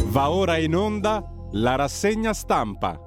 Va ora in onda la rassegna stampa.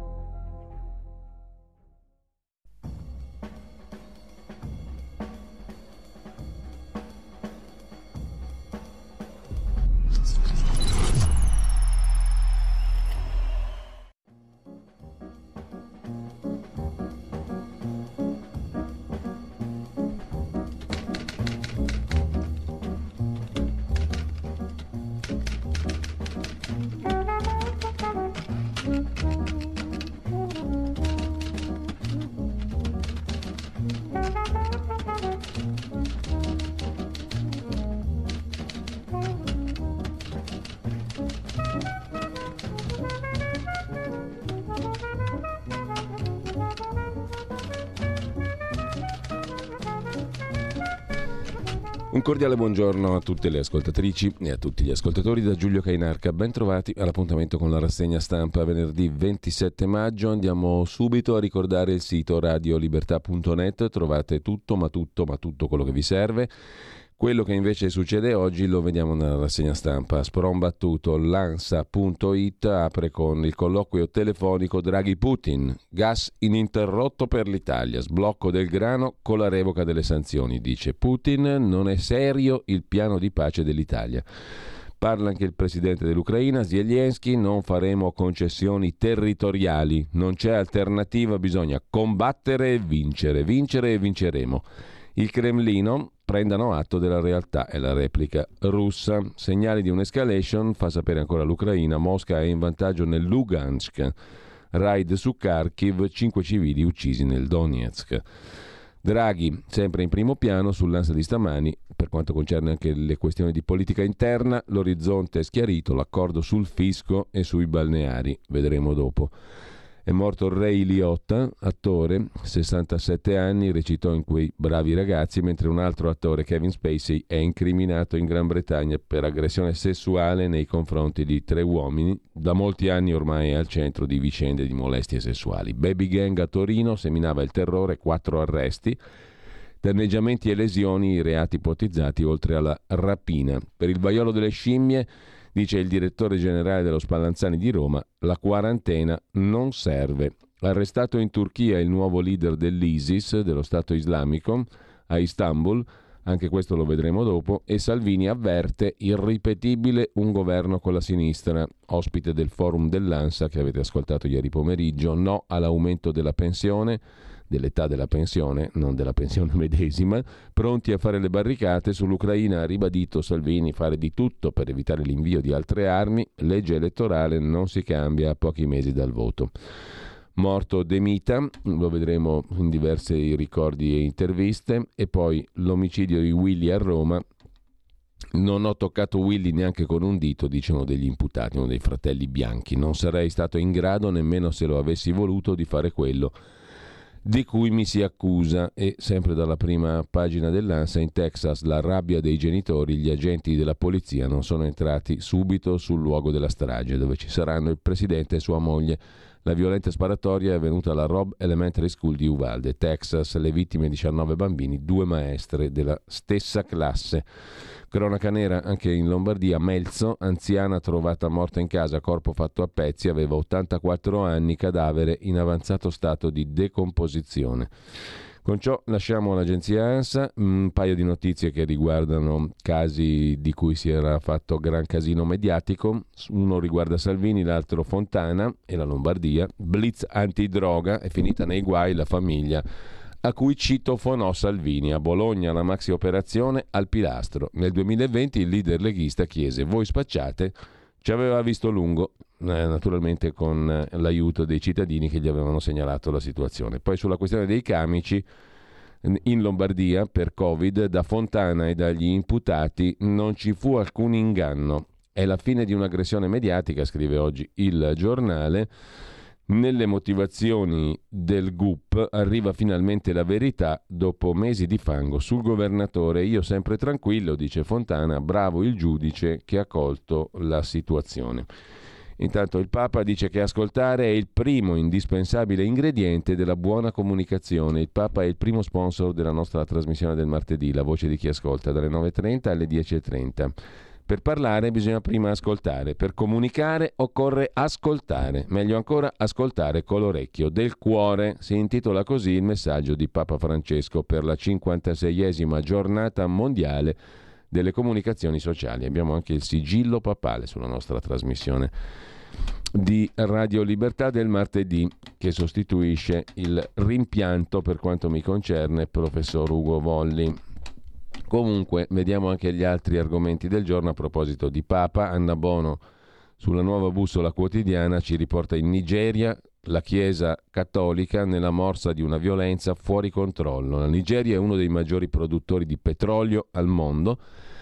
Un cordiale buongiorno a tutte le ascoltatrici e a tutti gli ascoltatori da Giulio Cainarca. Ben trovati all'appuntamento con la rassegna stampa venerdì 27 maggio. Andiamo subito a ricordare il sito radiolibertà.net. Trovate tutto quello che vi serve. Quello che invece succede oggi lo vediamo nella rassegna stampa. Sprombattuto, l'ANSA.it apre con il colloquio telefonico Draghi-Putin. Gas ininterrotto per l'Italia, sblocco del grano con la revoca delle sanzioni. Dice Putin, non è serio il piano di pace dell'Italia. Parla anche il presidente dell'Ucraina, Zelensky, non faremo concessioni territoriali, non c'è alternativa, bisogna combattere e vincere e vinceremo. Il Cremlino, prendano atto della realtà, è la replica russa. Segnali di un'escalation, fa sapere ancora l'Ucraina, Mosca è in vantaggio nel Lugansk. Raid su Kharkiv, 5 civili uccisi nel Donetsk. Draghi, sempre in primo piano sull'Ansa di stamani, per quanto concerne anche le questioni di politica interna, l'orizzonte è schiarito, l'accordo sul fisco e sui balneari, vedremo dopo. È morto Ray Liotta, attore, 67 anni, recitò in Quei bravi ragazzi, mentre un altro attore, Kevin Spacey, è incriminato in Gran Bretagna per aggressione sessuale nei confronti di 3 uomini. Da molti anni ormai è al centro di vicende di molestie sessuali. Baby gang a Torino, seminava il terrore, 4 arresti. Danneggiamenti e lesioni, i reati ipotizzati, oltre alla rapina. Per il vaiolo delle scimmie, dice il direttore generale dello Spallanzani di Roma, la quarantena non serve. Arrestato in Turchia il nuovo leader dell'ISIS, dello Stato Islamico, a Istanbul, anche questo lo vedremo dopo, e Salvini avverte irripetibile un governo con la sinistra. Ospite del forum dell'ANSA che avete ascoltato ieri pomeriggio, no all'aumento della pensione, dell'età della pensione, non della pensione medesima, pronti a fare le barricate. Sull'Ucraina ha ribadito Salvini fare di tutto per evitare l'invio di altre armi, legge elettorale non si cambia a pochi mesi dal voto. Morto De Mita, lo vedremo in diversi ricordi e interviste, e poi l'omicidio di Willy a Roma. Non ho toccato Willy neanche con un dito, dice uno degli imputati, uno dei fratelli Bianchi. Non sarei stato in grado, nemmeno se lo avessi voluto, di fare quello di cui mi si accusa. E sempre dalla prima pagina dell'ANSA, in Texas la rabbia dei genitori, gli agenti della polizia non sono entrati subito sul luogo della strage, dove ci saranno il presidente e sua moglie. La violenta sparatoria è avvenuta alla Robb Elementary School di Uvalde, Texas. Le vittime 19 bambini, 2 maestre della stessa classe. Cronaca nera anche in Lombardia, Melzo, anziana trovata morta in casa, corpo fatto a pezzi, aveva 84 anni, cadavere in avanzato stato di decomposizione. Con ciò lasciamo l'agenzia ANSA, un paio di notizie che riguardano casi di cui si era fatto gran casino mediatico. Uno riguarda Salvini, l'altro Fontana e la Lombardia. Blitz antidroga, è finita nei guai la famiglia a cui citofonò Salvini. A Bologna la maxi operazione al pilastro. Nel 2020 il leader leghista chiese: voi spacciate? Ci aveva visto lungo, naturalmente con l'aiuto dei cittadini che gli avevano segnalato la situazione. Poi sulla questione dei camici in Lombardia per Covid, da Fontana e dagli imputati non ci fu alcun inganno. È la fine di un'aggressione mediatica, scrive oggi il giornale. Nelle motivazioni del GUP arriva finalmente la verità dopo mesi di fango sul governatore. Io sempre tranquillo, dice Fontana, bravo il giudice che ha colto la situazione. Intanto il Papa dice che ascoltare è il primo indispensabile ingrediente della buona comunicazione. Il Papa è il primo sponsor della nostra trasmissione del martedì, La Voce di chi ascolta, dalle 9.30 alle 10.30. Per parlare bisogna prima ascoltare, per comunicare occorre ascoltare, meglio ancora ascoltare con l'orecchio del cuore. Si intitola così il messaggio di Papa Francesco per la 56esima giornata mondiale delle comunicazioni sociali. Abbiamo anche il sigillo papale sulla nostra trasmissione di Radio Libertà del martedì, che sostituisce il rimpianto, per quanto mi concerne, professor Ugo Volli. Comunque, vediamo anche gli altri argomenti del giorno a proposito di Papa. Anna Bono, sulla Nuova Bussola Quotidiana, ci riporta in Nigeria la Chiesa cattolica nella morsa di una violenza fuori controllo. La Nigeria è uno dei maggiori produttori di petrolio al mondo.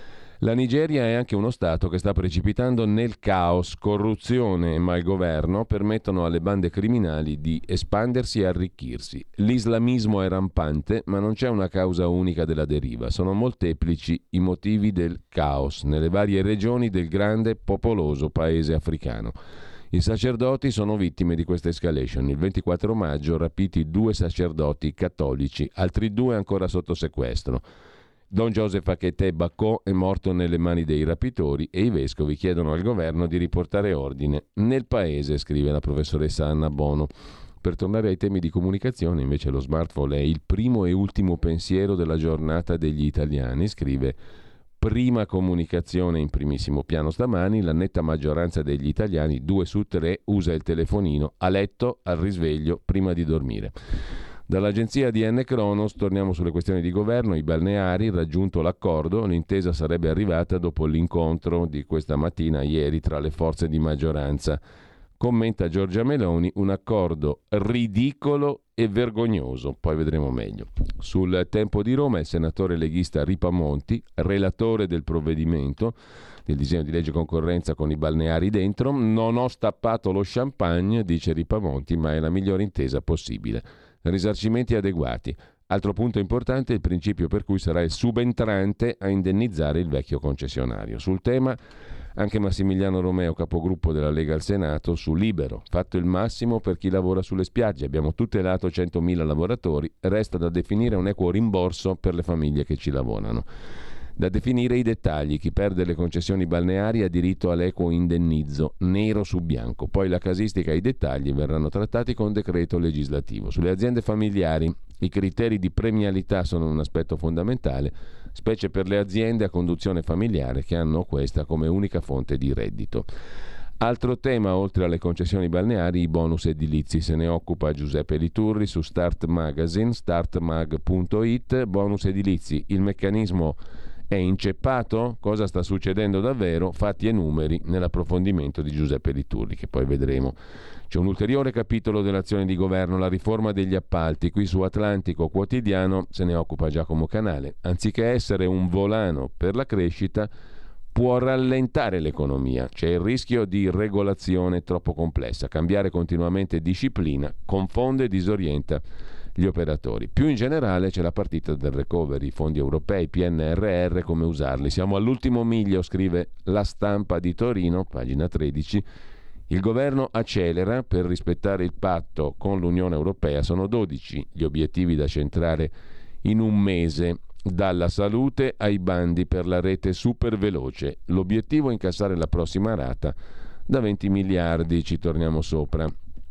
La Nigeria è anche uno Stato che sta precipitando nel caos. Corruzione e malgoverno permettono alle bande criminali di espandersi e arricchirsi. L'islamismo è rampante, ma non c'è una causa unica della deriva. Sono molteplici i motivi del caos nelle varie regioni del grande popoloso paese africano. I sacerdoti sono vittime di questa escalation. Il 24 maggio rapiti 2 sacerdoti cattolici, altri 2 ancora sotto sequestro. Don Joseph Akete Bako è morto nelle mani dei rapitori e i vescovi chiedono al governo di riportare ordine nel paese, scrive la professoressa Anna Bono. Per tornare ai temi di comunicazione, invece, lo smartphone è il primo e ultimo pensiero della giornata degli italiani, scrive Prima Comunicazione in primissimo piano stamani. La netta maggioranza degli italiani, 2 su 3, usa il telefonino a letto, al risveglio, prima di dormire. Dall'agenzia DN Cronos torniamo sulle questioni di governo. I balneari, raggiunto l'accordo, l'intesa sarebbe arrivata dopo l'incontro di questa mattina, ieri, tra le forze di maggioranza. Commenta Giorgia Meloni, un accordo ridicolo e vergognoso, poi vedremo meglio. Sul Tempo di Roma il senatore leghista Ripamonti, relatore del provvedimento, del disegno di legge concorrenza con i balneari dentro: non ho stappato lo champagne, dice Ripamonti, ma è la migliore intesa possibile. Risarcimenti adeguati. Altro punto importante è il principio per cui sarà il subentrante a indennizzare il vecchio concessionario. Sul tema anche Massimiliano Romeo, capogruppo della Lega al Senato, su Libero. Fatto il massimo per chi lavora sulle spiagge. Abbiamo tutelato 100.000 lavoratori, resta da definire un equo rimborso per le famiglie che ci lavorano. Da definire i dettagli. Chi perde le concessioni balneari ha diritto all'equo indennizzo, nero su bianco. Poi la casistica e i dettagli verranno trattati con decreto legislativo. Sulle aziende familiari i criteri di premialità sono un aspetto fondamentale, specie per le aziende a conduzione familiare che hanno questa come unica fonte di reddito. Altro tema, oltre alle concessioni balneari, i bonus edilizi. Se ne occupa Giuseppe Liturri su Start Magazine, startmag.it. Bonus edilizi, il meccanismo è inceppato? Cosa sta succedendo davvero? Fatti e numeri nell'approfondimento di Giuseppe Liturri, che poi vedremo. C'è un ulteriore capitolo dell'azione di governo, la riforma degli appalti. Qui su Atlantico Quotidiano se ne occupa Giacomo Canale. Anziché essere un volano per la crescita, può rallentare l'economia. C'è il rischio di regolazione troppo complessa. Cambiare continuamente disciplina confonde e disorienta gli operatori. Più in generale c'è la partita del recovery, fondi europei, PNRR, come usarli. Siamo all'ultimo miglio, scrive La Stampa di Torino, pagina 13. Il governo accelera per rispettare il patto con l'Unione Europea. Sono 12 gli obiettivi da centrare in un mese, dalla salute ai bandi per la rete super veloce. L'obiettivo è incassare la prossima rata da 20 miliardi, ci torniamo sopra.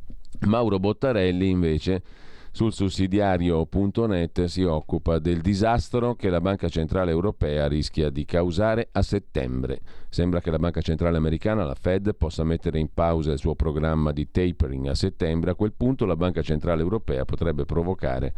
Mauro Bottarelli invece sul sussidiario.net si occupa del disastro che la Banca Centrale Europea rischia di causare a settembre. Sembra che la Banca Centrale Americana, la Fed, possa mettere in pausa il suo programma di tapering a settembre. A quel punto la Banca Centrale Europea potrebbe provocare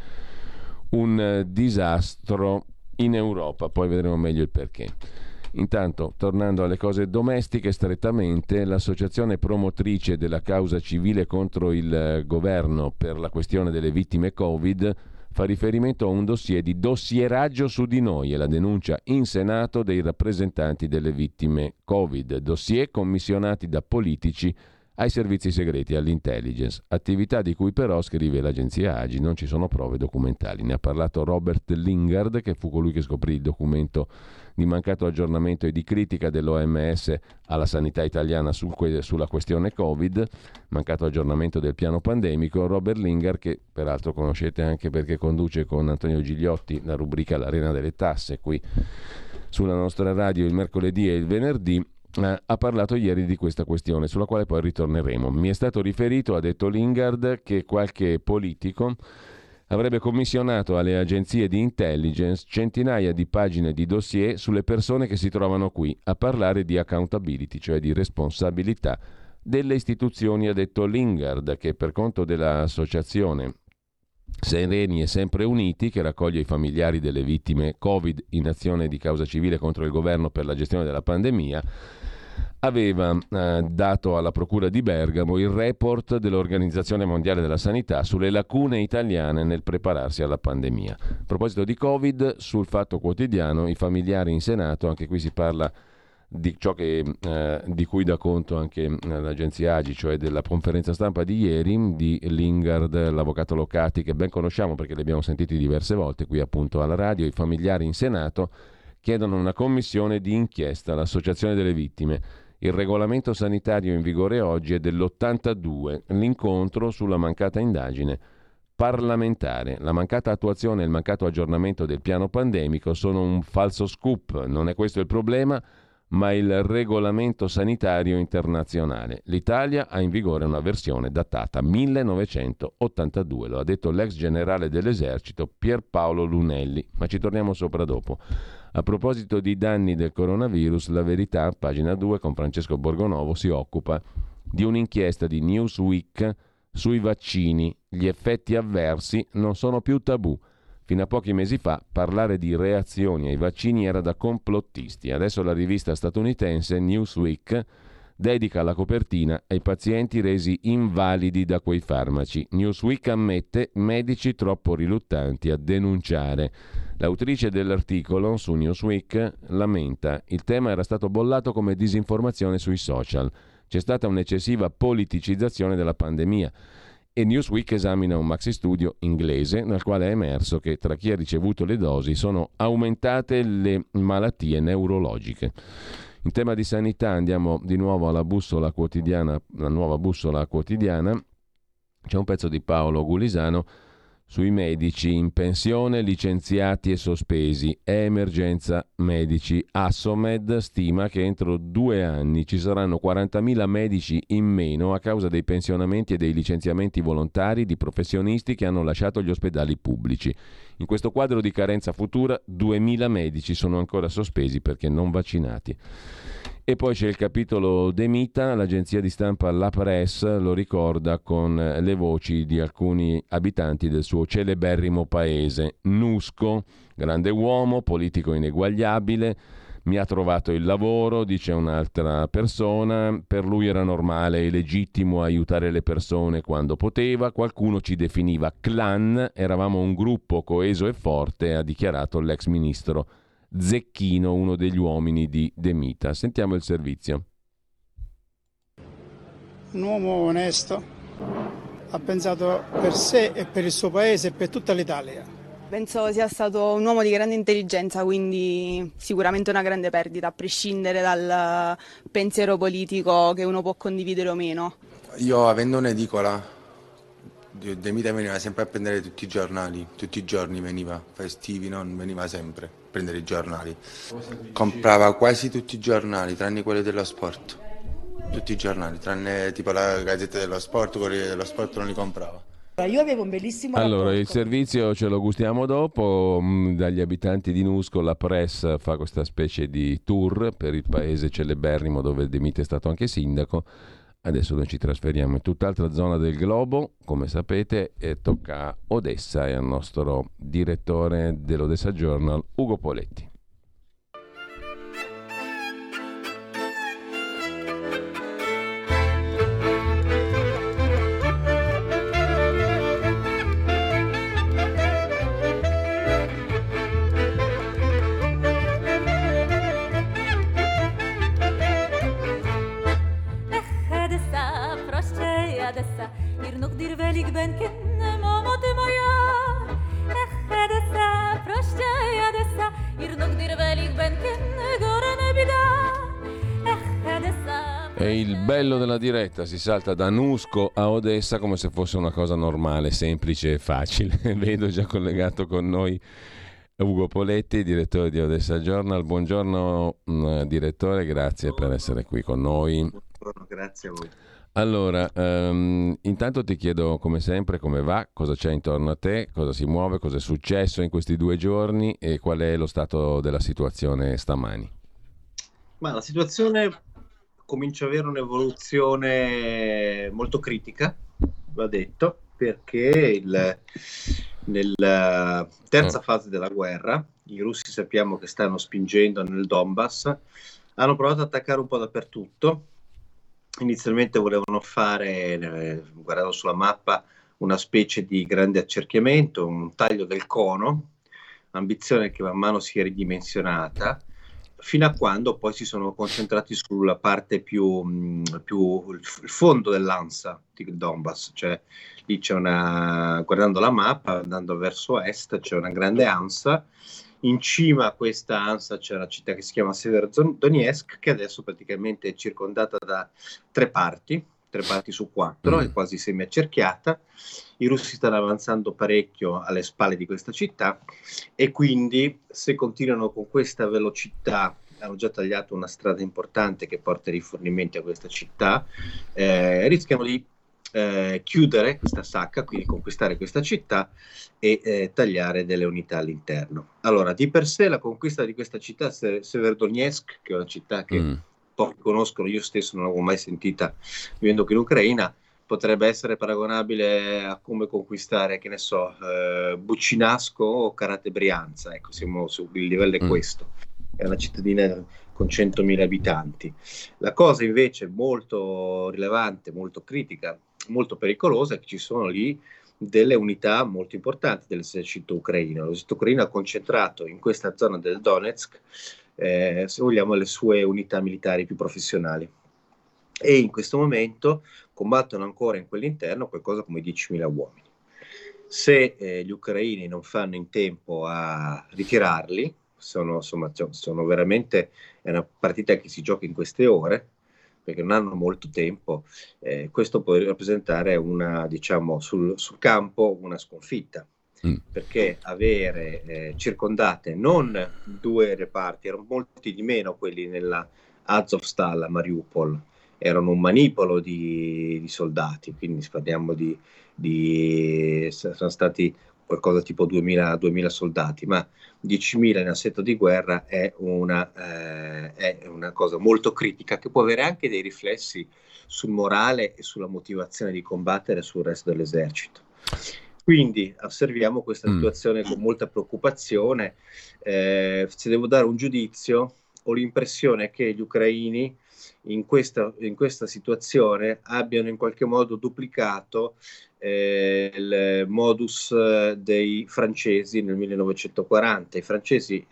un disastro in Europa, poi vedremo meglio il perché. Intanto, tornando alle cose domestiche strettamente, l'associazione promotrice della causa civile contro il governo per la questione delle vittime Covid fa riferimento a un dossier di dossieraggio su di noi e la denuncia in Senato dei rappresentanti delle vittime Covid, dossier commissionati da politici ai servizi segreti e all'intelligence, attività di cui però, scrive l'agenzia AGI, non ci sono prove documentali. Ne ha parlato Robert Lingard, che fu colui che scoprì il documento di mancato aggiornamento e di critica dell'OMS alla sanità italiana sulla questione Covid, mancato aggiornamento del piano pandemico. Robert Lingard, che peraltro conoscete anche perché conduce con Antonio Gigliotti la rubrica L'Arena delle Tasse qui sulla nostra radio il mercoledì e il venerdì, ha parlato ieri di questa questione, sulla quale poi ritorneremo. Mi è stato riferito, ha detto Lingard, che qualche politico avrebbe commissionato alle agenzie di intelligence centinaia di pagine di dossier sulle persone che si trovano qui a parlare di accountability, cioè di responsabilità delle istituzioni, ha detto Lingard, che per conto dell'associazione Sereni e Sempre Uniti, che raccoglie i familiari delle vittime Covid in azione di causa civile contro il governo per la gestione della pandemia, aveva dato alla Procura di Bergamo il report dell'Organizzazione Mondiale della Sanità sulle lacune italiane nel prepararsi alla pandemia. A proposito di Covid, sul Fatto Quotidiano, i familiari in Senato, anche qui si parla di ciò di cui dà conto anche l'agenzia AGI, cioè della conferenza stampa di ieri di Lingard, l'avvocato Locati, che ben conosciamo perché li abbiamo sentiti diverse volte qui appunto alla radio. I familiari in Senato chiedono una commissione di inchiesta all'Associazione delle Vittime. Il regolamento sanitario in vigore oggi è dell'82, l'incontro sulla mancata indagine parlamentare. La mancata attuazione e il mancato aggiornamento del piano pandemico sono un falso scoop, non è questo il problema, ma il regolamento sanitario internazionale. L'Italia ha in vigore una versione datata 1982, lo ha detto l'ex generale dell'esercito Pierpaolo Lunelli, ma ci torniamo sopra dopo. A proposito di danni del coronavirus, La Verità, pagina 2, con Francesco Borgonovo, si occupa di un'inchiesta di Newsweek sui vaccini. Gli effetti avversi non sono più tabù. Fino a pochi mesi fa parlare di reazioni ai vaccini era da complottisti. Adesso la rivista statunitense Newsweek dedica la copertina ai pazienti resi invalidi da quei farmaci. Newsweek ammette medici troppo riluttanti a denunciare. L'autrice dell'articolo su Newsweek lamenta: il tema era stato bollato come disinformazione sui social. C'è stata un'eccessiva politicizzazione della pandemia. E Newsweek esamina un maxi studio inglese nel quale è emerso che tra chi ha ricevuto le dosi sono aumentate le malattie neurologiche. In tema di sanità andiamo di nuovo alla bussola quotidiana, la nuova bussola quotidiana. C'è un pezzo di Paolo Gulisano sui medici in pensione, licenziati e sospesi. È emergenza medici. Assomed stima che entro 2 anni ci saranno 40.000 medici in meno a causa dei pensionamenti e dei licenziamenti volontari di professionisti che hanno lasciato gli ospedali pubblici. In questo quadro di carenza futura, 2.000 medici sono ancora sospesi perché non vaccinati. E poi c'è il capitolo De Mita, l'agenzia di stampa La Presse lo ricorda con le voci di alcuni abitanti del suo celeberrimo paese. Nusco, grande uomo, politico ineguagliabile, mi ha trovato il lavoro, dice un'altra persona, per lui era normale e legittimo aiutare le persone quando poteva, qualcuno ci definiva clan, eravamo un gruppo coeso e forte, ha dichiarato l'ex ministro Zecchino, uno degli uomini di De Mita. Sentiamo il servizio. Un uomo onesto, ha pensato per sé e per il suo paese e per tutta l'Italia. Penso sia stato un uomo di grande intelligenza, quindi sicuramente una grande perdita, a prescindere dal pensiero politico che uno può condividere o meno. Io, avendo un'edicola, De Mita veniva sempre a prendere tutti i giornali, tutti i giorni veniva, festivi non, veniva sempre a prendere i giornali. Comprava quasi tutti i giornali, tranne quelli dello sport. Tutti i giornali, tranne tipo la Gazzetta dello Sport, quelli dello sport non li comprava. Io avevo un bellissimo Allora, il servizio ce lo gustiamo dopo. Dagli abitanti di Nusco la Press fa questa specie di tour per il paese celeberrimo dove De Mita è stato anche sindaco. Adesso noi ci trasferiamo in tutt'altra zona del globo, come sapete, e tocca a Odessa e al nostro direttore dell'Odessa Journal, Ugo Poletti. È il bello della diretta, si salta da Nusco a Odessa come se fosse una cosa normale, semplice e facile. Vedo già collegato con noi Ugo Poletti, direttore di Odessa Journal. Buongiorno direttore, grazie per essere qui con noi. Buongiorno, grazie a voi. Allora, intanto ti chiedo come sempre come va, cosa c'è intorno a te, cosa si muove, cosa è successo in questi 2 giorni e qual è lo stato della situazione stamani. Ma la situazione comincia ad avere un'evoluzione molto critica, va detto, perché nella terza fase della guerra i russi sappiamo che stanno spingendo nel Donbass, hanno provato ad attaccare un po' dappertutto. Inizialmente volevano fare, guardando sulla mappa, una specie di grande accerchiamento, un taglio del cono, ambizione che man mano si è ridimensionata, fino a quando poi si sono concentrati sulla parte più il fondo dell'Ansa di Donbass, cioè lì c'è guardando la mappa, andando verso est, c'è una grande Ansa, in cima a questa Ansa c'è una città che si chiama Severodonetsk, che adesso praticamente è circondata da 3 parti su 4, è quasi semi-accerchiata. I russi stanno avanzando parecchio alle spalle di questa città e quindi se continuano con questa velocità, hanno già tagliato una strada importante che porta i rifornimenti a questa città, rischiano di chiudere questa sacca, quindi conquistare questa città e tagliare delle unità all'interno. Allora, di per sé la conquista di questa città, Severodonetsk, che è una città che pochi conoscono, io stesso non l'avevo mai sentita vivendo qui in Ucraina, potrebbe essere paragonabile a come conquistare, che ne so, Buccinasco o Karate Brianza, ecco, siamo sul livello è questo, è una cittadina con 100.000 abitanti. La cosa invece molto rilevante, molto critica, molto pericolosa è che ci sono lì delle unità molto importanti dell'esercito ucraino. L'esercito ucraino ha concentrato in questa zona del Donetsk, se vogliamo, le sue unità militari più professionali. E in questo momento combattono ancora in quell'interno qualcosa come 10.000 uomini. Se gli ucraini non fanno in tempo a ritirarli, sono veramente, è una partita che si gioca in queste ore, perché non hanno molto tempo, questo può rappresentare sul campo una sconfitta, perché avere circondate non 2 reparti, erano molti di meno quelli nella Azovstal a Mariupol, erano un manipolo di soldati, quindi parliamo sono stati qualcosa tipo 2.000 soldati, ma 10.000 in assetto di guerra è una cosa molto critica che può avere anche dei riflessi sul morale e sulla motivazione di combattere sul resto dell'esercito. Quindi osserviamo questa situazione con molta preoccupazione. Se devo dare un giudizio, ho l'impressione che gli ucraini in questa situazione abbiano in qualche modo duplicato il modus dei francesi nel 1940. I francesi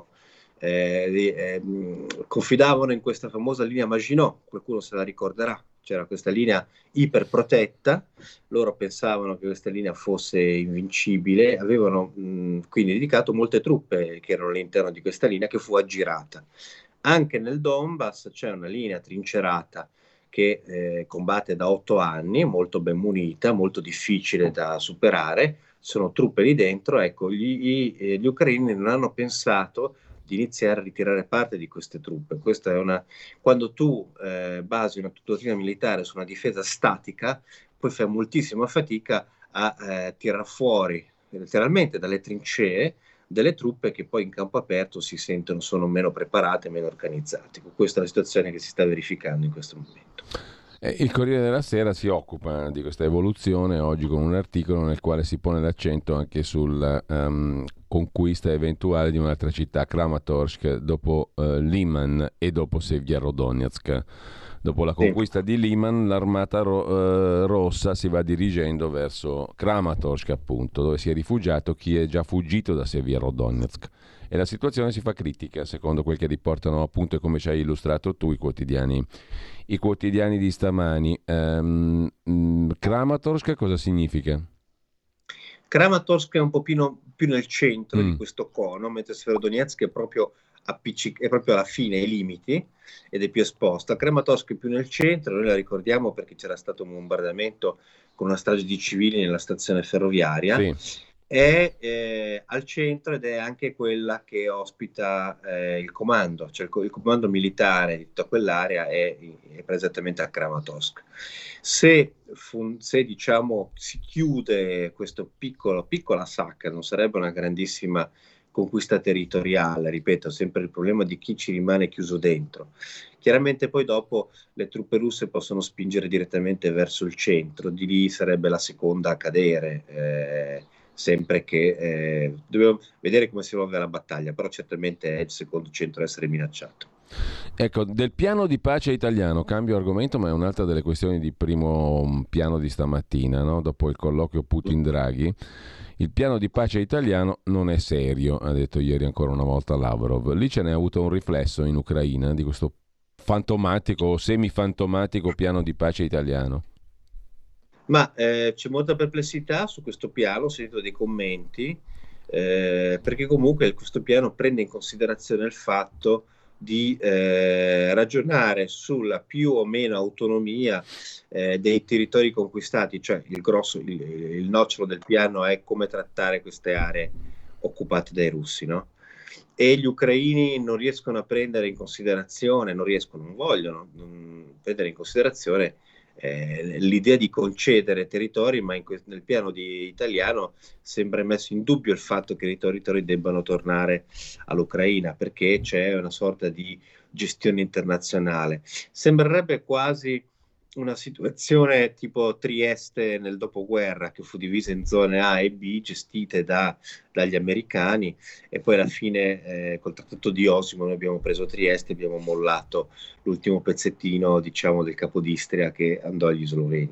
confidavano in questa famosa linea Maginot, qualcuno se la ricorderà, c'era questa linea iperprotetta, loro pensavano che questa linea fosse invincibile, avevano quindi dedicato molte truppe che erano all'interno di questa linea, che fu aggirata. Anche nel Donbass c'è una linea trincerata che combatte da 8 anni, molto ben munita, molto difficile da superare, sono truppe lì dentro, ecco, gli ucraini non hanno pensato di iniziare a ritirare parte di queste truppe. Questa è quando tu basi una dottrina militare su una difesa statica, poi fai moltissima fatica a tirar fuori letteralmente dalle trincee delle truppe che poi in campo aperto si sentono sono meno preparate, meno organizzate. Questa è la situazione che si sta verificando in questo momento. Il Corriere della Sera si occupa di questa evoluzione oggi con un articolo nel quale si pone l'accento anche sulla conquista eventuale di un'altra città, Kramatorsk, dopo Liman e dopo Sevierodonetsk. Dopo la conquista di Liman, l'armata rossa si va dirigendo verso Kramatorsk, appunto, dove si è rifugiato chi è già fuggito da Sevierodonetsk. E la situazione si fa critica, secondo quel che riportano appunto e come ci hai illustrato tu i quotidiani di stamani. Kramatorsk cosa significa? Kramatorsk è un po' più nel centro di questo cono, mentre Severodonetsk è proprio alla fine, ai limiti, ed è più esposta. Kramatorsk è più nel centro, noi la ricordiamo perché c'era stato un bombardamento con una strage di civili nella stazione ferroviaria. Sì. è al centro ed è anche quella che ospita il comando, cioè il comando militare di tutta quell'area è esattamente a Kramatorsk. Se diciamo si chiude questo piccola sacca, non sarebbe una grandissima conquista territoriale, ripeto, sempre il problema di chi ci rimane chiuso dentro. Chiaramente poi dopo le truppe russe possono spingere direttamente verso il centro, di lì sarebbe la seconda a cadere, sempre che dobbiamo vedere come si evolve la battaglia, però certamente è il secondo centro a essere minacciato. Ecco, del piano di pace italiano, cambio argomento, ma è un'altra delle questioni di primo piano di stamattina, no? Dopo il colloquio Putin-Draghi. Il piano di pace italiano non è serio, ha detto ieri ancora una volta Lavrov. Lì ce n'è avuto un riflesso in Ucraina di questo fantomatico o semifantomatico piano di pace italiano. Ma c'è molta perplessità su questo piano, ho sentito dei commenti, perché comunque questo piano prende in considerazione il fatto di ragionare sulla più o meno autonomia dei territori conquistati, cioè il nocciolo del piano è come trattare queste aree occupate dai russi, no? E gli ucraini non riescono a prendere in considerazione, non vogliono prendere in considerazione l'idea di concedere territori, ma nel piano italiano sembra messo in dubbio il fatto che i territori debbano tornare all'Ucraina, perché c'è una sorta di gestione internazionale. Sembrerebbe quasi una situazione tipo Trieste nel dopoguerra, che fu divisa in zone A e B gestite dagli americani, e poi alla fine col trattato di Osimo noi abbiamo preso Trieste e abbiamo mollato l'ultimo pezzettino, diciamo, del Capodistria che andò agli sloveni.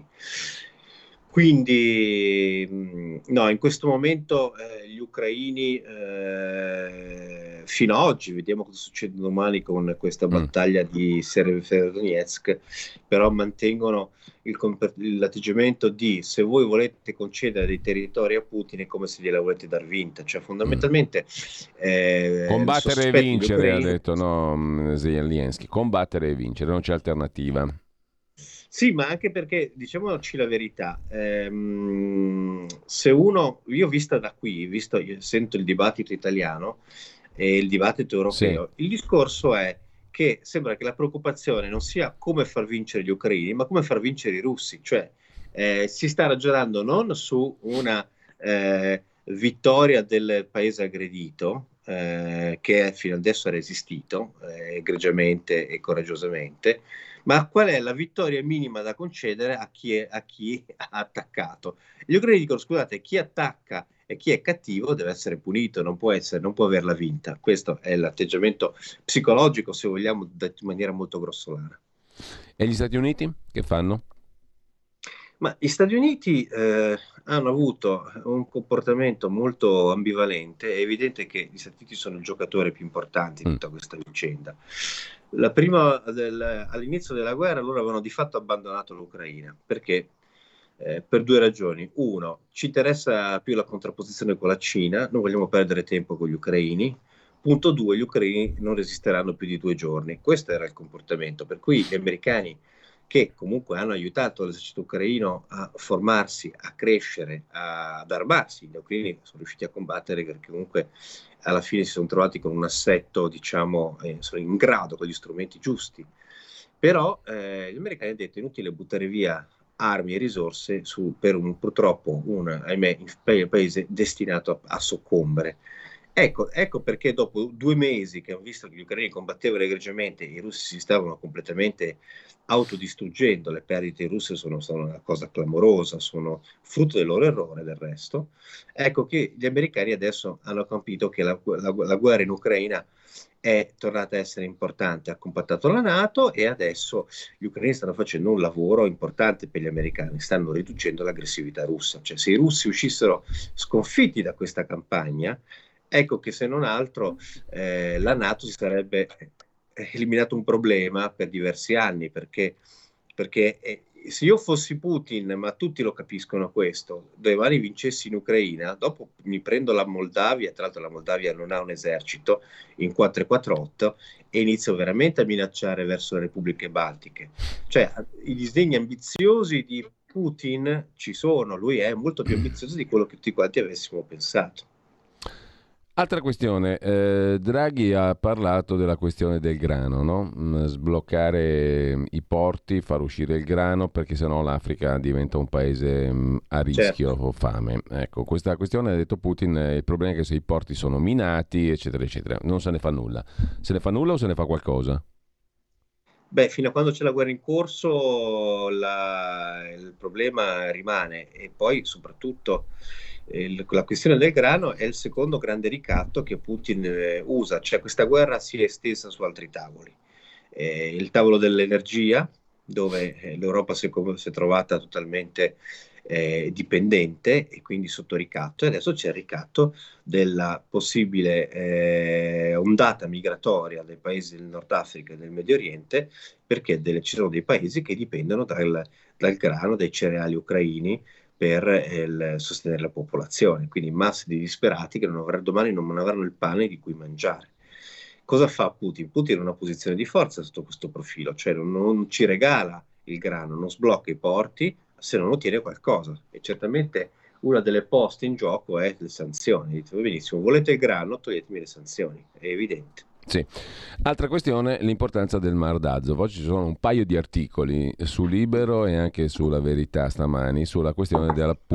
Quindi no, in questo momento gli ucraini fino ad oggi, vediamo cosa succede domani con questa battaglia di Severodonetsk, però mantengono l'atteggiamento di: se voi volete concedere dei territori a Putin è come se gliela volete dar vinta, cioè fondamentalmente combattere e vincere, ha detto Zelensky, combattere e vincere, non c'è alternativa. Sì, ma anche perché, diciamoci la verità, se uno, io vista da qui, sento il dibattito italiano e il dibattito europeo, sì. Il discorso è che sembra che la preoccupazione non sia come far vincere gli ucraini, ma come far vincere i russi, cioè si sta ragionando non su una vittoria del paese aggredito, che fino adesso ha resistito egregiamente e coraggiosamente, ma qual è la vittoria minima da concedere a chi ha attaccato. Gli ucraini dicono: scusate, chi attacca e chi è cattivo deve essere punito, non può averla vinta. Questo è l'atteggiamento psicologico, se vogliamo, in maniera molto grossolana. E gli Stati Uniti che fanno? Ma gli Stati Uniti hanno avuto un comportamento molto ambivalente. È evidente che gli Stati Uniti sono il giocatore più importante di tutta questa vicenda. All'inizio della guerra loro avevano di fatto abbandonato l'Ucraina, perché per due ragioni. Uno, ci interessa più la contrapposizione con la Cina, non vogliamo perdere tempo con gli ucraini. Punto due, gli ucraini non resisteranno più di 2 giorni. Questo era il comportamento, per cui gli americani, che comunque hanno aiutato l'esercito ucraino a formarsi, a crescere, ad armarsi, gli ucraini sono riusciti a combattere perché comunque alla fine si sono trovati con un assetto, diciamo, sono in grado, con gli strumenti giusti. Però gli americani hanno detto: è inutile buttare via armi e risorse per purtroppo ahimè, un paese destinato a soccombere. Ecco perché dopo 2 mesi che hanno visto che gli ucraini combattevano egregiamente e i russi si stavano completamente autodistruggendo, le perdite russe sono una cosa clamorosa, sono frutto del loro errore del resto, ecco che gli americani adesso hanno capito che la guerra in Ucraina è tornata a essere importante, ha compattato la NATO e adesso gli ucraini stanno facendo un lavoro importante per gli americani, stanno riducendo l'aggressività russa, cioè se i russi uscissero sconfitti da questa campagna, ecco che se non altro la NATO si sarebbe eliminato un problema per diversi anni, perché se io fossi Putin, ma tutti lo capiscono questo, domani vincessi in Ucraina, dopo mi prendo la Moldavia, tra l'altro la Moldavia non ha un esercito, in 448, e inizio veramente a minacciare verso le repubbliche baltiche. Cioè i disegni ambiziosi di Putin ci sono, lui è molto più ambizioso di quello che tutti quanti avessimo pensato. Altra questione, Draghi ha parlato della questione del grano, no? Sbloccare i porti, far uscire il grano, perché sennò l'Africa diventa un paese a rischio o fame. Ecco, questa questione, ha detto Putin, il problema è che se i porti sono minati, eccetera, eccetera, non se ne fa nulla. Se ne fa nulla o se ne fa qualcosa? Beh, fino a quando c'è la guerra in corso il problema rimane, e poi soprattutto la questione del grano è il secondo grande ricatto che Putin usa, cioè questa guerra si è estesa su altri tavoli. Il tavolo dell'energia, dove l'Europa si è trovata totalmente dipendente e quindi sotto ricatto, e adesso c'è il ricatto della possibile ondata migratoria dai paesi del Nord Africa e del Medio Oriente, perché ci sono dei paesi che dipendono dal grano, dai cereali ucraini per sostenere la popolazione, quindi masse di disperati che domani non avranno il pane di cui mangiare. Cosa fa Putin? Putin è in una posizione di forza sotto questo profilo, cioè non ci regala il grano, non sblocca i porti se non ottiene qualcosa, e certamente una delle poste in gioco è le sanzioni. Dite benissimo, volete il grano, toglietemi le sanzioni, è evidente. Sì. Altra questione, l'importanza del Mar d'Azov. Oggi ci sono un paio di articoli su Libero e anche sulla Verità stamani sulla questione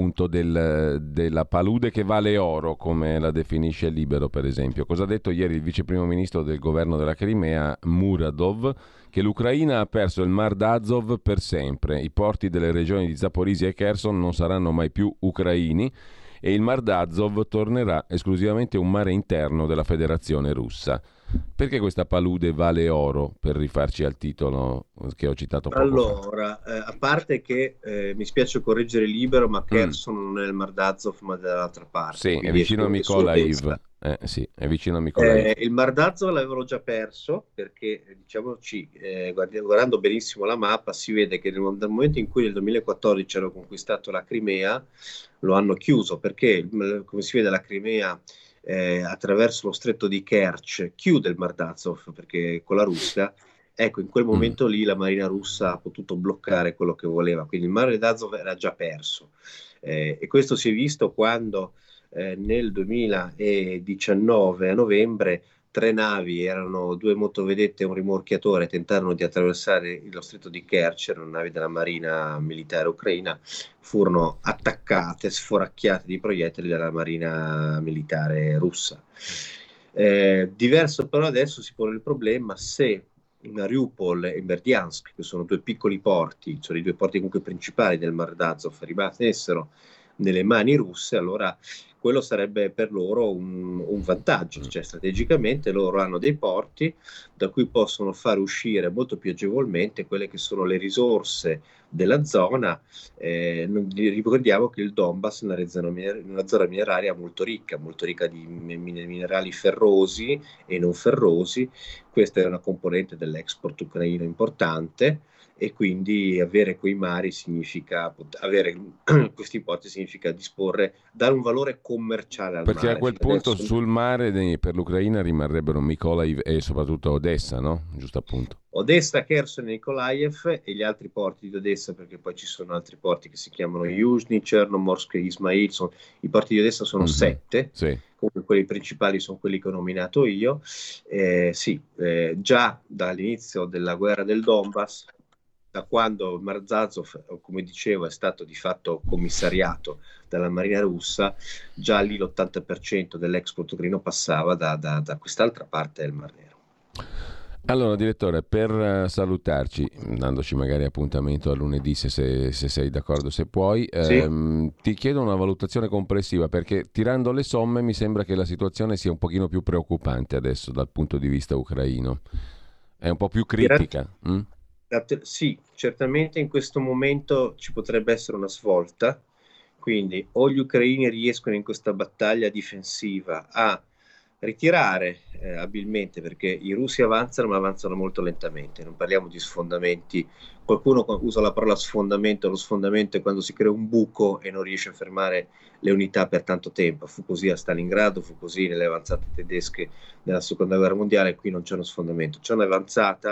della palude che vale oro, come la definisce Libero, per esempio. Cosa ha detto ieri il vice primo ministro del governo della Crimea, Muradov? Che l'Ucraina ha perso il Mar d'Azov per sempre. I porti delle regioni di Zaporizhia e Kherson non saranno mai più ucraini e il Mar d'Azov tornerà esclusivamente un mare interno della Federazione Russa. Perché questa palude vale oro, per rifarci al titolo che ho citato poco fa? Allora, a parte che mi spiace correggere Libero, ma Kherson non è il Mar d'Azov, ma dall'altra parte. Sì, è vicino a Mykolaiv. Sì, è vicino a Mykolaiv. Il Mar d'Azov l'avevano già perso, perché, diciamoci, guardando benissimo la mappa, si vede che dal momento in cui nel 2014 hanno conquistato la Crimea, lo hanno chiuso, perché, come si vede, la Crimea attraverso lo stretto di Kerch chiude il Mar d'Azov, perché con la Russia, ecco, in quel momento lì la marina russa ha potuto bloccare quello che voleva, quindi il Mar d'Azov era già perso, e questo si è visto quando nel 2019 a novembre 3 navi, erano 2 motovedette e un rimorchiatore, tentarono di attraversare lo stretto di Kerch, erano navi della marina militare ucraina, furono attaccate, sforacchiate di proiettili dalla marina militare russa. Diverso però adesso si pone il problema se Mariupol e Berdyansk, che sono 2 piccoli porti, cioè i 2 porti comunque principali del Mar d'Azov, rimanessero nelle mani russe, allora quello sarebbe per loro un vantaggio, cioè strategicamente loro hanno dei porti da cui possono far uscire molto più agevolmente quelle che sono le risorse della zona. Ricordiamo che il Donbass è una zona mineraria molto ricca di minerali ferrosi e non ferrosi. Questa è una componente dell'export ucraino importante, e quindi avere quei mari significa avere questi porti, significa dare un valore commerciale al perché mare. A quel punto sul mare per l'Ucraina rimarrebbero Mykolaiv e soprattutto Odessa, no? Giusto appunto. Odessa, Kherson e Nikolaev, e gli altri porti di Odessa, perché poi ci sono altri porti che si chiamano Yuzhny, Chernomorsk e Ismail. I porti di Odessa sono 7, sì. Comunque quelli principali sono quelli che ho nominato io. Già dall'inizio della guerra del Donbass, da quando il Mar d'Azov, come dicevo, è stato di fatto commissariato dalla marina russa, già lì l'80% dell'export ucraino passava da quest'altra parte del Mar Nero. Allora, direttore, per salutarci, dandoci magari appuntamento a lunedì, se sei d'accordo, se puoi, sì. Ti chiedo una valutazione complessiva, perché tirando le somme mi sembra che la situazione sia un pochino più preoccupante adesso dal punto di vista ucraino. È un po' più critica. Sì, certamente in questo momento ci potrebbe essere una svolta, quindi o gli ucraini riescono in questa battaglia difensiva a ritirare abilmente, perché i russi avanzano ma avanzano molto lentamente, non parliamo di sfondamenti. Qualcuno usa la parola sfondamento, lo sfondamento è quando si crea un buco e non riesce a fermare le unità per tanto tempo. Fu così a Stalingrado, fu così nelle avanzate tedesche nella seconda guerra mondiale. Qui non c'è uno sfondamento, c'è un'avanzata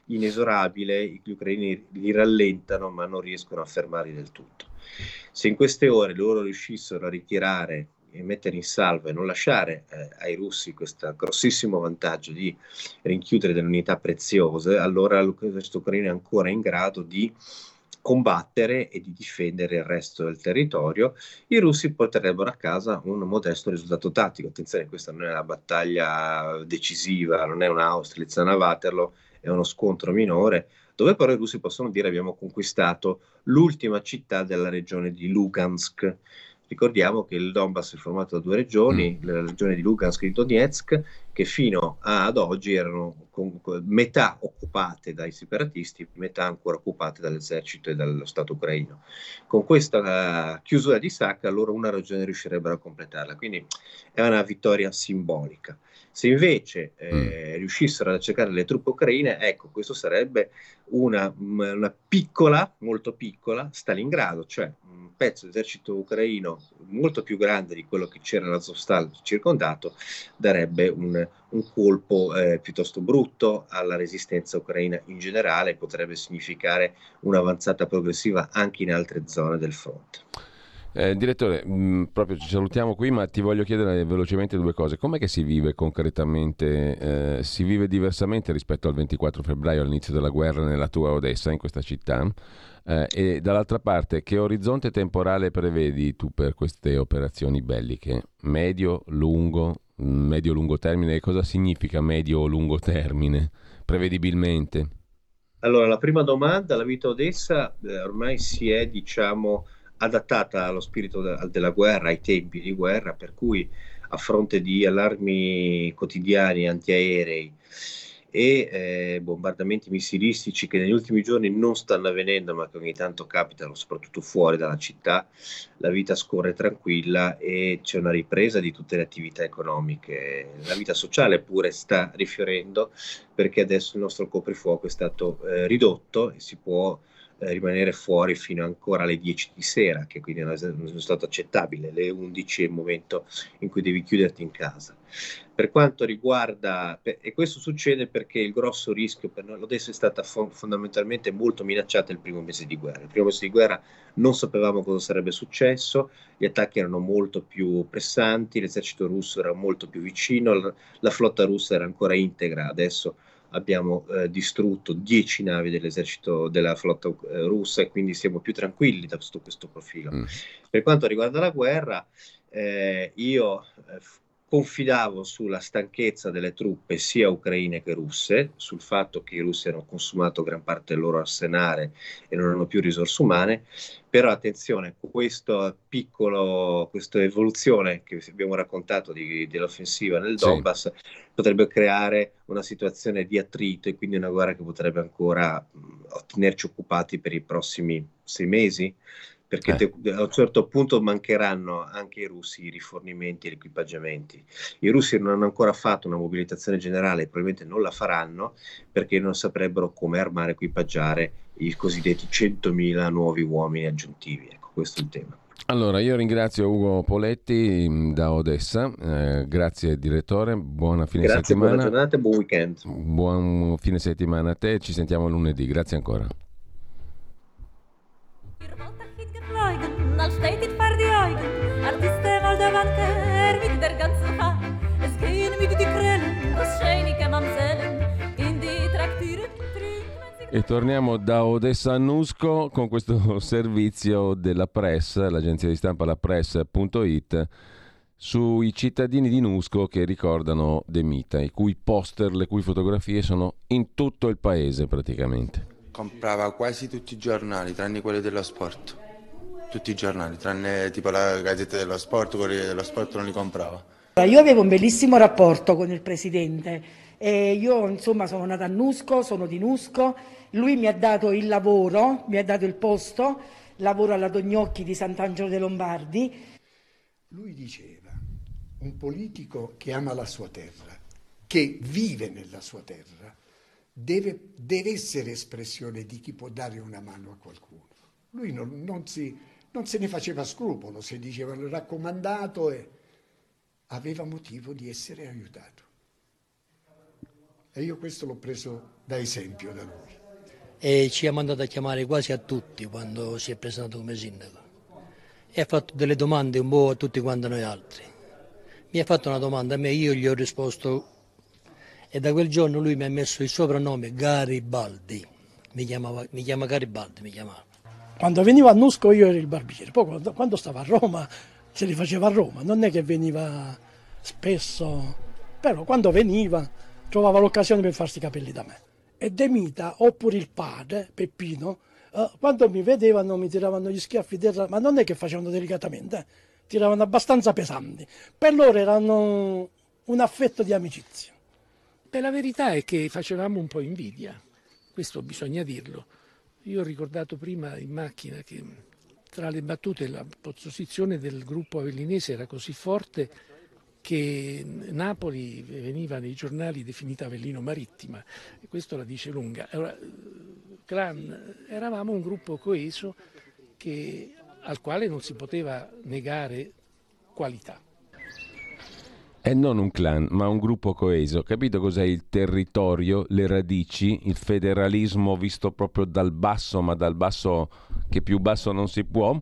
inesorabile, gli ucraini li rallentano ma non riescono a fermarli del tutto. Se in queste ore loro riuscissero a ritirare e mettere in salvo e non lasciare ai russi questo grossissimo vantaggio di rinchiudere delle unità preziose, allora l'esercito ucraino è ancora in grado di combattere e di difendere il resto del territorio. I russi porterebbero a casa un modesto risultato tattico. Attenzione, questa non è una battaglia decisiva, non è un Austerlitz, una Waterloo, è uno scontro minore, dove però i russi possono dire abbiamo conquistato l'ultima città della regione di Lugansk. Ricordiamo che il Donbass è formato da due regioni, la regione di Lugansk e di Donetsk, che fino ad oggi erano metà occupate dai separatisti, metà ancora occupate dall'esercito e dallo Stato ucraino. Con questa chiusura di sacca loro una regione riuscirebbero a completarla, quindi è una vittoria simbolica. Se invece riuscissero ad cercare le truppe ucraine, ecco, questo sarebbe una piccola, molto piccola Stalingrado, cioè un pezzo dell'esercito ucraino molto più grande di quello che c'era nell'Azovstal circondato, darebbe un colpo piuttosto brutto alla resistenza ucraina in generale, potrebbe significare un'avanzata progressiva anche in altre zone del fronte. Direttore, proprio ci salutiamo qui, ma ti voglio chiedere velocemente due cose. Com'è che si vive concretamente? Si vive diversamente rispetto al 24 febbraio, all'inizio della guerra, nella tua Odessa, in questa città? E dall'altra parte, che orizzonte temporale prevedi tu per queste operazioni belliche? Medio-lungo termine? E cosa significa medio o lungo termine, prevedibilmente? Allora, la prima domanda, la vita a Odessa ormai si è, diciamo, adattata allo spirito della guerra, ai tempi di guerra, per cui a fronte di allarmi quotidiani antiaerei e bombardamenti missilistici che negli ultimi giorni non stanno avvenendo ma che ogni tanto capitano soprattutto fuori dalla città, la vita scorre tranquilla e c'è una ripresa di tutte le attività economiche. La vita sociale pure sta rifiorendo perché adesso il nostro coprifuoco è stato ridotto e si può rimanere fuori fino ancora alle 10 di sera, che quindi non è stato accettabile. Le 11 è il momento in cui devi chiuderti in casa. Per quanto riguarda, e questo succede perché il grosso rischio per noi, l'Odessa è stata fondamentalmente molto minacciata il primo mese di guerra. Il primo mese di guerra non sapevamo cosa sarebbe successo, gli attacchi erano molto più pressanti, l'esercito russo era molto più vicino, la flotta russa era ancora integra. Adesso abbiamo distrutto 10 navi dell'esercito della flotta russa e quindi siamo più tranquilli da questo profilo. Per quanto riguarda la guerra, io confidavo sulla stanchezza delle truppe sia ucraine che russe, sul fatto che i russi hanno consumato gran parte del loro arsenale e non hanno più risorse umane, però attenzione, questa evoluzione che abbiamo raccontato dell'offensiva nel Donbass potrebbe creare una situazione di attrito e quindi una guerra che potrebbe ancora tenerci occupati per i prossimi 6 mesi, perché a un certo punto mancheranno anche i russi i rifornimenti e gli equipaggiamenti. I russi non hanno ancora fatto una mobilitazione generale, probabilmente non la faranno perché non saprebbero come armare e equipaggiare i cosiddetti 100.000 nuovi uomini aggiuntivi. Ecco, questo è il tema. Allora, io ringrazio Ugo Poletti da Odessa, grazie direttore, buona fine settimana. Buona giornata e buon weekend. Buon fine settimana a te, ci sentiamo lunedì, grazie ancora. Als steht it far die Augen, Artiste Moldavanke, mit der ganzen Haar. Es gehen mit die Krellen, das scheinige Mamsellen, in die Traktiere trinken. E torniamo da Odessa a Nusco con questo servizio della Press, l'agenzia di stampa lapress.it, sui cittadini di Nusco che ricordano De Mita, i cui poster, le cui fotografie sono in tutto il paese praticamente. Comprava quasi tutti i giornali, tranne quelli dello sport. Tutti i giornali, tranne tipo la Gazzetta dello Sport, quelli dello sport non li comprava. Io avevo un bellissimo rapporto con il presidente e io insomma sono nata a Nusco, sono di Nusco, lui mi ha dato il lavoro, mi ha dato il posto, lavoro alla Dognocchi di Sant'Angelo dei Lombardi. Lui diceva, un politico che ama la sua terra, che vive nella sua terra, deve essere espressione di chi può dare una mano a qualcuno. Lui non se ne faceva scrupolo, se dicevano raccomandato e aveva motivo di essere aiutato. E io questo l'ho preso da esempio da lui. E ci ha mandato a chiamare quasi a tutti quando si è presentato come sindaco e ha fatto delle domande un po' a tutti quanti noi altri. Mi ha fatto una domanda a me, io gli ho risposto e da quel giorno lui mi ha messo il soprannome Garibaldi, mi chiama Garibaldi, mi chiamava. Quando veniva a Nusco io ero il barbiere, poi quando stava a Roma se li faceva a Roma, non è che veniva spesso, però quando veniva trovava l'occasione per farsi i capelli da me. E De Mita, oppure il padre, Peppino, quando mi vedevano mi tiravano gli schiaffi terra, ma non è che facevano delicatamente, tiravano abbastanza pesanti. Per loro erano un affetto di amicizia. Beh, la verità è che facevamo un po' invidia, questo bisogna dirlo. Io ho ricordato prima in macchina che tra le battute la posizione del gruppo avellinese era così forte che Napoli veniva nei giornali definita Avellino Marittima, e questo la dice lunga. Allora, eravamo un gruppo coeso al quale non si poteva negare qualità. E non un clan, ma un gruppo coeso. Capito cos'è il territorio, le radici, il federalismo visto proprio dal basso, ma dal basso che più basso non si può?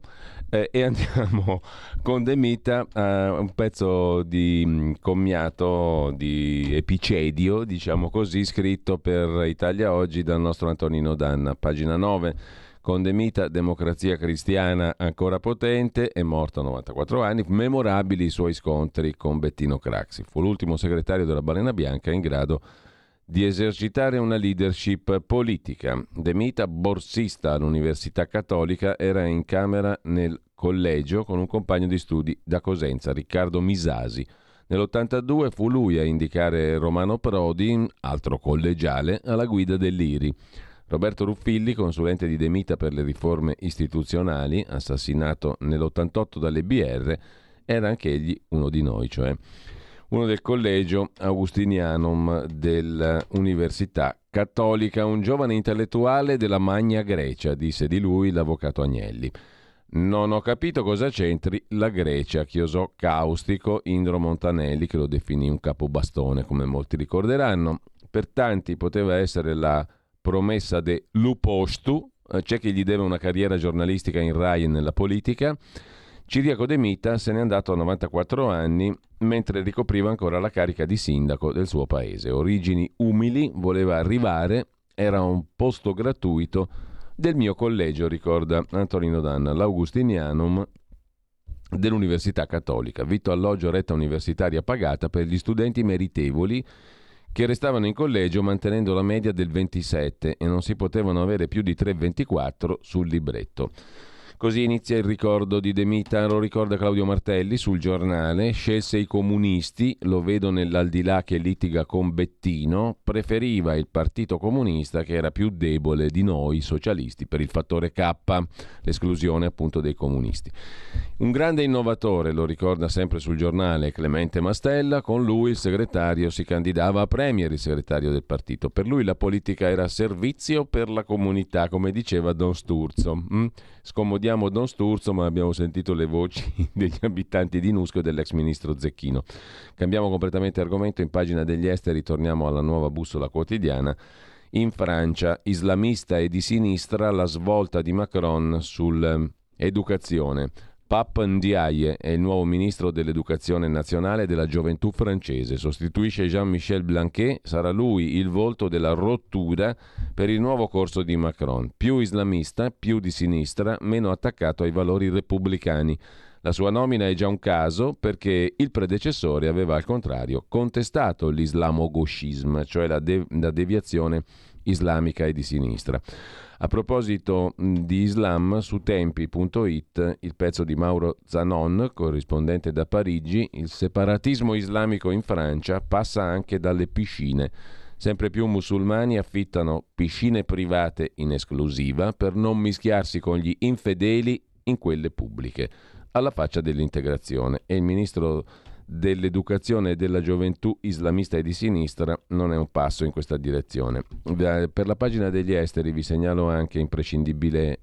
E andiamo con De Mita a un pezzo di commiato, di epicedio, diciamo così, scritto per Italia Oggi dal nostro Antonino Danna, pagina 9. Con De Mita, democrazia cristiana ancora potente, è morto a 94 anni, memorabili i suoi scontri con Bettino Craxi. Fu l'ultimo segretario della Balena Bianca in grado di esercitare una leadership politica. De Mita, borsista all'Università Cattolica, era in camera nel collegio con un compagno di studi da Cosenza, Riccardo Misasi. Nell'82 fu lui a indicare Romano Prodi, altro collegiale, alla guida dell'IRI. Roberto Ruffilli, consulente di De Mita per le riforme istituzionali, assassinato nell'88 dalle BR, era anch'egli uno di noi, cioè uno del collegio Augustinianum dell'Università Cattolica, un giovane intellettuale della Magna Grecia, disse di lui l'avvocato Agnelli. Non ho capito cosa c'entri la Grecia, chiosò caustico Indro Montanelli, che lo definì un capobastone, come molti ricorderanno. Per tanti poteva essere la promessa de Lupostu, c'è chi gli deve una carriera giornalistica in Rai e nella politica. Ciriaco De Mita se n'è andato a 94 anni mentre ricopriva ancora la carica di sindaco del suo paese. Origini umili, voleva arrivare, era un posto gratuito del mio collegio, ricorda Antonino Danna, l'Augustinianum dell'Università Cattolica, vitto alloggio, retta universitaria pagata per gli studenti meritevoli che restavano in collegio mantenendo la media del 27 e non si potevano avere più di 3,24 sul libretto. Così inizia il ricordo di De Mita, lo ricorda Claudio Martelli sul Giornale, scelse i comunisti, lo vedo nell'aldilà che litiga con Bettino, preferiva il Partito Comunista che era più debole di noi socialisti per il fattore K, l'esclusione appunto dei comunisti. Un grande innovatore, lo ricorda sempre sul Giornale Clemente Mastella, con lui il segretario si candidava a premier, il segretario del partito. Per lui la politica era servizio per la comunità, come diceva Don Sturzo. Scomodiamo Don Sturzo, ma abbiamo sentito le voci degli abitanti di Nusco e dell'ex ministro Zecchino. Cambiamo completamente argomento, in pagina degli esteri torniamo alla nuova bussola quotidiana. In Francia, islamista e di sinistra, la svolta di Macron sull'educazione. Pape Ndiaye è il nuovo ministro dell'educazione nazionale e della gioventù francese, sostituisce Jean-Michel Blanquer, sarà lui il volto della rottura per il nuovo corso di Macron, più islamista, più di sinistra, meno attaccato ai valori repubblicani. La sua nomina è già un caso perché il predecessore aveva al contrario contestato l'islamo-gauchisme, cioè la deviazione islamica e di sinistra. A proposito di Islam, su Tempi.it, il pezzo di Mauro Zanon, corrispondente da Parigi, il separatismo islamico in Francia passa anche dalle piscine. Sempre più musulmani affittano piscine private in esclusiva per non mischiarsi con gli infedeli in quelle pubbliche, alla faccia dell'integrazione. E il ministro dell'educazione e della gioventù islamista e di sinistra non è un passo in questa direzione. Per la pagina degli esteri vi segnalo anche imprescindibile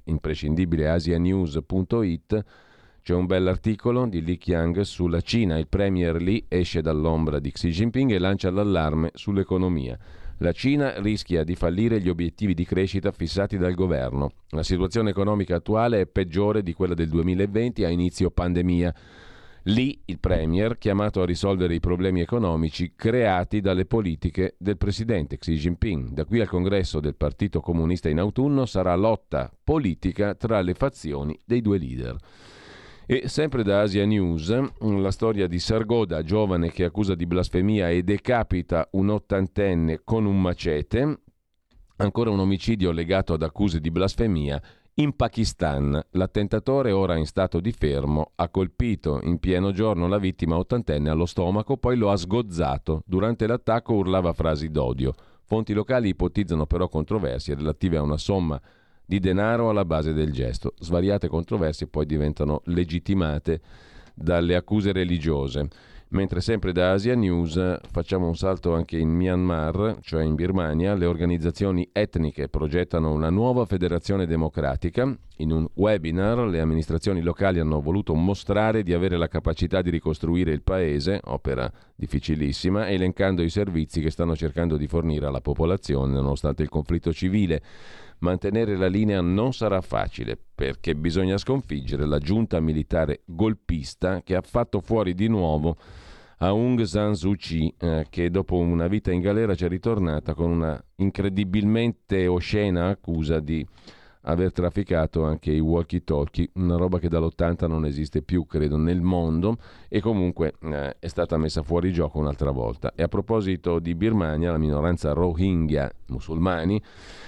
asianews.it, c'è un bell'articolo di Li Qiang sulla Cina. Il premier Li esce dall'ombra di Xi Jinping e lancia l'allarme sull'economia. La Cina rischia di fallire gli obiettivi di crescita fissati dal governo. La situazione economica attuale è peggiore di quella del 2020 a inizio pandemia. Lì il premier, chiamato a risolvere i problemi economici creati dalle politiche del presidente Xi Jinping. Da qui al congresso del Partito Comunista in autunno sarà lotta politica tra le fazioni dei due leader. E sempre da Asia News, la storia di Sargodha, giovane che accusa di blasfemia e decapita un ottantenne con un macete. Ancora un omicidio legato ad accuse di blasfemia in Pakistan. L'attentatore, ora in stato di fermo, ha colpito in pieno giorno la vittima ottantenne allo stomaco, poi lo ha sgozzato. Durante l'attacco urlava frasi d'odio. Fonti locali ipotizzano però controversie relative a una somma di denaro alla base del gesto. Svariate controversie poi diventano legittimate dalle accuse religiose. Mentre sempre da Asia News facciamo un salto anche in Myanmar, cioè in Birmania. Le organizzazioni etniche progettano una nuova federazione democratica. In un webinar le amministrazioni locali hanno voluto mostrare di avere la capacità di ricostruire il paese, opera difficilissima, elencando i servizi che stanno cercando di fornire alla popolazione nonostante il conflitto civile. Mantenere la linea non sarà facile perché bisogna sconfiggere la giunta militare golpista che ha fatto fuori di nuovo Aung San Suu Kyi, che dopo una vita in galera ci è ritornata con una incredibilmente oscena accusa di aver trafficato anche i walkie-talkie, una roba che dall'80 non esiste più, credo, nel mondo, e comunque è stata messa fuori gioco un'altra volta. E a proposito di Birmania, la minoranza Rohingya musulmani,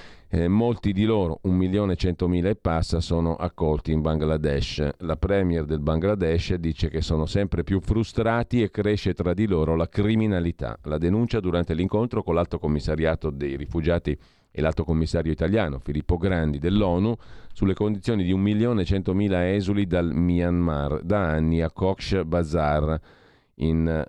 molti di loro, 1.100.000 e passa, sono accolti in Bangladesh. La premier del Bangladesh dice che sono sempre più frustrati e cresce tra di loro la criminalità. La denuncia durante l'incontro con l'Alto Commissariato dei Rifugiati e l'Alto Commissario italiano Filippo Grandi dell'ONU sulle condizioni di 1.100.000 esuli dal Myanmar da anni a Cox's Bazar in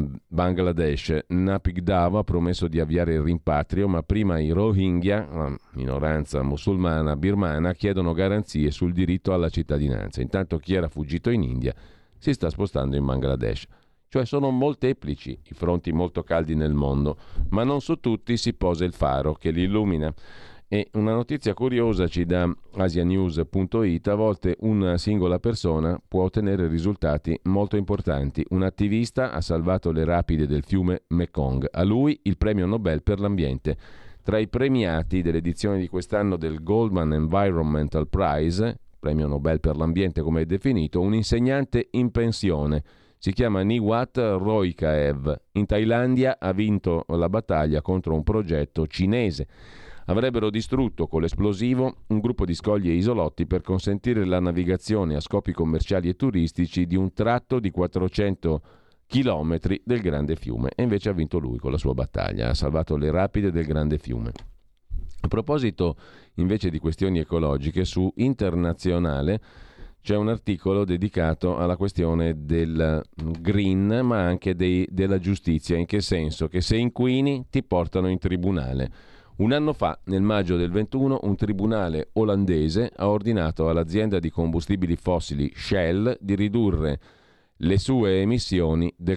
Bangladesh. Napigdava ha promesso di avviare il rimpatrio, ma prima i Rohingya, la minoranza musulmana birmana, chiedono garanzie sul diritto alla cittadinanza. Intanto chi era fuggito in India si sta spostando in Bangladesh. Cioè sono molteplici i fronti molto caldi nel mondo, ma non su tutti si posa il faro che li illumina. E una notizia curiosa ci dà asianews.it: a volte una singola persona può ottenere risultati molto importanti. Un attivista ha salvato le rapide del fiume Mekong, a lui il premio Nobel per l'ambiente. Tra i premiati dell'edizione di quest'anno del Goldman Environmental Prize, premio Nobel per l'ambiente come è definito, un insegnante in pensione. Si chiama Niwat Roikaev. In Thailandia ha vinto la battaglia contro un progetto cinese. Avrebbero distrutto con l'esplosivo un gruppo di scogli e isolotti per consentire la navigazione a scopi commerciali e turistici di un tratto di 400 chilometri del grande fiume. E invece ha vinto lui con la sua battaglia, ha salvato le rapide del grande fiume. A proposito invece di questioni ecologiche, su Internazionale c'è un articolo dedicato alla questione del green, ma anche della giustizia. In che senso? Che se inquini ti portano in tribunale. Un anno fa, nel maggio del 21, un tribunale olandese ha ordinato all'azienda di combustibili fossili Shell di ridurre le sue emissioni del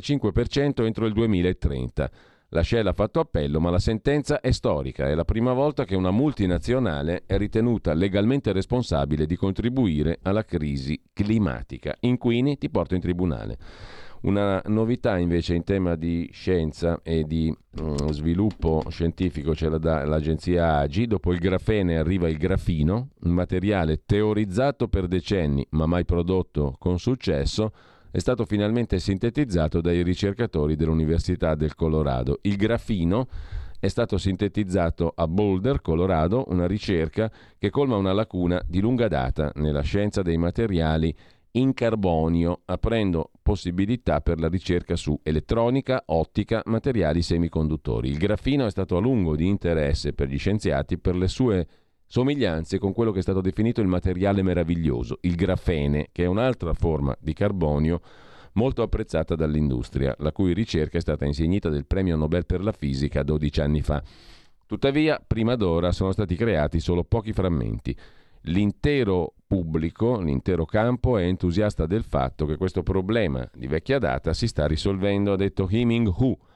45% entro il 2030. La Shell ha fatto appello, ma la sentenza è storica. È la prima volta che una multinazionale è ritenuta legalmente responsabile di contribuire alla crisi climatica. Inquini, ti porto in tribunale. Una novità invece in tema di scienza e di sviluppo scientifico ce la dà l'agenzia AGI. Dopo il grafene arriva il grafino, un materiale teorizzato per decenni ma mai prodotto con successo. È stato finalmente sintetizzato dai ricercatori dell'Università del Colorado. Il grafino è stato sintetizzato a Boulder, Colorado, una ricerca che colma una lacuna di lunga data nella scienza dei materiali in carbonio, aprendo possibilità per la ricerca su elettronica, ottica, materiali semiconduttori. Il grafino è stato a lungo di interesse per gli scienziati per le sue somiglianze con quello che è stato definito il materiale meraviglioso, il grafene, che è un'altra forma di carbonio molto apprezzata dall'industria, la cui ricerca è stata insignita del premio Nobel per la fisica 12 anni fa. Tuttavia, prima d'ora sono stati creati solo pochi frammenti. L'intero pubblico, l'intero campo è entusiasta del fatto che questo problema di vecchia data si sta risolvendo, ha detto Hee-Ming Hu,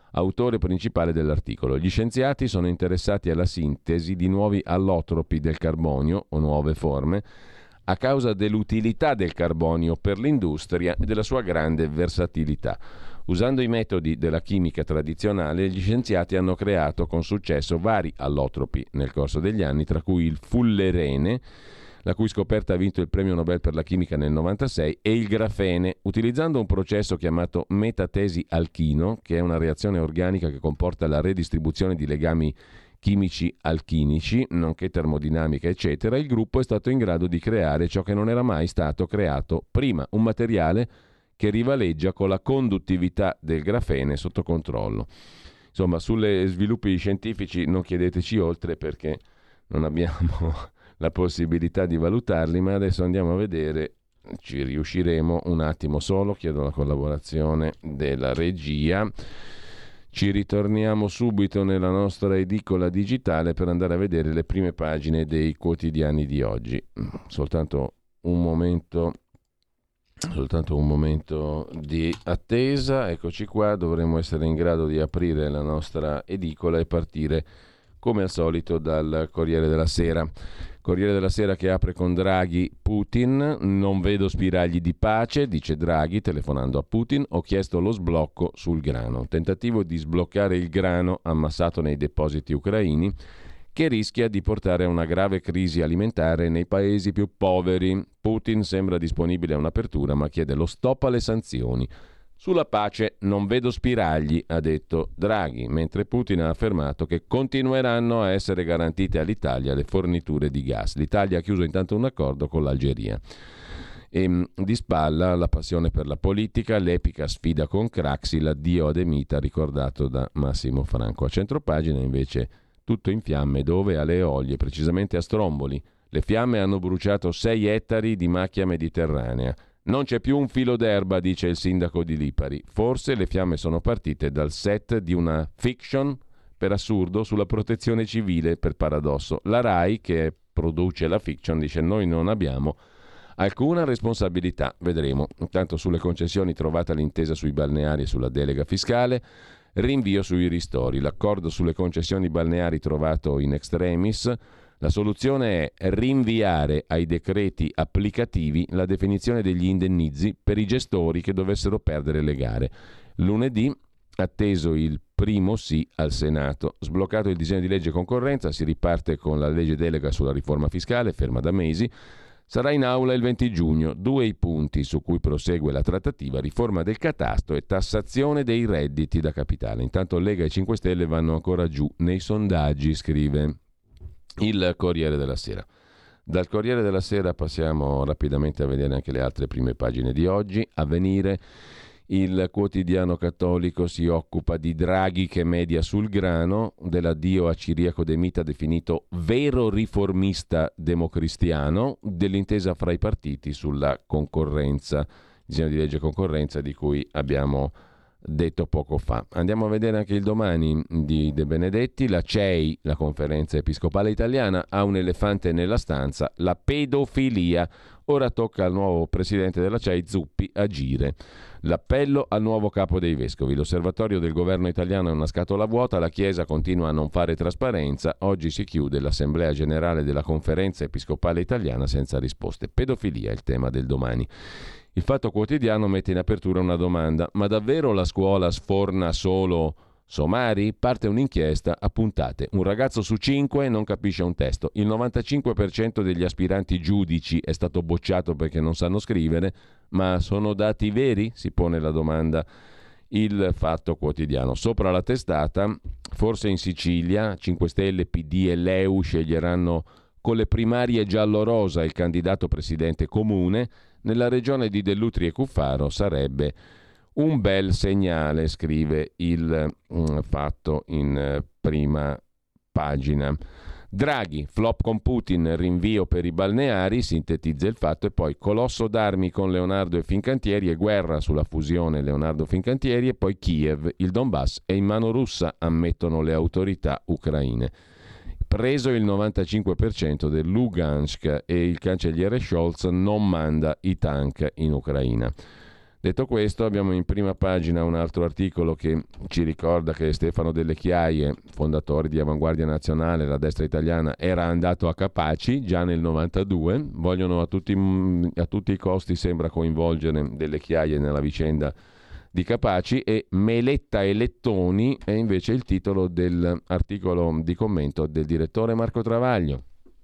autore principale dell'articolo. Gli scienziati sono interessati alla sintesi di nuovi allotropi del carbonio o nuove forme a causa dell'utilità del carbonio per l'industria e della sua grande versatilità. Usando i metodi della chimica tradizionale, gli scienziati hanno creato con successo vari allotropi nel corso degli anni, tra cui il fullerene, la cui scoperta ha vinto il premio Nobel per la chimica nel 1996, e il grafene, utilizzando un processo chiamato metatesi alchino, che è una reazione organica che comporta la redistribuzione di legami chimici alchinici, nonché termodinamica, eccetera. Il gruppo è stato in grado di creare ciò che non era mai stato creato prima, un materiale che rivaleggia con la conduttività del grafene sotto controllo. Insomma, sulle sviluppi scientifici non chiedeteci oltre, perché non abbiamo la possibilità di valutarli, ma adesso andiamo a vedere, ci riusciremo un attimo solo, chiedo la collaborazione della regia. Ci ritorniamo subito nella nostra edicola digitale per andare a vedere le prime pagine dei quotidiani di oggi. Soltanto un momento di attesa. Eccoci qua, dovremo essere in grado di aprire la nostra edicola e partire come al solito dal Corriere della Sera. Corriere della Sera che apre con Draghi, Putin, non vedo spiragli di pace, dice Draghi telefonando a Putin, ho chiesto lo sblocco sul grano. Tentativo di sbloccare il grano ammassato nei depositi ucraini, che rischia di portare a una grave crisi alimentare nei paesi più poveri. Putin sembra disponibile a un'apertura, ma chiede lo stop alle sanzioni. Sulla pace non vedo spiragli, ha detto Draghi, mentre Putin ha affermato che continueranno a essere garantite all'Italia le forniture di gas. L'Italia ha chiuso intanto un accordo con l'Algeria. E di spalla la passione per la politica, l'epica sfida con Craxi, l'addio a De Mita ricordato da Massimo Franco. A centropagina invece tutto in fiamme dove? Alle Eolie, precisamente a Stromboli. Le fiamme hanno bruciato 6 ettari di macchia mediterranea. Non c'è più un filo d'erba, dice il sindaco di Lipari. Forse le fiamme sono partite dal set di una fiction, per assurdo, sulla protezione civile, per paradosso. La RAI, che produce la fiction, dice noi non abbiamo alcuna responsabilità. Vedremo. Intanto sulle concessioni trovata l'intesa sui balneari e sulla delega fiscale. Rinvio sui ristori. L'accordo sulle concessioni balneari trovato in extremis. La soluzione è rinviare ai decreti applicativi la definizione degli indennizi per i gestori che dovessero perdere le gare. Lunedì, atteso il primo sì al Senato. Sbloccato il disegno di legge concorrenza, si riparte con la legge delega sulla riforma fiscale, ferma da mesi. Sarà in aula il 20 giugno. 2 i punti su cui prosegue la trattativa: riforma del catasto e tassazione dei redditi da capitale. Intanto Lega e 5 Stelle vanno ancora giù nei sondaggi, scrive il Corriere della Sera. Dal Corriere della Sera passiamo rapidamente a vedere anche le altre prime pagine di oggi. Avvenire, il quotidiano cattolico, si occupa di Draghi che media sul grano, dell'addio a Ciriaco De Mita definito vero riformista democristiano, dell'intesa fra i partiti sulla concorrenza, disegno di legge concorrenza di cui abbiamo detto poco fa. Andiamo a vedere anche il Domani di De Benedetti. La CEI, la Conferenza Episcopale Italiana, ha un elefante nella stanza: la pedofilia. Ora tocca al nuovo presidente della CEI, Zuppi, agire. L'appello al nuovo capo dei vescovi. L'osservatorio del governo italiano è una scatola vuota, la Chiesa continua a non fare trasparenza. Oggi si chiude l'assemblea generale della Conferenza Episcopale Italiana senza risposte. Pedofilia è il tema del Domani. Il Fatto Quotidiano mette in apertura una domanda: ma davvero la scuola sforna solo somari? Parte un'inchiesta a puntate. Un ragazzo su 5 non capisce un testo. Il 95% degli aspiranti giudici è stato bocciato perché non sanno scrivere. Ma sono dati veri? Si pone la domanda il Fatto Quotidiano. Sopra la testata, forse in Sicilia 5 Stelle, PD e Leu sceglieranno con le primarie giallo-rosa il candidato presidente comune. Nella regione di Dell'Utri e Cuffaro sarebbe un bel segnale, scrive il Fatto in prima pagina. Draghi, flop con Putin, rinvio per i balneari, sintetizza il Fatto, e poi colosso d'armi con Leonardo e Fincantieri e guerra sulla fusione Leonardo-Fincantieri, e poi Kiev, il Donbass è in mano russa, ammettono le autorità ucraine. Preso il 95% del Lugansk e il cancelliere Scholz non manda i tank in Ucraina. Detto questo, abbiamo in prima pagina un altro articolo che ci ricorda che Stefano Delle Chiaie, fondatore di Avanguardia Nazionale, la destra italiana, era andato a Capaci già nel 92. Vogliono a tutti i costi, sembra, coinvolgere Delle Chiaie nella vicenda di Capaci, e Meletta e Lettoni è invece il titolo dell'articolo di commento del direttore Marco Travaglio.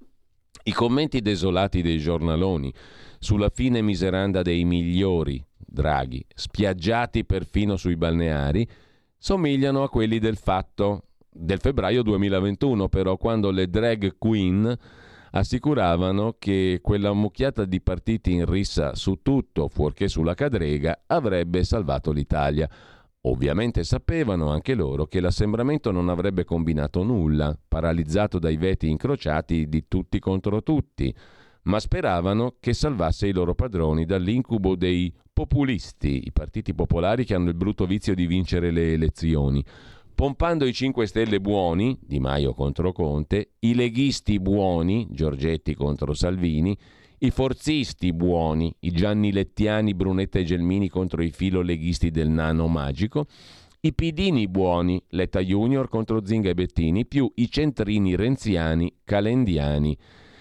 I commenti desolati dei giornaloni sulla fine miseranda dei migliori, Draghi, spiaggiati perfino sui balneari, somigliano a quelli del Fatto del febbraio 2021, però, quando le drag queen assicuravano che quella mucchiata di partiti in rissa su tutto fuorché sulla cadrega avrebbe salvato l'Italia. Ovviamente sapevano anche loro che l'assembramento non avrebbe combinato nulla, paralizzato dai veti incrociati di tutti contro tutti, ma speravano che salvasse i loro padroni dall'incubo dei populisti, i partiti popolari che hanno il brutto vizio di vincere le elezioni, pompando i 5 Stelle buoni, Di Maio contro Conte, i leghisti buoni, Giorgetti contro Salvini, i forzisti buoni, i giannilettiani Brunetta e Gelmini contro i filoleghisti del nano magico, i pidini buoni, Letta Junior contro Zinga e Bettini, più i centrini renziani, calendiani,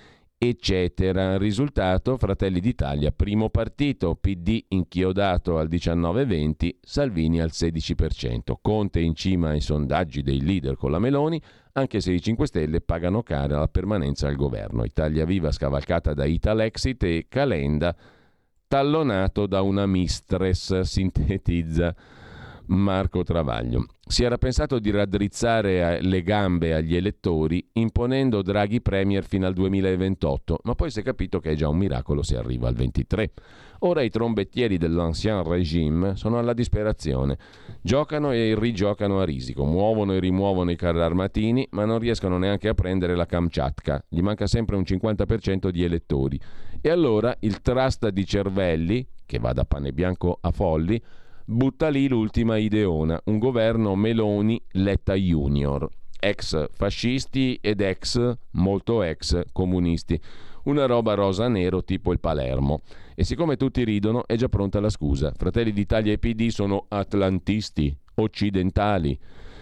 eccetera. Risultato: Fratelli d'Italia primo partito, PD inchiodato al 19-20, Salvini al 16%, Conte in cima ai sondaggi dei leader con la Meloni, anche se i 5 Stelle pagano cara la permanenza al governo. Italia Viva scavalcata da Italexit e Calenda tallonato da una mistress, sintetizza Marco Travaglio. Si era pensato di raddrizzare le gambe agli elettori imponendo Draghi premier fino al 2028, ma poi si è capito che è già un miracolo se arriva al 23. Ora i trombettieri dell'ancien regime sono alla disperazione. Giocano e rigiocano a risico, muovono e rimuovono i carri armatini, ma non riescono neanche a prendere la Kamchatka. Gli manca sempre un 50% di elettori. E allora il trust di cervelli, che va da Panebianco a Folli, butta lì l'ultima ideona, un governo Meloni-Letta Junior, ex fascisti ed molto ex comunisti, una roba rosa-nero tipo il Palermo. E siccome tutti ridono, è già pronta la scusa. Fratelli d'Italia e PD sono atlantisti, occidentali,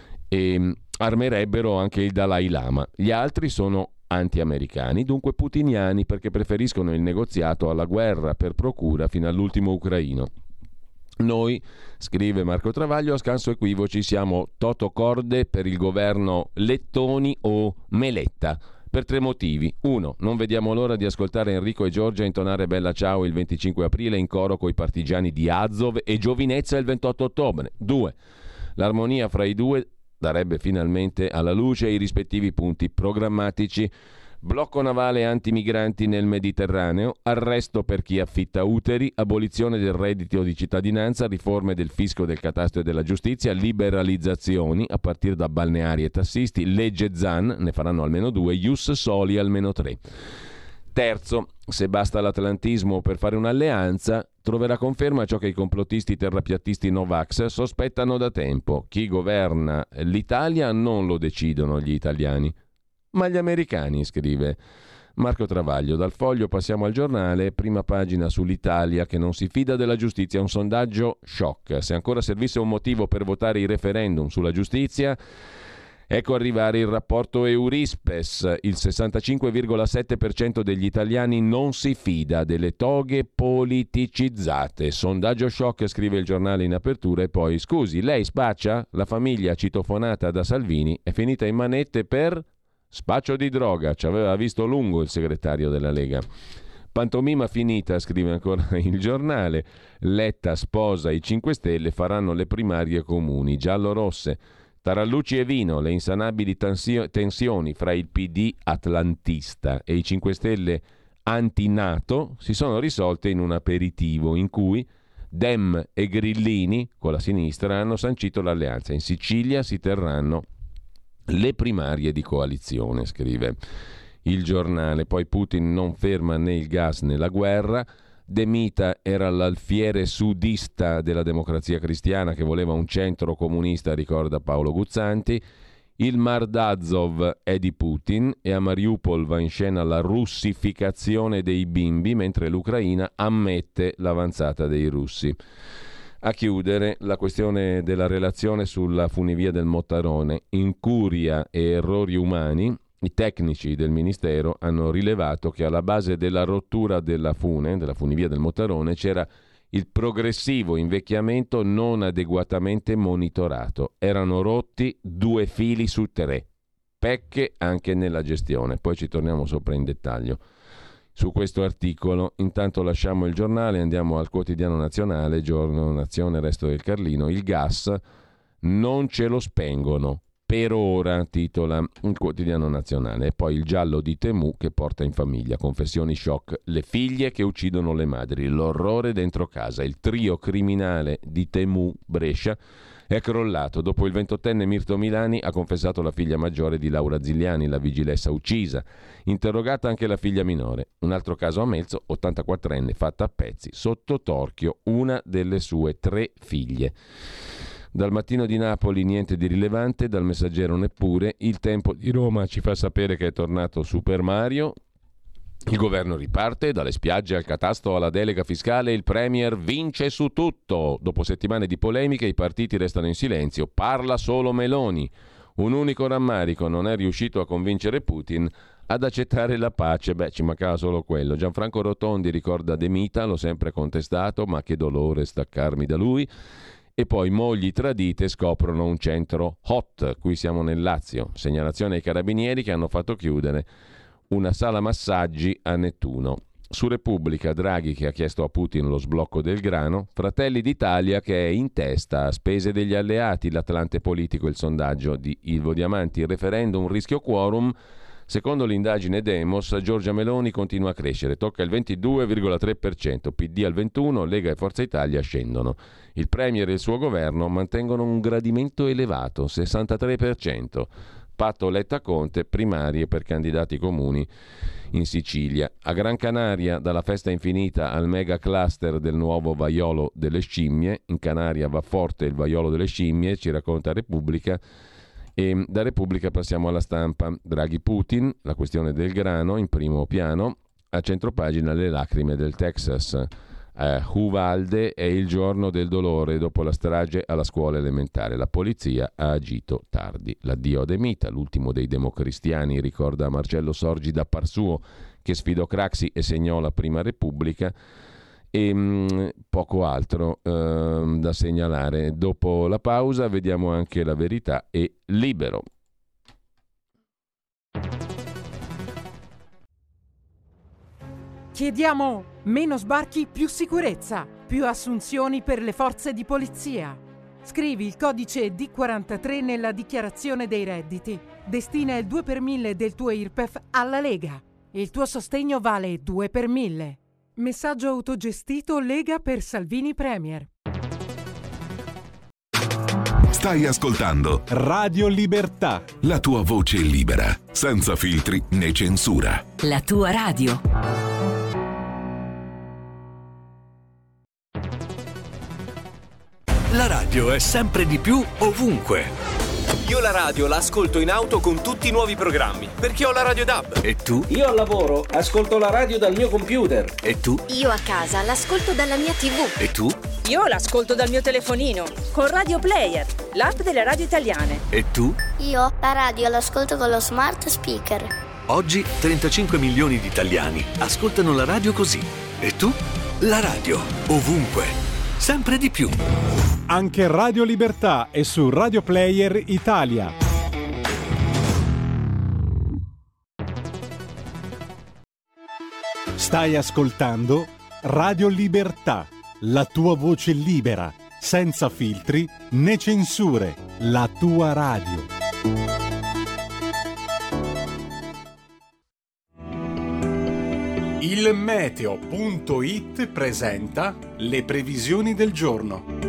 e armerebbero anche il Dalai Lama. Gli altri sono anti-americani, dunque putiniani, perché preferiscono il negoziato alla guerra per procura fino all'ultimo ucraino. Noi, scrive Marco Travaglio, a scanso equivoci siamo totocorde per il governo Lettoni o Meletta, per 3 motivi. 1. Non vediamo l'ora di ascoltare Enrico e Giorgia intonare Bella Ciao il 25 aprile in coro coi partigiani di Azov e Giovinezza il 28 ottobre. 2. L'armonia fra i due darebbe finalmente alla luce i rispettivi punti programmatici. Blocco navale antimigranti nel Mediterraneo, arresto per chi affitta uteri, abolizione del reddito di cittadinanza, riforme del fisco, del catasto e della giustizia, liberalizzazioni a partire da balneari e tassisti, legge Zan, ne faranno almeno 2, ius soli almeno 3. Terzo, se basta l'atlantismo per fare un'alleanza, troverà conferma ciò che i complottisti terrapiattisti Novax sospettano da tempo. Chi governa l'Italia non lo decidono gli italiani, ma gli americani, scrive Marco Travaglio. Dal Foglio passiamo al Giornale, prima pagina sull'Italia che non si fida della giustizia, un sondaggio shock. Se ancora servisse un motivo per votare i referendum sulla giustizia, ecco arrivare il rapporto Eurispes. Il 65,7% degli italiani non si fida delle toghe politicizzate. Sondaggio shock, scrive il Giornale in apertura, e poi: scusi, lei spaccia? La famiglia citofonata da Salvini è finita in manette per spaccio di droga, ci aveva visto lungo il segretario della Lega. Pantomima finita, scrive ancora il Giornale. Letta sposa i 5 Stelle, faranno le primarie comuni giallo-rosse. Tarallucci e vino, le insanabili tensioni fra il PD atlantista e i 5 Stelle anti-NATO si sono risolte in un aperitivo in cui Dem e Grillini, con la sinistra, hanno sancito l'alleanza. In Sicilia si terranno le primarie di coalizione, scrive il Giornale. Poi Putin non ferma né il gas né la guerra. De Mita era l'alfiere sudista della Democrazia Cristiana che voleva un centro comunista, ricorda Paolo Guzzanti. Il Mar d'Azov è di Putin e a Mariupol va in scena la russificazione dei bimbi, mentre l'Ucraina ammette l'avanzata dei russi. A chiudere, la questione della relazione sulla funivia del Mottarone. Incuria e errori umani. I tecnici del Ministero hanno rilevato che alla base della rottura della funivia del Mottarone, c'era il progressivo invecchiamento non adeguatamente monitorato. Erano rotti 2 fili su 3. Pecche anche nella gestione. Poi ci torniamo sopra in dettaglio su questo articolo. Intanto lasciamo il giornale, andiamo al Quotidiano Nazionale, Giorno, Nazione, Resto del Carlino. Il gas non ce lo spengono. Per ora, titola un Quotidiano Nazionale. E poi il giallo di Temù che porta in famiglia. Confessioni shock. Le figlie che uccidono le madri. L'orrore dentro casa. Il trio criminale di Temù, Brescia, è crollato. Dopo il 28enne Mirto Milani ha confessato la figlia maggiore di Laura Zigliani, la vigilessa uccisa. Interrogata anche la figlia minore. Un altro caso a Melzo, 84enne, fatta a pezzi. Sotto torchio una delle sue 3 figlie. Dal Mattino di Napoli niente di rilevante, dal Messaggero neppure. Il Tempo di Roma ci fa sapere che è tornato Super Mario. Il governo riparte, dalle spiagge al catasto alla delega fiscale, il Premier vince su tutto. Dopo settimane di polemiche i partiti restano in silenzio, parla solo Meloni. Un unico rammarico, non è riuscito a convincere Putin ad accettare la pace. Ci mancava solo quello. Gianfranco Rotondi ricorda De Mita, l'ho sempre contestato, ma che dolore staccarmi da lui. E poi mogli tradite scoprono un centro hot, qui siamo nel Lazio, segnalazione ai carabinieri che hanno fatto chiudere una sala massaggi a Nettuno. Su Repubblica, Draghi che ha chiesto a Putin lo sblocco del grano, Fratelli d'Italia che è in testa a spese degli alleati, l'Atlante politico, il sondaggio di Ilvo Diamanti, il referendum rischio quorum. Secondo l'indagine Demos, Giorgia Meloni continua a crescere, tocca il 22,3%, PD al 21%, Lega e Forza Italia scendono. Il Premier e il suo governo mantengono un gradimento elevato, 63%. Patto Letta-Conte, primarie per candidati comuni in Sicilia. A Gran Canaria, dalla festa infinita al mega cluster del nuovo vaiolo delle scimmie. In Canaria va forte il vaiolo delle scimmie, ci racconta Repubblica. E da Repubblica passiamo alla Stampa. Draghi Putin, la questione del grano in primo piano, a centropagina le lacrime del Texas. Uvalde è il giorno del dolore dopo la strage alla scuola elementare. La polizia ha agito tardi. L'addio a De Mita, l'ultimo dei democristiani, ricorda Marcello Sorgi da Parsuo, che sfidò Craxi e segnò la prima Repubblica. E poco altro da segnalare. Dopo la pausa vediamo anche La Verità e Libero. Chiediamo meno sbarchi, più sicurezza, più assunzioni per le forze di polizia. Scrivi il codice D43 nella dichiarazione dei redditi. Destina il 2 per 1000 del tuo IRPEF alla Lega. Il tuo sostegno vale 2 per 1000. Messaggio autogestito Lega per Salvini Premier. Stai ascoltando Radio Libertà. La tua voce libera, senza filtri né censura. La tua radio. La radio è sempre di più ovunque. Io la radio la ascolto in auto con tutti i nuovi programmi, perché ho la radio DAB. E tu? Io al lavoro ascolto la radio dal mio computer. E tu? Io a casa l'ascolto dalla mia TV. E tu? Io l'ascolto dal mio telefonino, con Radio Player, l'app delle radio italiane. E tu? Io la radio l'ascolto con lo smart speaker. Oggi 35 milioni di italiani ascoltano la radio così. E tu? La radio, ovunque, sempre di più. Anche Radio Libertà è su Radio Player Italia. Stai ascoltando Radio Libertà, la tua voce libera, senza filtri né censure, la tua radio. Il meteo.it presenta le previsioni del giorno.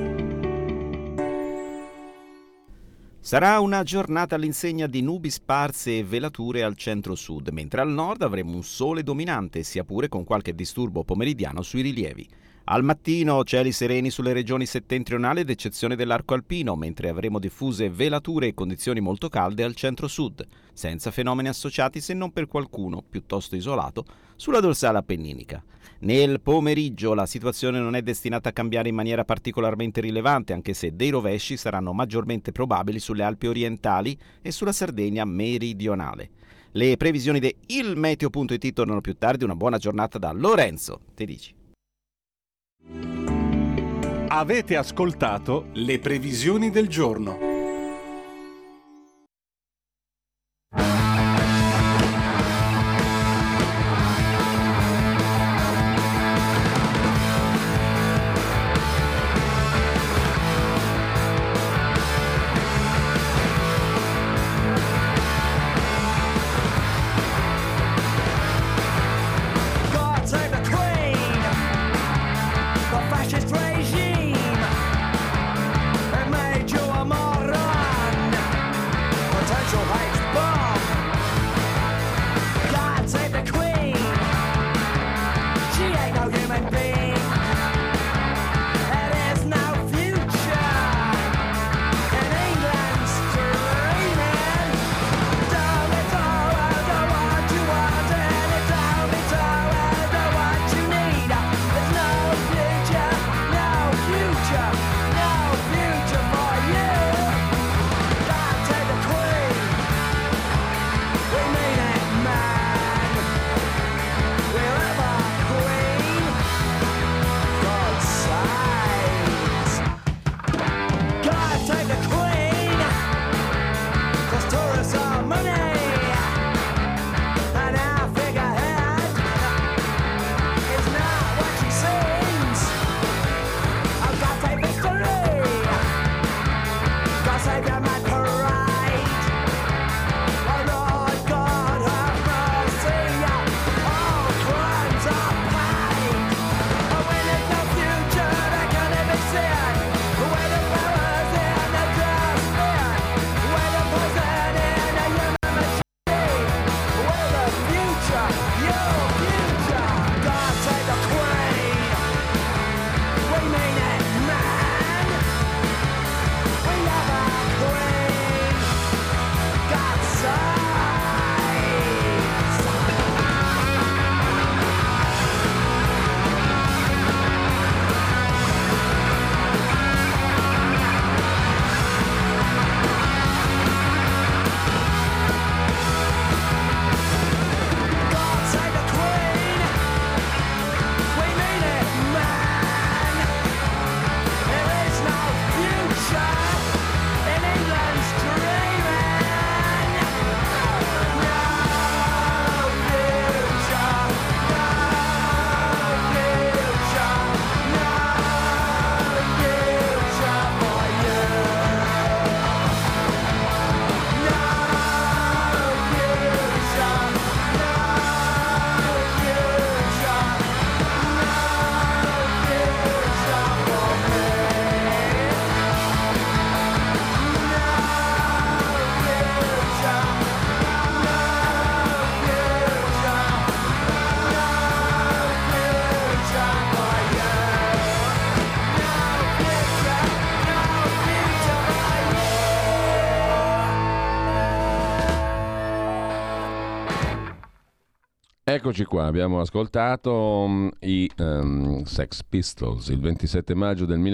Sarà una giornata all'insegna di nubi sparse e velature al centro-sud, mentre al nord avremo un sole dominante, sia pure con qualche disturbo pomeridiano sui rilievi. Al mattino cieli sereni sulle regioni settentrionali ad eccezione dell'arco alpino, mentre avremo diffuse velature e condizioni molto calde al centro-sud, senza fenomeni associati se non per qualcuno, piuttosto isolato, sulla dorsale appenninica. Nel pomeriggio la situazione non è destinata a cambiare in maniera particolarmente rilevante, anche se dei rovesci saranno maggiormente probabili sulle Alpi orientali e sulla Sardegna meridionale. Le previsioni di ilmeteo.it tornano più tardi. Una buona giornata da Lorenzo Tedici. Avete ascoltato le previsioni del giorno. Eccoci qua, abbiamo ascoltato i Sex Pistols il 27 maggio del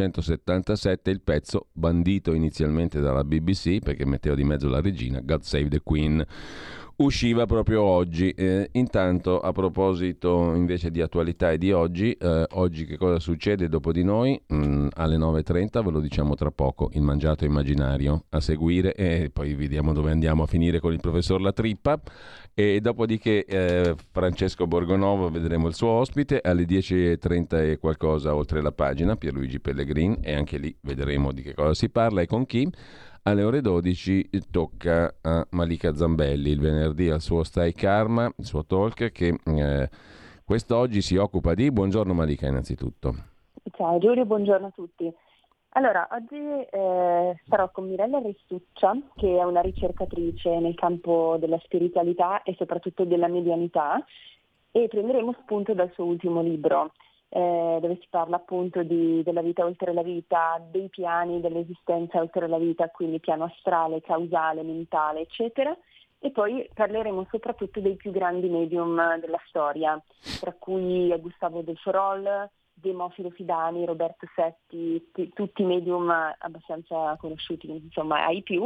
1977, il pezzo bandito inizialmente dalla BBC perché metteva di mezzo la regina, God Save the Queen, usciva proprio oggi. Intanto, a proposito invece di attualità e di oggi che cosa succede dopo di noi? Alle 9.30, ve lo diciamo tra poco, il mangiato immaginario a seguire e poi vediamo dove andiamo a finire con il professor La Trippa. E dopodiché Francesco Borgonovo, vedremo il suo ospite alle 10.30 e qualcosa, oltre la pagina, Pierluigi Pellegrin, e anche lì vedremo di che cosa si parla e con chi. Alle ore 12 tocca a Malika Zambelli il venerdì al suo Stai Karma, il suo talk che quest'oggi si occupa di... Buongiorno Malika innanzitutto. Ciao Giulio, buongiorno a tutti. Allora, oggi sarò con Mirella Restuccia, che è una ricercatrice nel campo della spiritualità e soprattutto della medianità, e prenderemo spunto dal suo ultimo libro. dove si parla appunto della vita oltre la vita, dei piani dell'esistenza oltre la vita, quindi piano astrale, causale, mentale, eccetera. E poi parleremo soprattutto dei più grandi medium della storia, tra cui Gustavo Del Forol, Demofilo Fidani, Roberto Setti, tutti medium abbastanza conosciuti, insomma ai più.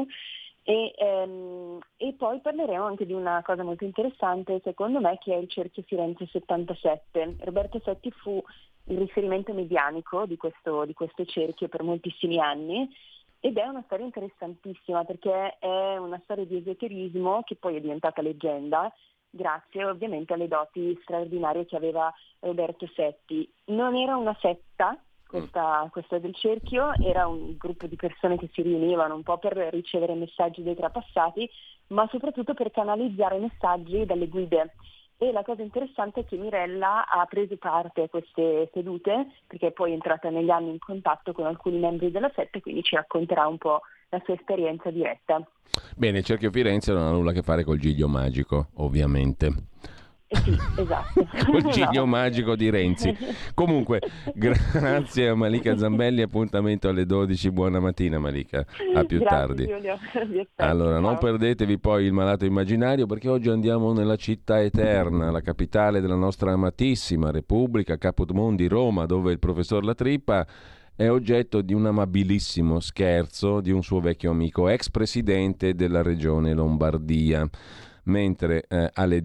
E poi parleremo anche di una cosa molto interessante secondo me, che è il Cerchio Firenze 77. Roberto Setti fu il riferimento medianico di questo cerchio per moltissimi anni, ed è una storia interessantissima perché è una storia di esoterismo che poi è diventata leggenda grazie ovviamente alle doti straordinarie che aveva Roberto Setti. Non era una setta questa del cerchio, era un gruppo di persone che si riunivano un po' per ricevere messaggi dei trapassati, ma soprattutto per canalizzare messaggi dalle guide. E la cosa interessante è che Mirella ha preso parte a queste sedute, perché poi è entrata negli anni in contatto con alcuni membri della setta, e quindi ci racconterà un po' la sua esperienza diretta. Bene, il Cerchio Firenze non ha nulla a che fare col Giglio Magico, ovviamente. Sì, esatto. Col Giglio Magico di Renzi. Comunque, grazie a Malika Zambelli, appuntamento alle 12. Buona mattina Malika, a più tardi. Giulio. Allora, non perdetevi poi il Malato Immaginario, perché oggi andiamo nella città eterna, la capitale della nostra amatissima Repubblica, Caput Mundi, Roma, dove il professor La Trippa è oggetto di un amabilissimo scherzo di un suo vecchio amico, ex presidente della regione Lombardia. Mentre alle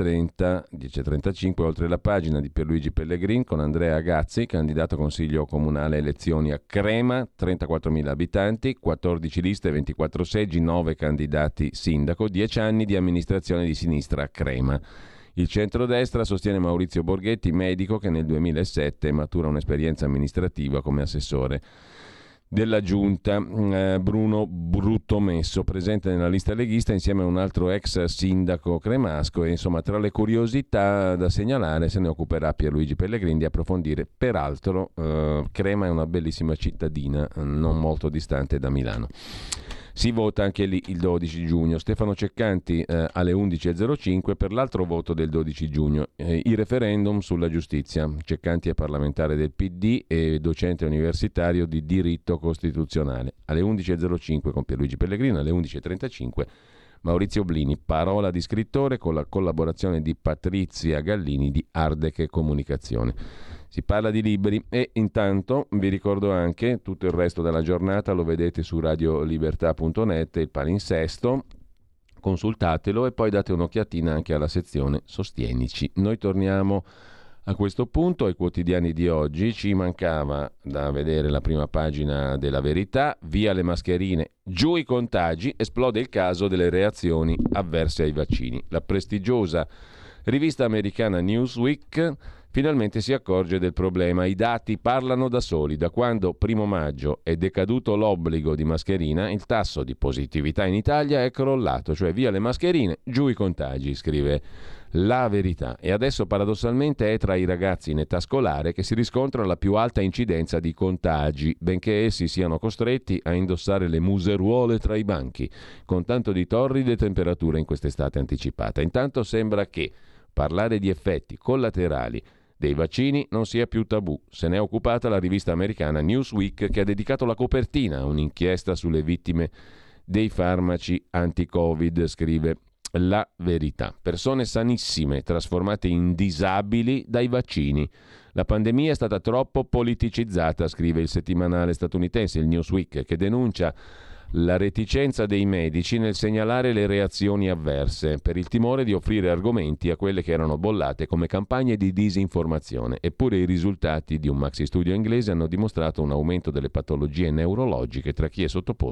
10.35, oltre la pagina di Pierluigi Pellegrin con Andrea Agazzi, candidato a consiglio comunale elezioni a Crema, 34.000 abitanti, 14 liste, 24 seggi, 9 candidati sindaco, 10 anni di amministrazione di sinistra a Crema. Il centrodestra sostiene Maurizio Borghetti, medico che nel 2007 matura un'esperienza amministrativa come assessore della giunta. Bruno Bruttomesso, presente nella lista leghista insieme a un altro ex sindaco cremasco, e insomma tra le curiosità da segnalare se ne occuperà Pierluigi Pellegrini di approfondire. Peraltro Crema è una bellissima cittadina non molto distante da Milano. Si vota anche lì il 12 giugno. Stefano Ceccanti alle 11.05 per l'altro voto del 12 giugno, il referendum sulla giustizia. Ceccanti è parlamentare del PD e docente universitario di diritto costituzionale. Alle 11.05 con Pierluigi Pellegrino, alle 11.35 Maurizio Blini, parola di scrittore con la collaborazione di Patrizia Gallini di Ardec Comunicazione. Si parla di libri e intanto vi ricordo anche tutto il resto della giornata, lo vedete su radiolibertà.net, il palinsesto, consultatelo e poi date un'occhiatina anche alla sezione Sostienici. Noi torniamo a questo punto ai quotidiani di oggi. Ci mancava da vedere la prima pagina della Verità, via le mascherine, giù i contagi, esplode il caso delle reazioni avverse ai vaccini. La prestigiosa rivista americana Newsweek finalmente si accorge del problema. I dati parlano da soli. Da quando 1 maggio è decaduto l'obbligo di mascherina, il tasso di positività in Italia è crollato, cioè via le mascherine, giù i contagi, scrive La Verità. E adesso paradossalmente è tra i ragazzi in età scolare che si riscontra la più alta incidenza di contagi, benché essi siano costretti a indossare le museruole tra i banchi, con tanto di torride temperature in quest'estate anticipata. Intanto sembra che parlare di effetti collaterali dei vaccini non sia più tabù. Se ne è occupata la rivista americana Newsweek, che ha dedicato la copertina a un'inchiesta sulle vittime dei farmaci anti-Covid, scrive La Verità. Persone sanissime trasformate in disabili dai vaccini. La pandemia è stata troppo politicizzata, scrive il settimanale statunitense, il Newsweek, che denuncia la reticenza dei medici nel segnalare le reazioni avverse per il timore di offrire argomenti a quelle che erano bollate come campagne di disinformazione. Eppure i risultati di un maxi studio inglese hanno dimostrato un aumento delle patologie neurologiche tra chi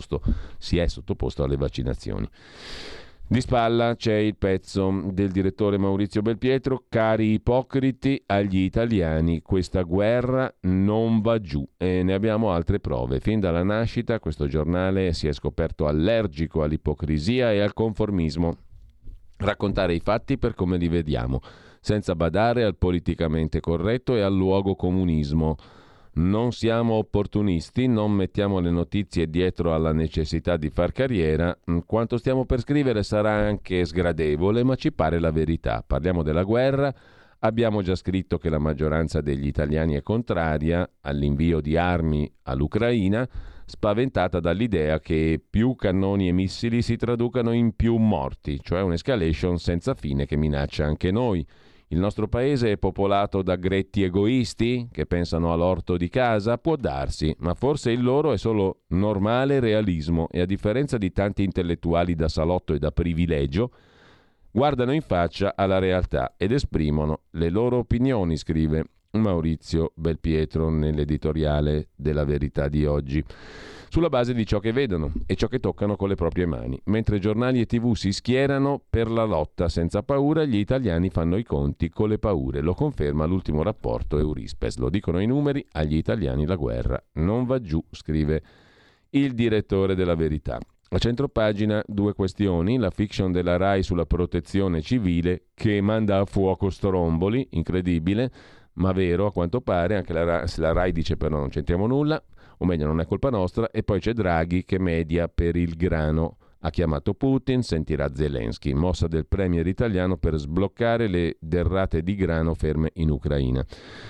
si è sottoposto alle vaccinazioni. Di spalla c'è il pezzo del direttore Maurizio Belpietro: cari ipocriti, agli italiani questa guerra non va giù, e ne abbiamo altre prove. Fin dalla nascita questo giornale si è scoperto allergico all'ipocrisia e al conformismo. Raccontare i fatti per come li vediamo, senza badare al politicamente corretto e al luogo comunismo. Non siamo opportunisti, non mettiamo le notizie dietro alla necessità di far carriera. Quanto stiamo per scrivere sarà anche sgradevole, ma ci pare la verità. Parliamo della guerra Abbiamo già scritto che la maggioranza degli italiani è contraria all'invio di armi all'Ucraina, spaventata dall'idea che più cannoni e missili si traducano in più morti, cioè un'escalation senza fine che minaccia anche noi. Il nostro paese è popolato da gretti egoisti che pensano all'orto di casa? Può darsi, ma forse il loro è solo normale realismo e a differenza di tanti intellettuali da salotto e da privilegio, guardano in faccia alla realtà ed esprimono le loro opinioni, scrive Maurizio Belpietro nell'editoriale della Verità di oggi, sulla base di ciò che vedono e ciò che toccano con le proprie mani. Mentre giornali e TV si schierano per la lotta senza paura, gli italiani fanno i conti con le paure. Lo conferma l'ultimo rapporto Eurispes. Lo dicono i numeri, agli italiani la guerra non va giù, scrive il direttore della Verità. A centropagina 2 questioni, la fiction della Rai sulla protezione civile che manda a fuoco Stromboli, incredibile, ma vero a quanto pare, anche la Rai dice però non c'entriamo nulla, o meglio non è colpa nostra, e poi c'è Draghi che media per il grano, ha chiamato Putin, sentirà Zelensky, mossa del premier italiano per sbloccare le derrate di grano ferme in Ucraina.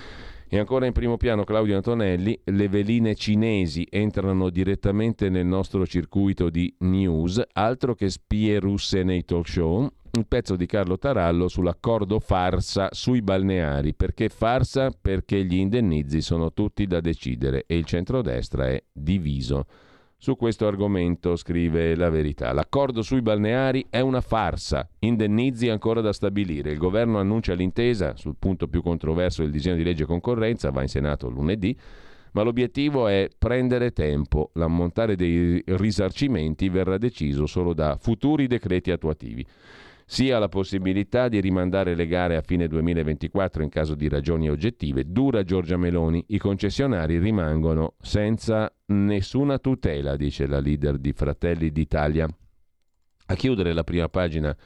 E ancora in primo piano Claudio Antonelli, le veline cinesi entrano direttamente nel nostro circuito di news, altro che spie russe nei talk show. Il pezzo di Carlo Tarallo sull'accordo farsa sui balneari. Perché farsa? Perché gli indennizi sono tutti da decidere e il centrodestra è diviso. Su questo argomento scrive La Verità. L'accordo sui balneari è una farsa, indennizi ancora da stabilire. Il governo annuncia l'intesa sul punto più controverso del disegno di legge concorrenza, va in Senato lunedì, ma l'obiettivo è prendere tempo. L'ammontare dei risarcimenti verrà deciso solo da futuri decreti attuativi. Sia la possibilità di rimandare le gare a fine 2024 in caso di ragioni oggettive. Dura Giorgia Meloni, i concessionari rimangono senza nessuna tutela, dice la leader di Fratelli d'Italia. A chiudere la prima pagina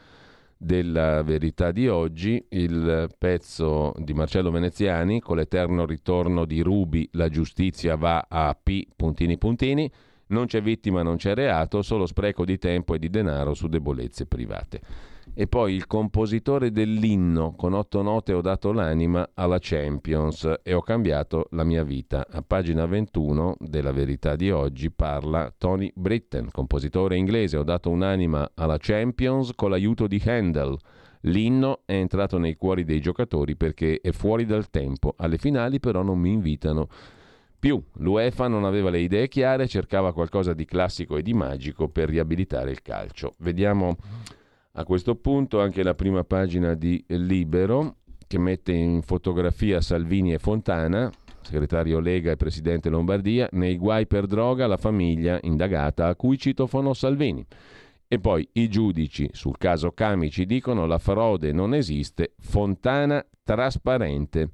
della Verità di oggi, il pezzo di Marcello Veneziani con l'eterno ritorno di Ruby, la giustizia va a P... non c'è vittima, non c'è reato, solo spreco di tempo e di denaro su debolezze private. E poi il compositore dell'inno, con 8 note ho dato l'anima alla Champions e ho cambiato la mia vita. A pagina 21 della Verità di oggi parla Tony Britten, compositore inglese, ho dato un'anima alla Champions con l'aiuto di Handel. L'inno è entrato nei cuori dei giocatori perché è fuori dal tempo, alle finali però non mi invitano più. L'UEFA non aveva le idee chiare, cercava qualcosa di classico e di magico per riabilitare il calcio. Vediamo a questo punto anche la prima pagina di Libero, che mette in fotografia Salvini e Fontana, segretario Lega e presidente Lombardia, nei guai per droga la famiglia indagata a cui citofonò Salvini. E poi i giudici sul caso Camici dicono la frode non esiste, Fontana trasparente.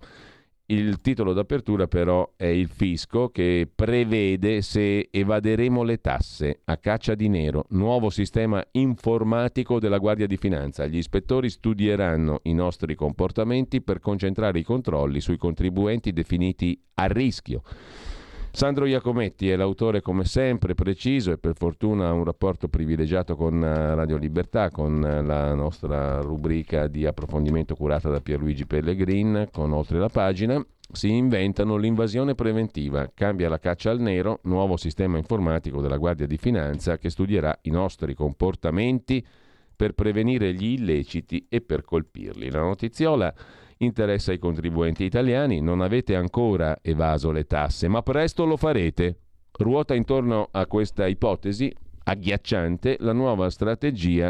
Il titolo d'apertura però è il fisco che prevede se evaderemo le tasse a caccia di nero, nuovo sistema informatico della Guardia di Finanza. Gli ispettori studieranno i nostri comportamenti per concentrare i controlli sui contribuenti definiti a rischio. Sandro Iacometti è l'autore come sempre preciso e per fortuna ha un rapporto privilegiato con Radio Libertà, con la nostra rubrica di approfondimento curata da Pierluigi Pellegrin con Oltre la pagina. Si inventano l'invasione preventiva, cambia la caccia al nero, nuovo sistema informatico della Guardia di Finanza che studierà i nostri comportamenti per prevenire gli illeciti e per colpirli. La notiziola interessa i contribuenti italiani, non avete ancora evaso le tasse, ma presto lo farete. Ruota intorno a questa ipotesi agghiacciante la nuova strategia,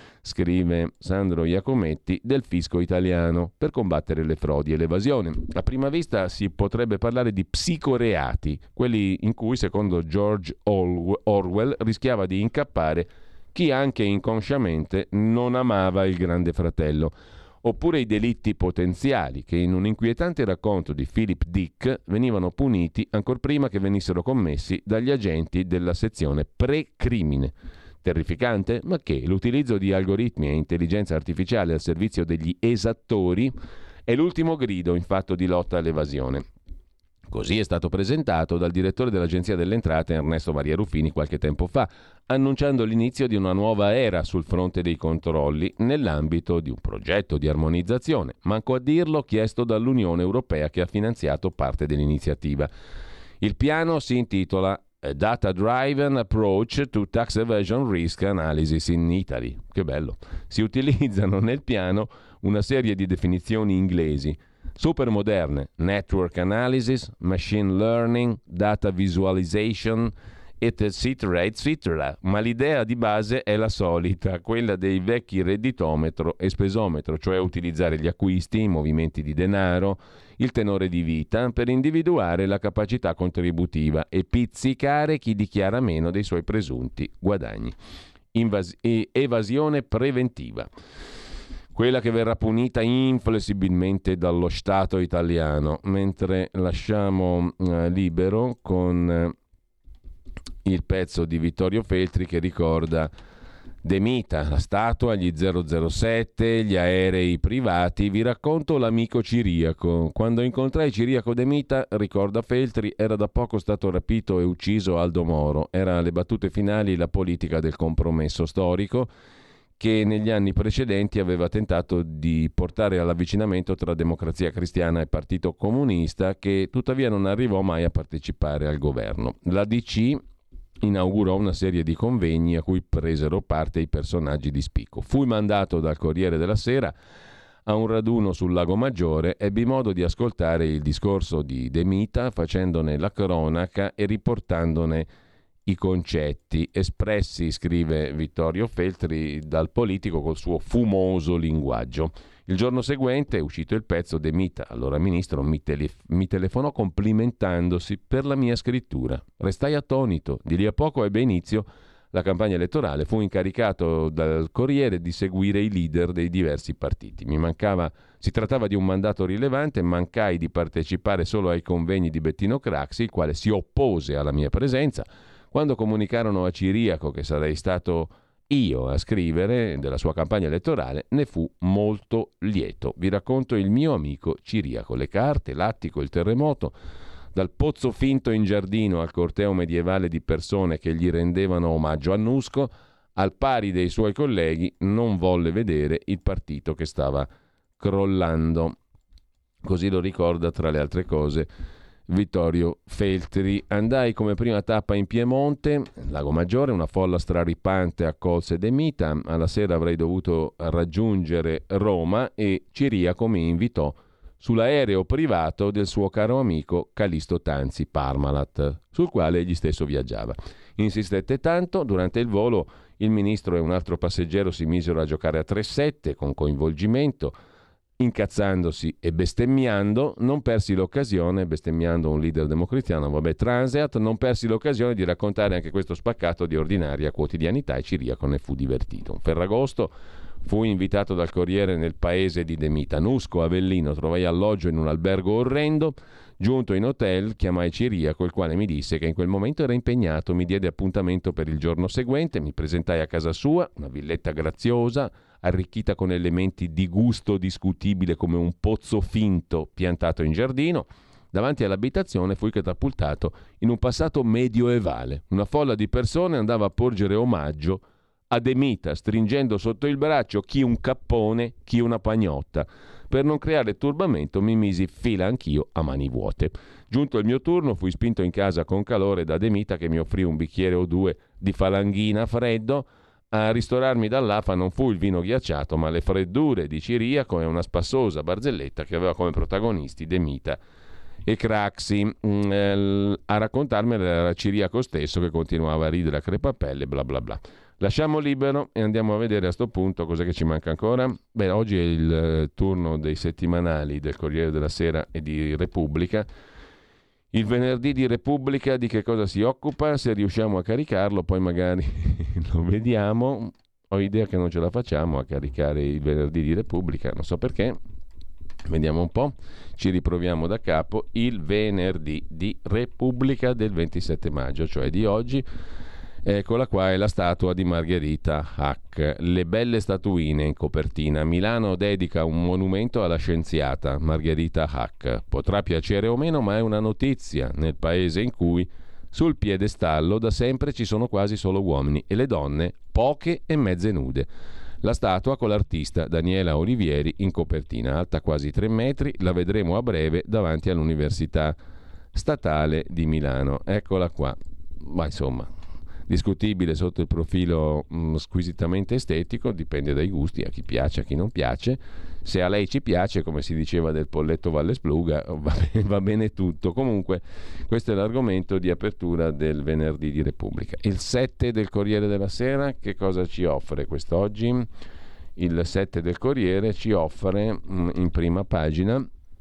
scrive Sandro Iacometti, del fisco italiano per combattere le frodi e l'evasione. A prima vista si potrebbe parlare di psicoreati, quelli in cui, secondo George Orwell, rischiava di incappare chi anche inconsciamente non amava il Grande Fratello. Oppure i delitti potenziali che in un inquietante racconto di Philip Dick venivano puniti ancor prima che venissero commessi dagli agenti della sezione pre-crimine. Terrificante? Ma che l'utilizzo di algoritmi e intelligenza artificiale al servizio degli esattori è l'ultimo grido in fatto di lotta all'evasione. Così è stato presentato dal direttore dell'Agenzia delle Entrate Ernesto Maria Ruffini qualche tempo fa, annunciando l'inizio di una nuova era sul fronte dei controlli nell'ambito di un progetto di armonizzazione, manco a dirlo chiesto dall'Unione Europea che ha finanziato parte dell'iniziativa. Il piano si intitola A Data Driven Approach to Tax Evasion Risk Analysis in Italy. Che bello! Si utilizzano nel piano una serie di definizioni inglesi super moderne: network analysis, machine learning, data visualization, eccetera, eccetera. Ma l'idea di base è la solita, quella dei vecchi redditometro e spesometro, cioè utilizzare gli acquisti, i movimenti di denaro, il tenore di vita per individuare la capacità contributiva e pizzicare chi dichiara meno dei suoi presunti guadagni. Evasione preventiva, quella che verrà punita inflessibilmente dallo Stato italiano, mentre lasciamo libero con il pezzo di Vittorio Feltri che ricorda De Mita, la statua, gli 007, gli aerei privati. Vi racconto l'amico Ciriaco. Quando incontrai Ciriaco De Mita, ricorda Feltri, era da poco stato rapito e ucciso Aldo Moro. Era alle battute finali la politica del compromesso storico che negli anni precedenti aveva tentato di portare all'avvicinamento tra Democrazia Cristiana e Partito Comunista, che tuttavia non arrivò mai a partecipare al governo. La DC inaugurò una serie di convegni a cui presero parte i personaggi di spicco. Fui mandato dal Corriere della Sera a un raduno sul Lago Maggiore, ebbi modo di ascoltare il discorso di De Mita, facendone la cronaca e riportandone i concetti espressi, scrive Vittorio Feltri, dal politico col suo fumoso linguaggio. Il giorno seguente, uscito il pezzo, De Mita, allora ministro, mi telefonò complimentandosi per la mia scrittura. Restai attonito. Di lì a poco ebbe inizio la campagna elettorale. Fu incaricato dal Corriere di seguire i leader dei diversi partiti. Si trattava di un mandato rilevante, mancai di partecipare solo ai convegni di Bettino Craxi, il quale si oppose alla mia presenza. Quando comunicarono a Ciriaco che sarei stato io a scrivere della sua campagna elettorale, ne fu molto lieto. Vi racconto il mio amico Ciriaco, le carte, l'attico, il terremoto, dal pozzo finto in giardino al corteo medievale di persone che gli rendevano omaggio a Nusco, al pari dei suoi colleghi, non volle vedere il partito che stava crollando. Così lo ricorda, tra le altre cose, Vittorio Feltri. Andai come prima tappa in Piemonte, Lago Maggiore, una folla straripante accolse De Mita. Alla sera avrei dovuto raggiungere Roma e Ciriaco mi invitò sull'aereo privato del suo caro amico Calisto Tanzi, Parmalat, sul quale egli stesso viaggiava. Insistette tanto, durante il volo il ministro e un altro passeggero si misero a giocare a 3-7 con coinvolgimento. Incazzandosi e bestemmiando, non persi l'occasione, bestemmiando un leader democristiano, Transeat, non persi l'occasione di raccontare anche questo spaccato di ordinaria quotidianità e Ciriaco ne fu divertito. Un Ferragosto fui invitato dal Corriere nel paese di De Mita, Nusco, Avellino, trovai alloggio in un albergo orrendo. Giunto in hotel chiamai Ciriaco, il quale mi disse che in quel momento era impegnato, mi diede appuntamento per il giorno seguente, mi presentai a casa sua, una villetta graziosa, arricchita con elementi di gusto discutibile come un pozzo finto piantato in giardino. Davanti all'abitazione fui catapultato in un passato medioevale. Una folla di persone andava a porgere omaggio a De Mita, stringendo sotto il braccio chi un cappone, chi una pagnotta. Per non creare turbamento mi misi fila anch'io a mani vuote. Giunto il mio turno fui spinto in casa con calore da De Mita, che mi offrì un bicchiere o due di falanghina freddo. A ristorarmi dall'afa non fu il vino ghiacciato, ma le freddure di Ciriaco e una spassosa barzelletta che aveva come protagonisti De Mita e Craxi. A raccontarmela era Ciriaco stesso, che continuava a ridere a crepapelle, bla bla bla. Lasciamo libero e andiamo a vedere a sto punto cosa che ci manca ancora. Beh, oggi è il turno dei settimanali del Corriere della Sera e di Repubblica. Il venerdì di Repubblica di che cosa si occupa? Se riusciamo a caricarlo, poi magari lo vediamo. Ho idea che non ce la facciamo a caricare il venerdì di Repubblica, non so perché. Vediamo un po', ci riproviamo da capo. Il venerdì di Repubblica del 27 maggio, cioè di oggi, Eccola qua, è la statua di Margherita Hack. Le belle statuine in copertina. Milano dedica un monumento alla scienziata Margherita Hack. Potrà piacere o meno, ma è una notizia nel paese in cui sul piedestallo da sempre ci sono quasi solo uomini e le donne poche e mezze nude. La statua con l'artista Daniela Olivieri in copertina, alta quasi 3 metri, la vedremo a breve davanti all'Università Statale di Milano. Eccola qua. Ma insomma, discutibile sotto il profilo squisitamente estetico, dipende dai gusti, a chi piace, a chi non piace. Se a lei ci piace, come si diceva del polletto Valle Spluga, va bene tutto. Comunque, questo è l'argomento di apertura del venerdì di Repubblica. Il 7 del Corriere della Sera, che cosa ci offre quest'oggi? Il 7 del Corriere ci offre in prima pagina: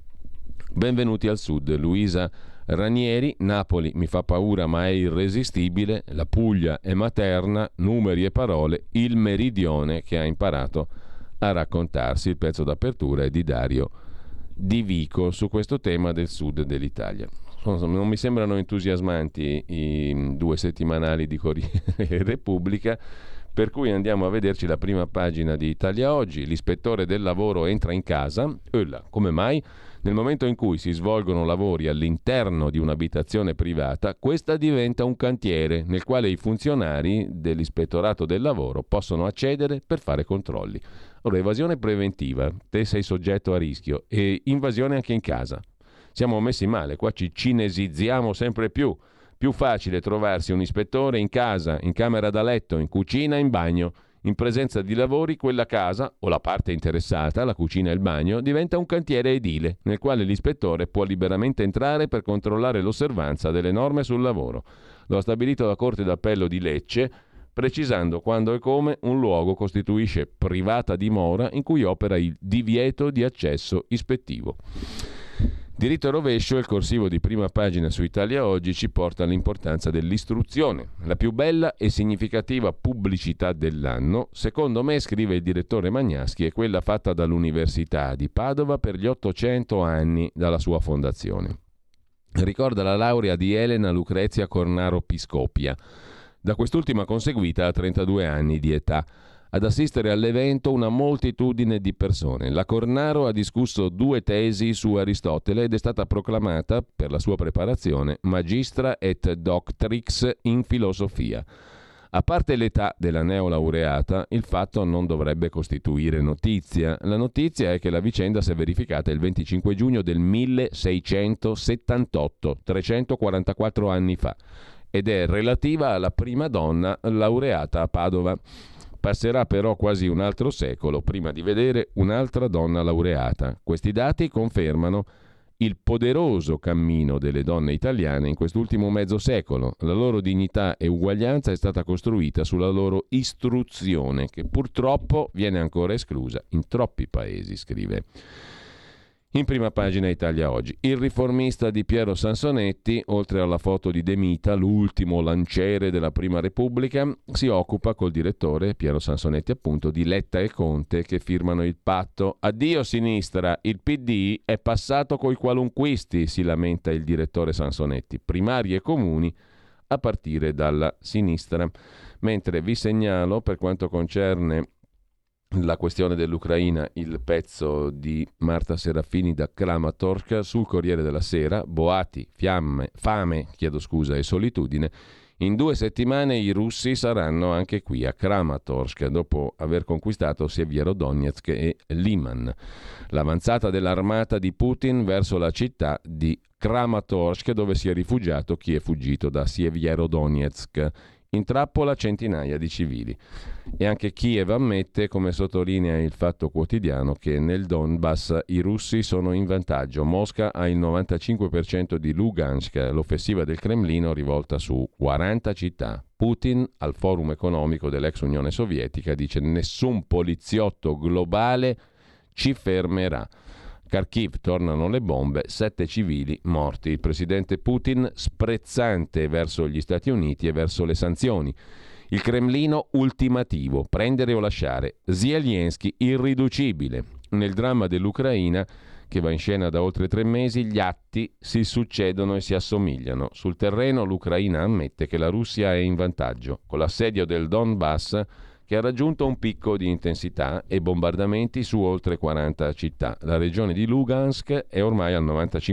benvenuti al Sud, Luisa Ranieri, Napoli mi fa paura ma è irresistibile, la Puglia è materna, numeri e parole, il meridione che ha imparato a raccontarsi. Il pezzo d'apertura è di Dario Di Vico su questo tema del sud dell'Italia. Non mi sembrano entusiasmanti i 2 settimanali di Corriere Repubblica, per cui andiamo a vederci la prima pagina di Italia Oggi. L'ispettore del lavoro entra in casa. Come mai? Nel momento in cui si svolgono lavori all'interno di un'abitazione privata, questa diventa un cantiere nel quale i funzionari dell'ispettorato del lavoro possono accedere per fare controlli. Ora, evasione preventiva, te sei soggetto a rischio, e invasione anche in casa. Siamo messi male, qua ci cinesizziamo sempre più. Più facile trovarsi un ispettore in casa, in camera da letto, in cucina, in bagno. In presenza di lavori, quella casa, o la parte interessata, la cucina e il bagno, diventa un cantiere edile, nel quale l'ispettore può liberamente entrare per controllare l'osservanza delle norme sul lavoro. Lo ha stabilito la Corte d'Appello di Lecce, precisando quando e come un luogo costituisce privata dimora in cui opera il divieto di accesso ispettivo. Diritto e rovescio, il corsivo di prima pagina su Italia Oggi ci porta all'importanza dell'istruzione. La più bella e significativa pubblicità dell'anno, secondo me, scrive il direttore Magnaschi, è quella fatta dall'Università di Padova per gli 800 anni dalla sua fondazione. Ricorda la laurea di Elena Lucrezia Cornaro Piscopia, da quest'ultima conseguita a 32 anni di età. Ad assistere all'evento una moltitudine di persone. La Cornaro ha discusso 2 tesi su Aristotele ed è stata proclamata, per la sua preparazione, magistra et doctrix in filosofia. A parte l'età della neolaureata, il fatto non dovrebbe costituire notizia. La notizia è che la vicenda si è verificata il 25 giugno del 1678, 344 anni fa, ed è relativa alla prima donna laureata a Padova. Passerà però quasi un altro secolo prima di vedere un'altra donna laureata. Questi dati confermano il poderoso cammino delle donne italiane in quest'ultimo mezzo secolo. La loro dignità e uguaglianza è stata costruita sulla loro istruzione, che purtroppo viene ancora esclusa in troppi paesi, scrive. In prima pagina Italia Oggi. Il riformista di Piero Sansonetti, oltre alla foto di De Mita, l'ultimo lanciere della Prima Repubblica, si occupa col direttore, Piero Sansonetti appunto, di Letta e Conte, che firmano il patto. Addio sinistra, il PD è passato coi qualunquisti, si lamenta il direttore Sansonetti, primari e comuni a partire dalla sinistra. Mentre vi segnalo, per quanto concerne la questione dell'Ucraina, il pezzo di Marta Serafini da Kramatorsk sul Corriere della Sera, boati, fame e solitudine. In 2 settimane i russi saranno anche qui a Kramatorsk, dopo aver conquistato Sievierodonetsk e Liman. L'avanzata dell'armata di Putin verso la città di Kramatorsk, dove si è rifugiato chi è fuggito da Sievierodonetsk. In trappola centinaia di civili. E anche Kiev ammette, come sottolinea il Fatto Quotidiano, che nel Donbass i russi sono in vantaggio. Mosca ha il 95% di Lugansk, l'offensiva del Cremlino rivolta su 40 città. Putin, al forum economico dell'ex Unione Sovietica, dice: nessun poliziotto globale ci fermerà. Kharkiv, tornano le bombe, 7 civili morti. Il presidente Putin sprezzante verso gli Stati Uniti e verso le sanzioni. Il Cremlino ultimativo, prendere o lasciare. Zelensky irriducibile. Nel dramma dell'Ucraina, che va in scena da oltre 3 mesi, gli atti si succedono e si assomigliano. Sul terreno l'Ucraina ammette che la Russia è in vantaggio, con l'assedio del Donbass che ha raggiunto un picco di intensità e bombardamenti su oltre 40 città. La regione di Lugansk è ormai al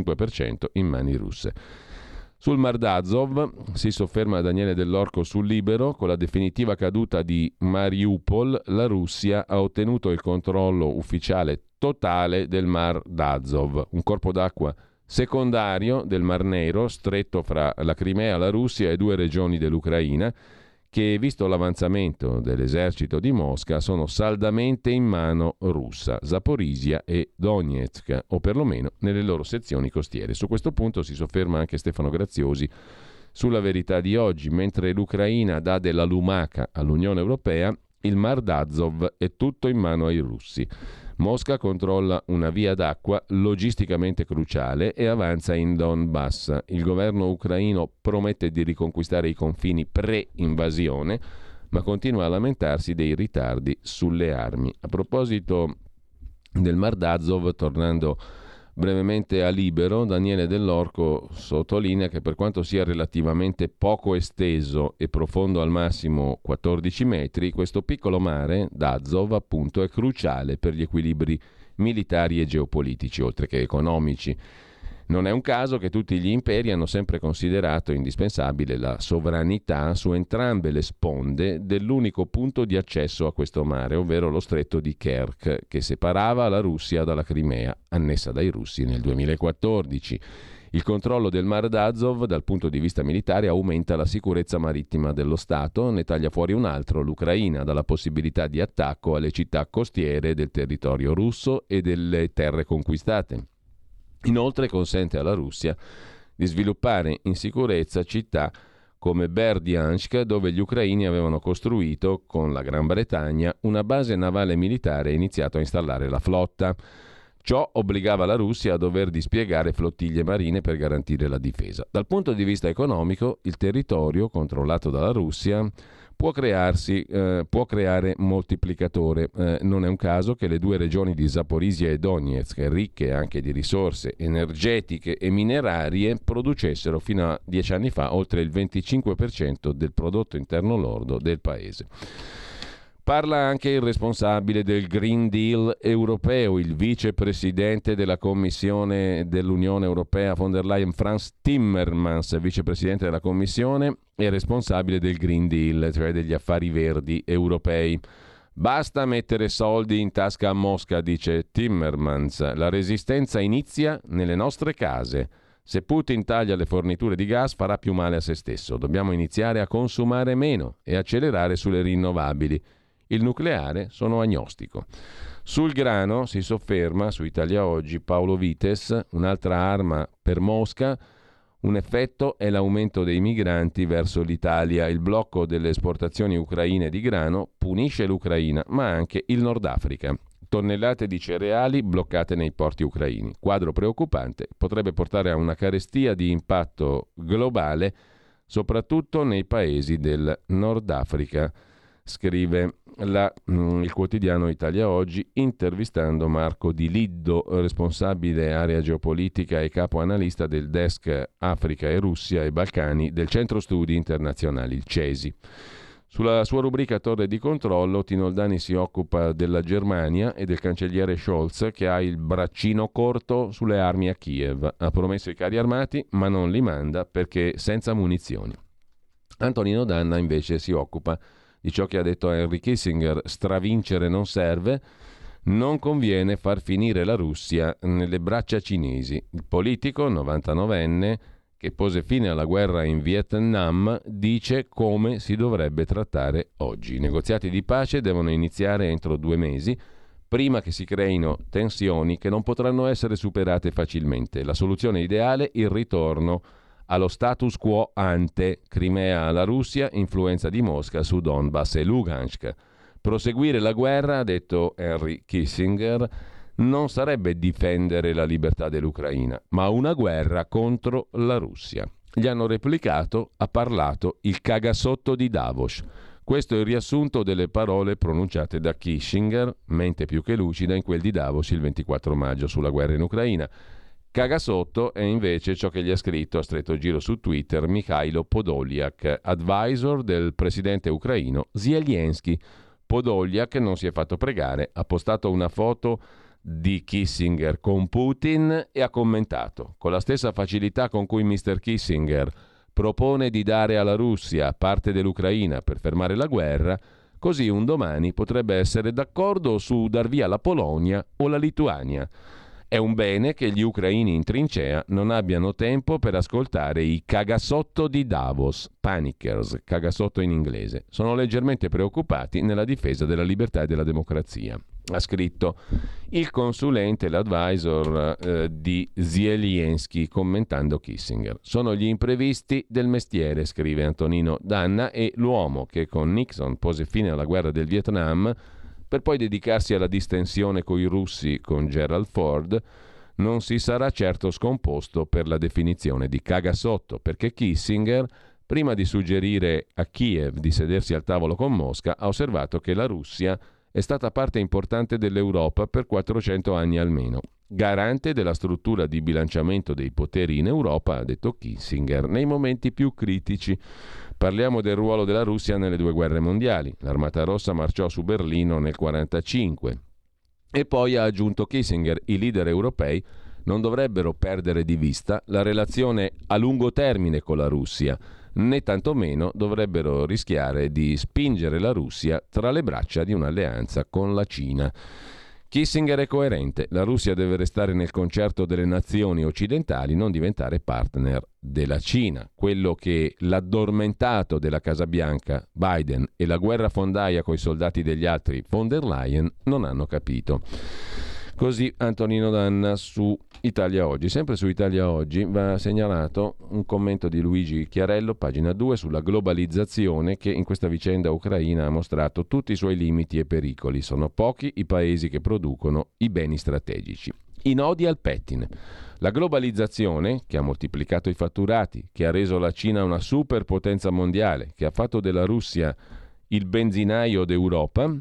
95% in mani russe. Sul Mar d'Azov si sofferma Daniele Dell'Orco sul Libero. Con la definitiva caduta di Mariupol, la Russia ha ottenuto il controllo ufficiale totale del Mar d'Azov, un corpo d'acqua secondario del Mar Nero, stretto fra la Crimea, la Russia e 2 regioni dell'Ucraina, che, visto l'avanzamento dell'esercito di Mosca, sono saldamente in mano russa, Zaporizhia e Donetsk, o perlomeno nelle loro sezioni costiere. Su questo punto si sofferma anche Stefano Graziosi sulla Verità di oggi. Mentre l'Ucraina dà della lumaca all'Unione Europea, il Mar d'Azov è tutto in mano ai russi. Mosca controlla una via d'acqua logisticamente cruciale e avanza in Donbass. Il governo ucraino promette di riconquistare i confini pre-invasione, ma continua a lamentarsi dei ritardi sulle armi. A proposito del Mar d'Azov, tornando brevemente a Libero, Daniele Dell'Orco sottolinea che per quanto sia relativamente poco esteso e profondo al massimo 14 metri, questo piccolo mare d'Azov appunto è cruciale per gli equilibri militari e geopolitici, oltre che economici. Non è un caso che tutti gli imperi hanno sempre considerato indispensabile la sovranità su entrambe le sponde dell'unico punto di accesso a questo mare, ovvero lo stretto di Kerch, che separava la Russia dalla Crimea, annessa dai russi nel 2014. Il controllo del Mar d'Azov dal punto di vista militare aumenta la sicurezza marittima dello Stato, ne taglia fuori un altro, l'Ucraina, dalla possibilità di attacco alle città costiere del territorio russo e delle terre conquistate. Inoltre consente alla Russia di sviluppare in sicurezza città come Berdyansk, dove gli ucraini avevano costruito con la Gran Bretagna una base navale militare e iniziato a installare la flotta. Ciò obbligava la Russia a dover dispiegare flottiglie marine per garantire la difesa. Dal punto di vista economico, il territorio controllato dalla Russia può creare moltiplicatore. Non è un caso che le 2 regioni di Zaporizhia e Donetsk, ricche anche di risorse energetiche e minerarie, producessero fino a 10 anni fa oltre il 25% del prodotto interno lordo del paese. Parla anche il responsabile del Green Deal europeo, il vicepresidente della Commissione dell'Unione Europea von der Leyen, Frans Timmermans, vicepresidente della Commissione e responsabile del Green Deal, cioè degli affari verdi europei. Basta mettere soldi in tasca a Mosca, dice Timmermans. La resistenza inizia nelle nostre case. Se Putin taglia le forniture di gas farà più male a se stesso. Dobbiamo iniziare a consumare meno e accelerare sulle rinnovabili. Il nucleare sono agnostico. Sul grano si sofferma su Italia Oggi Paolo Vites, un'altra arma per Mosca. Un effetto è l'aumento dei migranti verso l'Italia. Il blocco delle esportazioni ucraine di grano punisce l'Ucraina, ma anche il Nord Africa. Tonnellate di cereali bloccate nei porti ucraini. Quadro preoccupante, potrebbe portare a una carestia di impatto globale, soprattutto nei paesi del Nord Africa, scrive il quotidiano Italia Oggi, intervistando Marco Di Liddo, responsabile area geopolitica e capo analista del desk Africa e Russia e Balcani del Centro Studi Internazionali, il CESI. Sulla sua rubrica Torre di controllo, Tino Oldani si occupa della Germania e del cancelliere Scholz, che ha il braccino corto sulle armi a Kiev. Ha promesso i carri armati, ma non li manda perché senza munizioni. Antonino Danna invece si occupa di ciò che ha detto Henry Kissinger: stravincere non serve, non conviene far finire la Russia nelle braccia cinesi. Il politico, 99enne, che pose fine alla guerra in Vietnam, dice come si dovrebbe trattare oggi. I negoziati di pace devono iniziare entro 2 mesi, prima che si creino tensioni che non potranno essere superate facilmente. La soluzione ideale, il ritorno allo status quo ante, Crimea alla Russia, influenza di Mosca su Donbass e Lugansk. Proseguire la guerra, ha detto Henry Kissinger, non sarebbe difendere la libertà dell'Ucraina, ma una guerra contro la Russia. Gli hanno replicato, ha parlato il cagasotto di Davos. Questo è il riassunto delle parole pronunciate da Kissinger, mente più che lucida, in quel di Davos il 24 maggio sulla guerra in Ucraina. Cagasotto è invece ciò che gli ha scritto a stretto giro su Twitter Mikhailo Podolyak, advisor del presidente ucraino Zelensky. Podolyak non si è fatto pregare, ha postato una foto di Kissinger con Putin e ha commentato: con la stessa facilità con cui Mr. Kissinger propone di dare alla Russia parte dell'Ucraina per fermare la guerra, così un domani potrebbe essere d'accordo su dar via la Polonia o la Lituania. È un bene che gli ucraini in trincea non abbiano tempo per ascoltare i cagasotto di Davos, panickers, cagasotto in inglese. Sono leggermente preoccupati nella difesa della libertà e della democrazia. Ha scritto il consulente, l'advisor di Zelensky, commentando Kissinger. Sono gli imprevisti del mestiere, scrive Antonino Danna, e l'uomo che con Nixon pose fine alla guerra del Vietnam per poi dedicarsi alla distensione coi russi con Gerald Ford, non si sarà certo scomposto per la definizione di cagasotto, perché Kissinger, prima di suggerire a Kiev di sedersi al tavolo con Mosca, ha osservato che la Russia è stata parte importante dell'Europa per 400 anni almeno. Garante della struttura di bilanciamento dei poteri in Europa, ha detto Kissinger, nei momenti più critici. Parliamo del ruolo della Russia nelle 2 guerre mondiali. L'Armata Rossa marciò su Berlino nel 1945. E poi ha aggiunto Kissinger, i leader europei non dovrebbero perdere di vista la relazione a lungo termine con la Russia, né tantomeno dovrebbero rischiare di spingere la Russia tra le braccia di un'alleanza con la Cina. Kissinger è coerente, la Russia deve restare nel concerto delle nazioni occidentali, non diventare partner della Cina. Quello che l'addormentato della Casa Bianca, Biden, e la guerrafondaia coi soldati degli altri, von der Leyen, non hanno capito. Così Antonino Danna su Italia Oggi. Sempre su Italia Oggi va segnalato un commento di Luigi Chiarello, pagina 2, sulla globalizzazione che in questa vicenda ucraina ha mostrato tutti i suoi limiti e pericoli. Sono pochi i paesi che producono i beni strategici. I nodi al pettine. La globalizzazione, che ha moltiplicato i fatturati, che ha reso la Cina una superpotenza mondiale, che ha fatto della Russia il benzinaio d'Europa,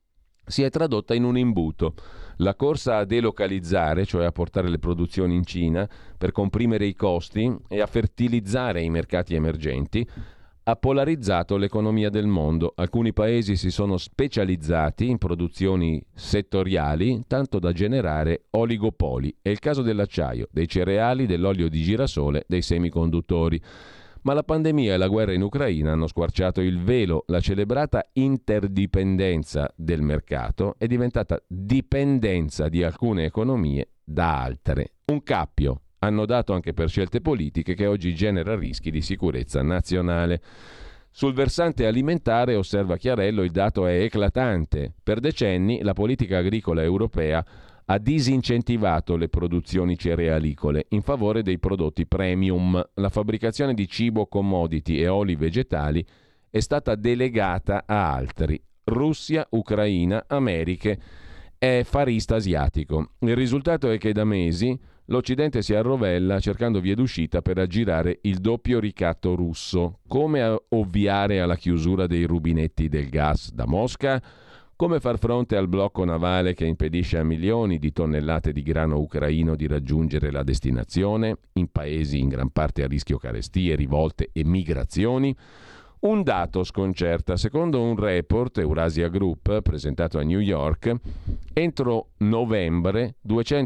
si è tradotta in un imbuto. La corsa a delocalizzare, cioè a portare le produzioni in Cina per comprimere i costi e a fertilizzare i mercati emergenti, ha polarizzato l'economia del mondo. Alcuni paesi si sono specializzati in produzioni settoriali, tanto da generare oligopoli. È il caso dell'acciaio, dei cereali, dell'olio di girasole, dei semiconduttori. Ma la pandemia e la guerra in Ucraina hanno squarciato il velo. La celebrata interdipendenza del mercato è diventata dipendenza di alcune economie da altre. Un cappio annodato anche per scelte politiche che oggi genera rischi di sicurezza nazionale. Sul versante alimentare, osserva Chiarello, il dato è eclatante. Per decenni la politica agricola europea ha disincentivato le produzioni cerealicole in favore dei prodotti premium. La fabbricazione di cibo commodity e oli vegetali è stata delegata a altri. Russia, Ucraina, Americhe, è farista asiatico. Il risultato è che da mesi l'Occidente si arrovella cercando vie d'uscita per aggirare il doppio ricatto russo. Come ovviare alla chiusura dei rubinetti del gas da Mosca? Come far fronte al blocco navale che impedisce a milioni di tonnellate di grano ucraino di raggiungere la destinazione, in paesi in gran parte a rischio carestie, rivolte e migrazioni? Un dato sconcerta. Secondo un report Eurasia Group presentato a New York, entro novembre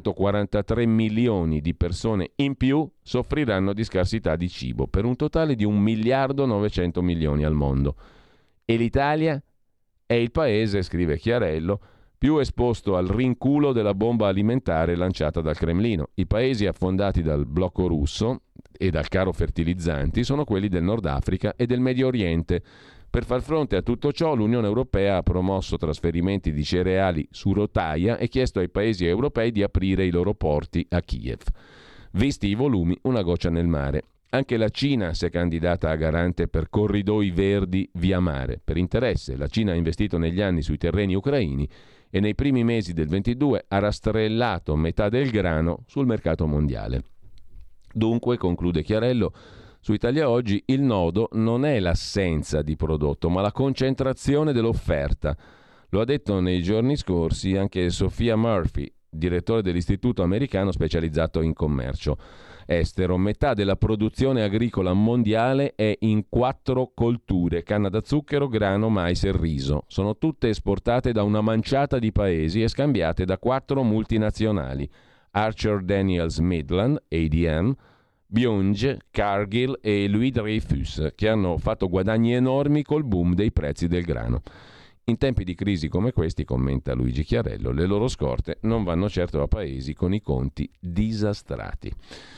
243 milioni di persone in più soffriranno di scarsità di cibo, per un totale di 1.900 milioni al mondo. E l'Italia? È il paese, scrive Chiarello, più esposto al rinculo della bomba alimentare lanciata dal Cremlino. I paesi affondati dal blocco russo e dal caro fertilizzanti sono quelli del Nord Africa e del Medio Oriente. Per far fronte a tutto ciò, l'Unione Europea ha promosso trasferimenti di cereali su rotaia e chiesto ai paesi europei di aprire i loro porti a Kiev. Visti i volumi, una goccia nel mare. Anche la Cina si è candidata a garante per corridoi verdi via mare. Per interesse, la Cina ha investito negli anni sui terreni ucraini e nei primi mesi del 22 ha rastrellato metà del grano sul mercato mondiale. Dunque, conclude Chiarello, Su Italia Oggi il nodo non è l'assenza di prodotto, ma la concentrazione dell'offerta. Lo ha detto nei giorni scorsi anche Sophia Murphy, direttore dell'Istituto americano specializzato in commercio estero. Metà della produzione agricola mondiale è in 4 colture: canna da zucchero, grano, mais e riso. Sono tutte esportate da una manciata di paesi e scambiate da 4 multinazionali: Archer Daniels Midland, ADM, Bunge, Cargill e Louis Dreyfus, che hanno fatto guadagni enormi col boom dei prezzi del grano. In tempi di crisi come questi, commenta Luigi Chiarello, le loro scorte non vanno certo a paesi con i conti disastrati.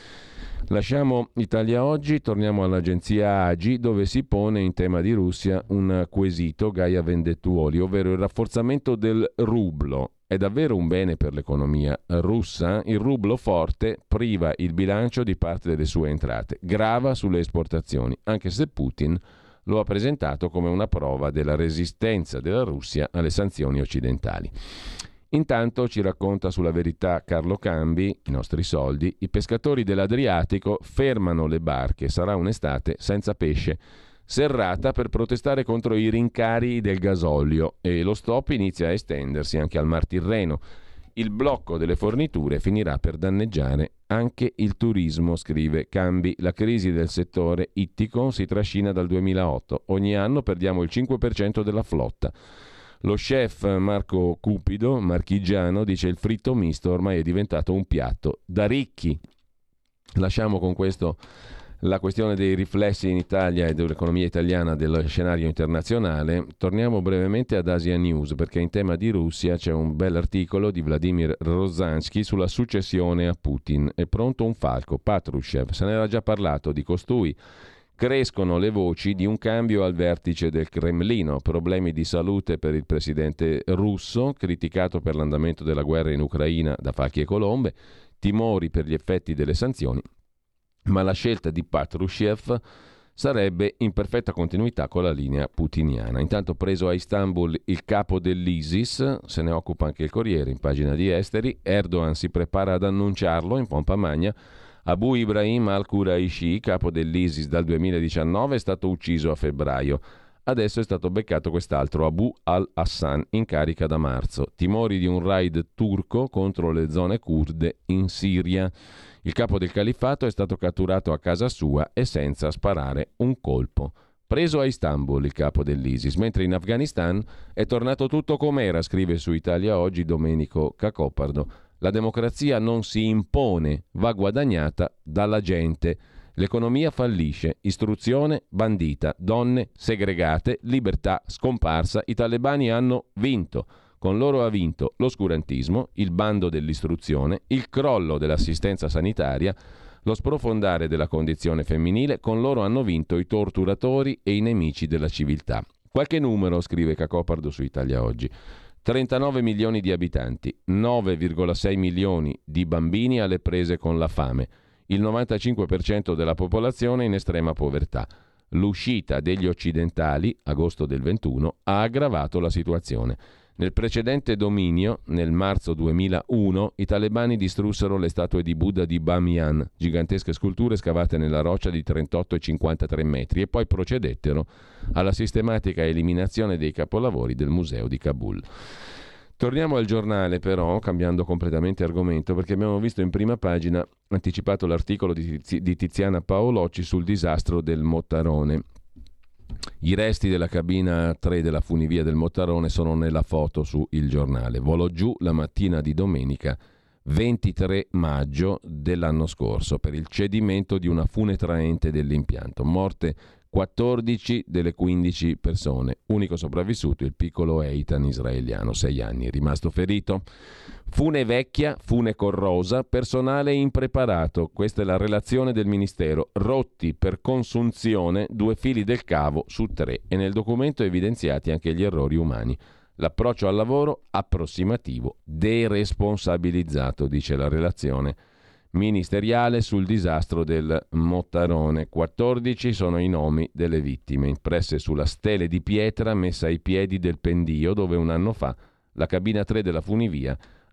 Lasciamo Italia Oggi, torniamo all'agenzia AGI, dove si pone in tema di Russia un quesito, Gaia Vendettuoli, ovvero il rafforzamento del rublo. È davvero un bene per l'economia russa? Il rublo forte priva il bilancio di parte delle sue entrate, grava sulle esportazioni, anche se Putin lo ha presentato come una prova della resistenza della Russia alle sanzioni occidentali. Intanto, ci racconta sulla Verità Carlo Cambi, i nostri soldi, i pescatori dell'Adriatico fermano le barche, sarà un'estate senza pesce. Serrata per protestare contro i rincari del gasolio e lo stop inizia a estendersi anche al Mar Tirreno. Il blocco delle forniture finirà per danneggiare anche il turismo, scrive Cambi. La crisi del settore ittico si trascina dal 2008. Ogni anno perdiamo il 5% della flotta. Lo chef Marco Cupido, marchigiano, dice il fritto misto ormai è diventato un piatto da ricchi. Lasciamo con questo la questione dei riflessi in Italia e dell'economia italiana dello scenario internazionale. Torniamo brevemente ad Asia News, perché in tema di Russia c'è un bell'articolo di Vladimir Rozansky sulla successione a Putin. È pronto un falco, Patrushev, se n'era già parlato di costui. Crescono le voci di un cambio al vertice del Cremlino, problemi di salute per il presidente russo, criticato per l'andamento della guerra in Ucraina da Facchi e Colombe, timori per gli effetti delle sanzioni, ma la scelta di Patrushev sarebbe in perfetta continuità con la linea putiniana. Intanto, preso a Istanbul il capo dell'ISIS, se ne occupa anche il Corriere in pagina di esteri, Erdogan si prepara ad annunciarlo in pompa magna. Abu Ibrahim al-Quraishi, capo dell'ISIS dal 2019, è stato ucciso a febbraio. Adesso è stato beccato quest'altro, Abu al-Hassan, in carica da marzo. Timori di un raid turco contro le zone kurde in Siria. Il capo del califfato è stato catturato a casa sua e senza sparare un colpo. Preso a Istanbul il capo dell'ISIS, mentre in Afghanistan è tornato tutto com'era, scrive su Italia Oggi Domenico Cacopardo. La democrazia non si impone, va guadagnata dalla gente. L'economia fallisce, istruzione bandita, donne segregate, libertà scomparsa. I talebani hanno vinto. Con loro ha vinto l'oscurantismo, il bando dell'istruzione, il crollo dell'assistenza sanitaria, lo sprofondare della condizione femminile. Con loro hanno vinto i torturatori e i nemici della civiltà. Qualche numero, scrive Cacopardo su Italia Oggi. 39 milioni di abitanti, 9,6 milioni di bambini alle prese con la fame, il 95% della popolazione in estrema povertà. L'uscita degli occidentali, agosto del 21, ha aggravato la situazione. Nel precedente dominio, nel marzo 2001, i talebani distrussero le statue di Buddha di Bamiyan, gigantesche sculture scavate nella roccia di 38 e 53 metri, e poi procedettero alla sistematica eliminazione dei capolavori del museo di Kabul. Torniamo al giornale però, cambiando completamente argomento, perché abbiamo visto in prima pagina, anticipato l'articolo di Tiziana Paolocci sul disastro del Mottarone. I resti della cabina 3 della funivia del Mottarone sono nella foto su Il Giornale. Volò giù la mattina di domenica 23 maggio dell'anno scorso per il cedimento di una fune traente dell'impianto. Morte 14 delle 15 persone. Unico sopravvissuto il piccolo Eitan israeliano, 6 anni, rimasto ferito. Fune vecchia, fune corrosa, personale impreparato. Questa è la relazione del Ministero. Rotti per consunzione 2 fili del cavo su 3 e nel documento evidenziati anche gli errori umani. L'approccio al lavoro approssimativo, deresponsabilizzato, dice la relazione ministeriale sul disastro del Mottarone. 14 sono i nomi delle vittime, impresse sulla stele di pietra messa ai piedi del pendio dove un anno fa la cabina 3 della funivia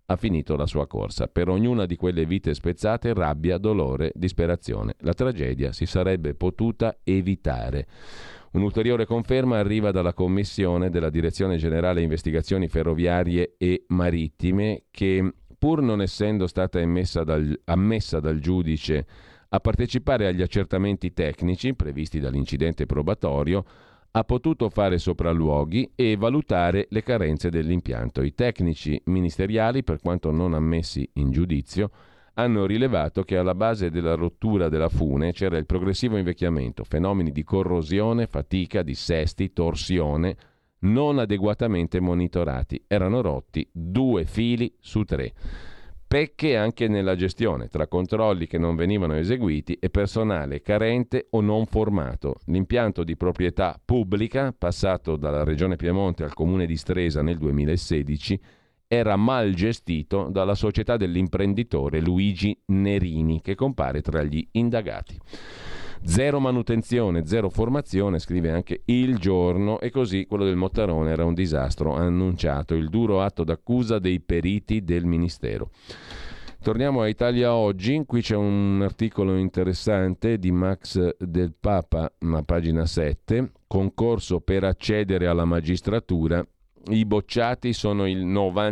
ha finito la sua corsa. Per ognuna di quelle vite spezzate rabbia, dolore, disperazione. La tragedia si sarebbe potuta evitare. Un'ulteriore conferma arriva dalla commissione della Direzione Generale Investigazioni Ferroviarie e Marittime che, pur non essendo stata ammessa dal giudice a partecipare agli accertamenti tecnici previsti dall'incidente probatorio, ha potuto fare sopralluoghi e valutare le carenze dell'impianto. I tecnici ministeriali, per quanto non ammessi in giudizio, hanno rilevato che alla base della rottura della fune c'era il progressivo invecchiamento, fenomeni di corrosione, fatica, dissesti, torsione, non adeguatamente monitorati. Erano rotti 2 fili su 3. Pecche anche nella gestione, tra controlli che non venivano eseguiti e personale carente o non formato. L'impianto di proprietà pubblica, passato dalla Regione Piemonte al Comune di Stresa nel 2016, era mal gestito dalla società dell'imprenditore Luigi Nerini, che compare tra gli indagati. Zero manutenzione, zero formazione, scrive anche Il Giorno, e così quello del Mottarone era un disastro, ha annunciato il duro atto d'accusa dei periti del Ministero. Torniamo a Italia Oggi, qui c'è un articolo interessante di Max Del Papa, a pagina 7, concorso per accedere alla magistratura. I bocciati sono il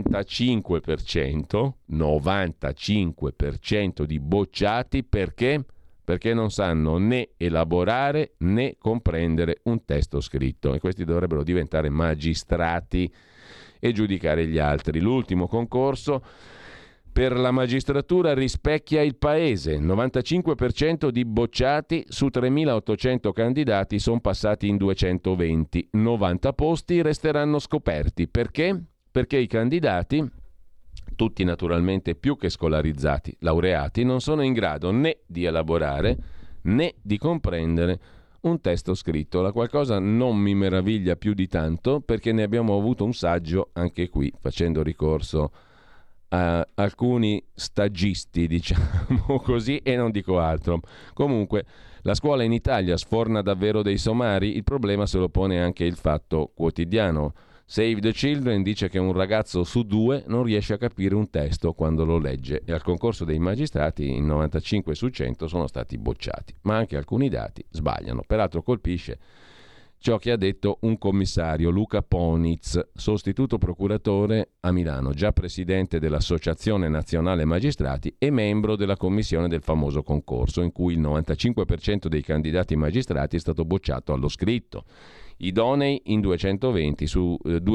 95% di bocciati perché non sanno né elaborare né comprendere un testo scritto, e questi dovrebbero diventare magistrati e giudicare gli altri. L'ultimo concorso per la magistratura rispecchia il paese. 95% di bocciati su 3.800 candidati sono passati in 220. 90 posti resteranno scoperti. Perché? Perché i candidati, tutti naturalmente più che scolarizzati, laureati, non sono in grado né di elaborare né di comprendere un testo scritto. La qualcosa non mi meraviglia più di tanto, perché ne abbiamo avuto un saggio anche qui, facendo ricorso a alcuni stagisti, diciamo così, e non dico altro. Comunque, la scuola in Italia sforna davvero dei somari. Il problema se lo pone anche il Fatto Quotidiano. Save the Children dice che un ragazzo su 2 non riesce a capire un testo quando lo legge, e al concorso dei magistrati in 95 su 100 sono stati bocciati. Ma anche alcuni dati sbagliano. Peraltro colpisce ciò che ha detto un commissario, Luca Poniz, sostituto procuratore a Milano, già presidente dell'Associazione Nazionale Magistrati e membro della commissione del famoso concorso, in cui il 95% dei candidati magistrati è stato bocciato allo scritto, idonei in 220 su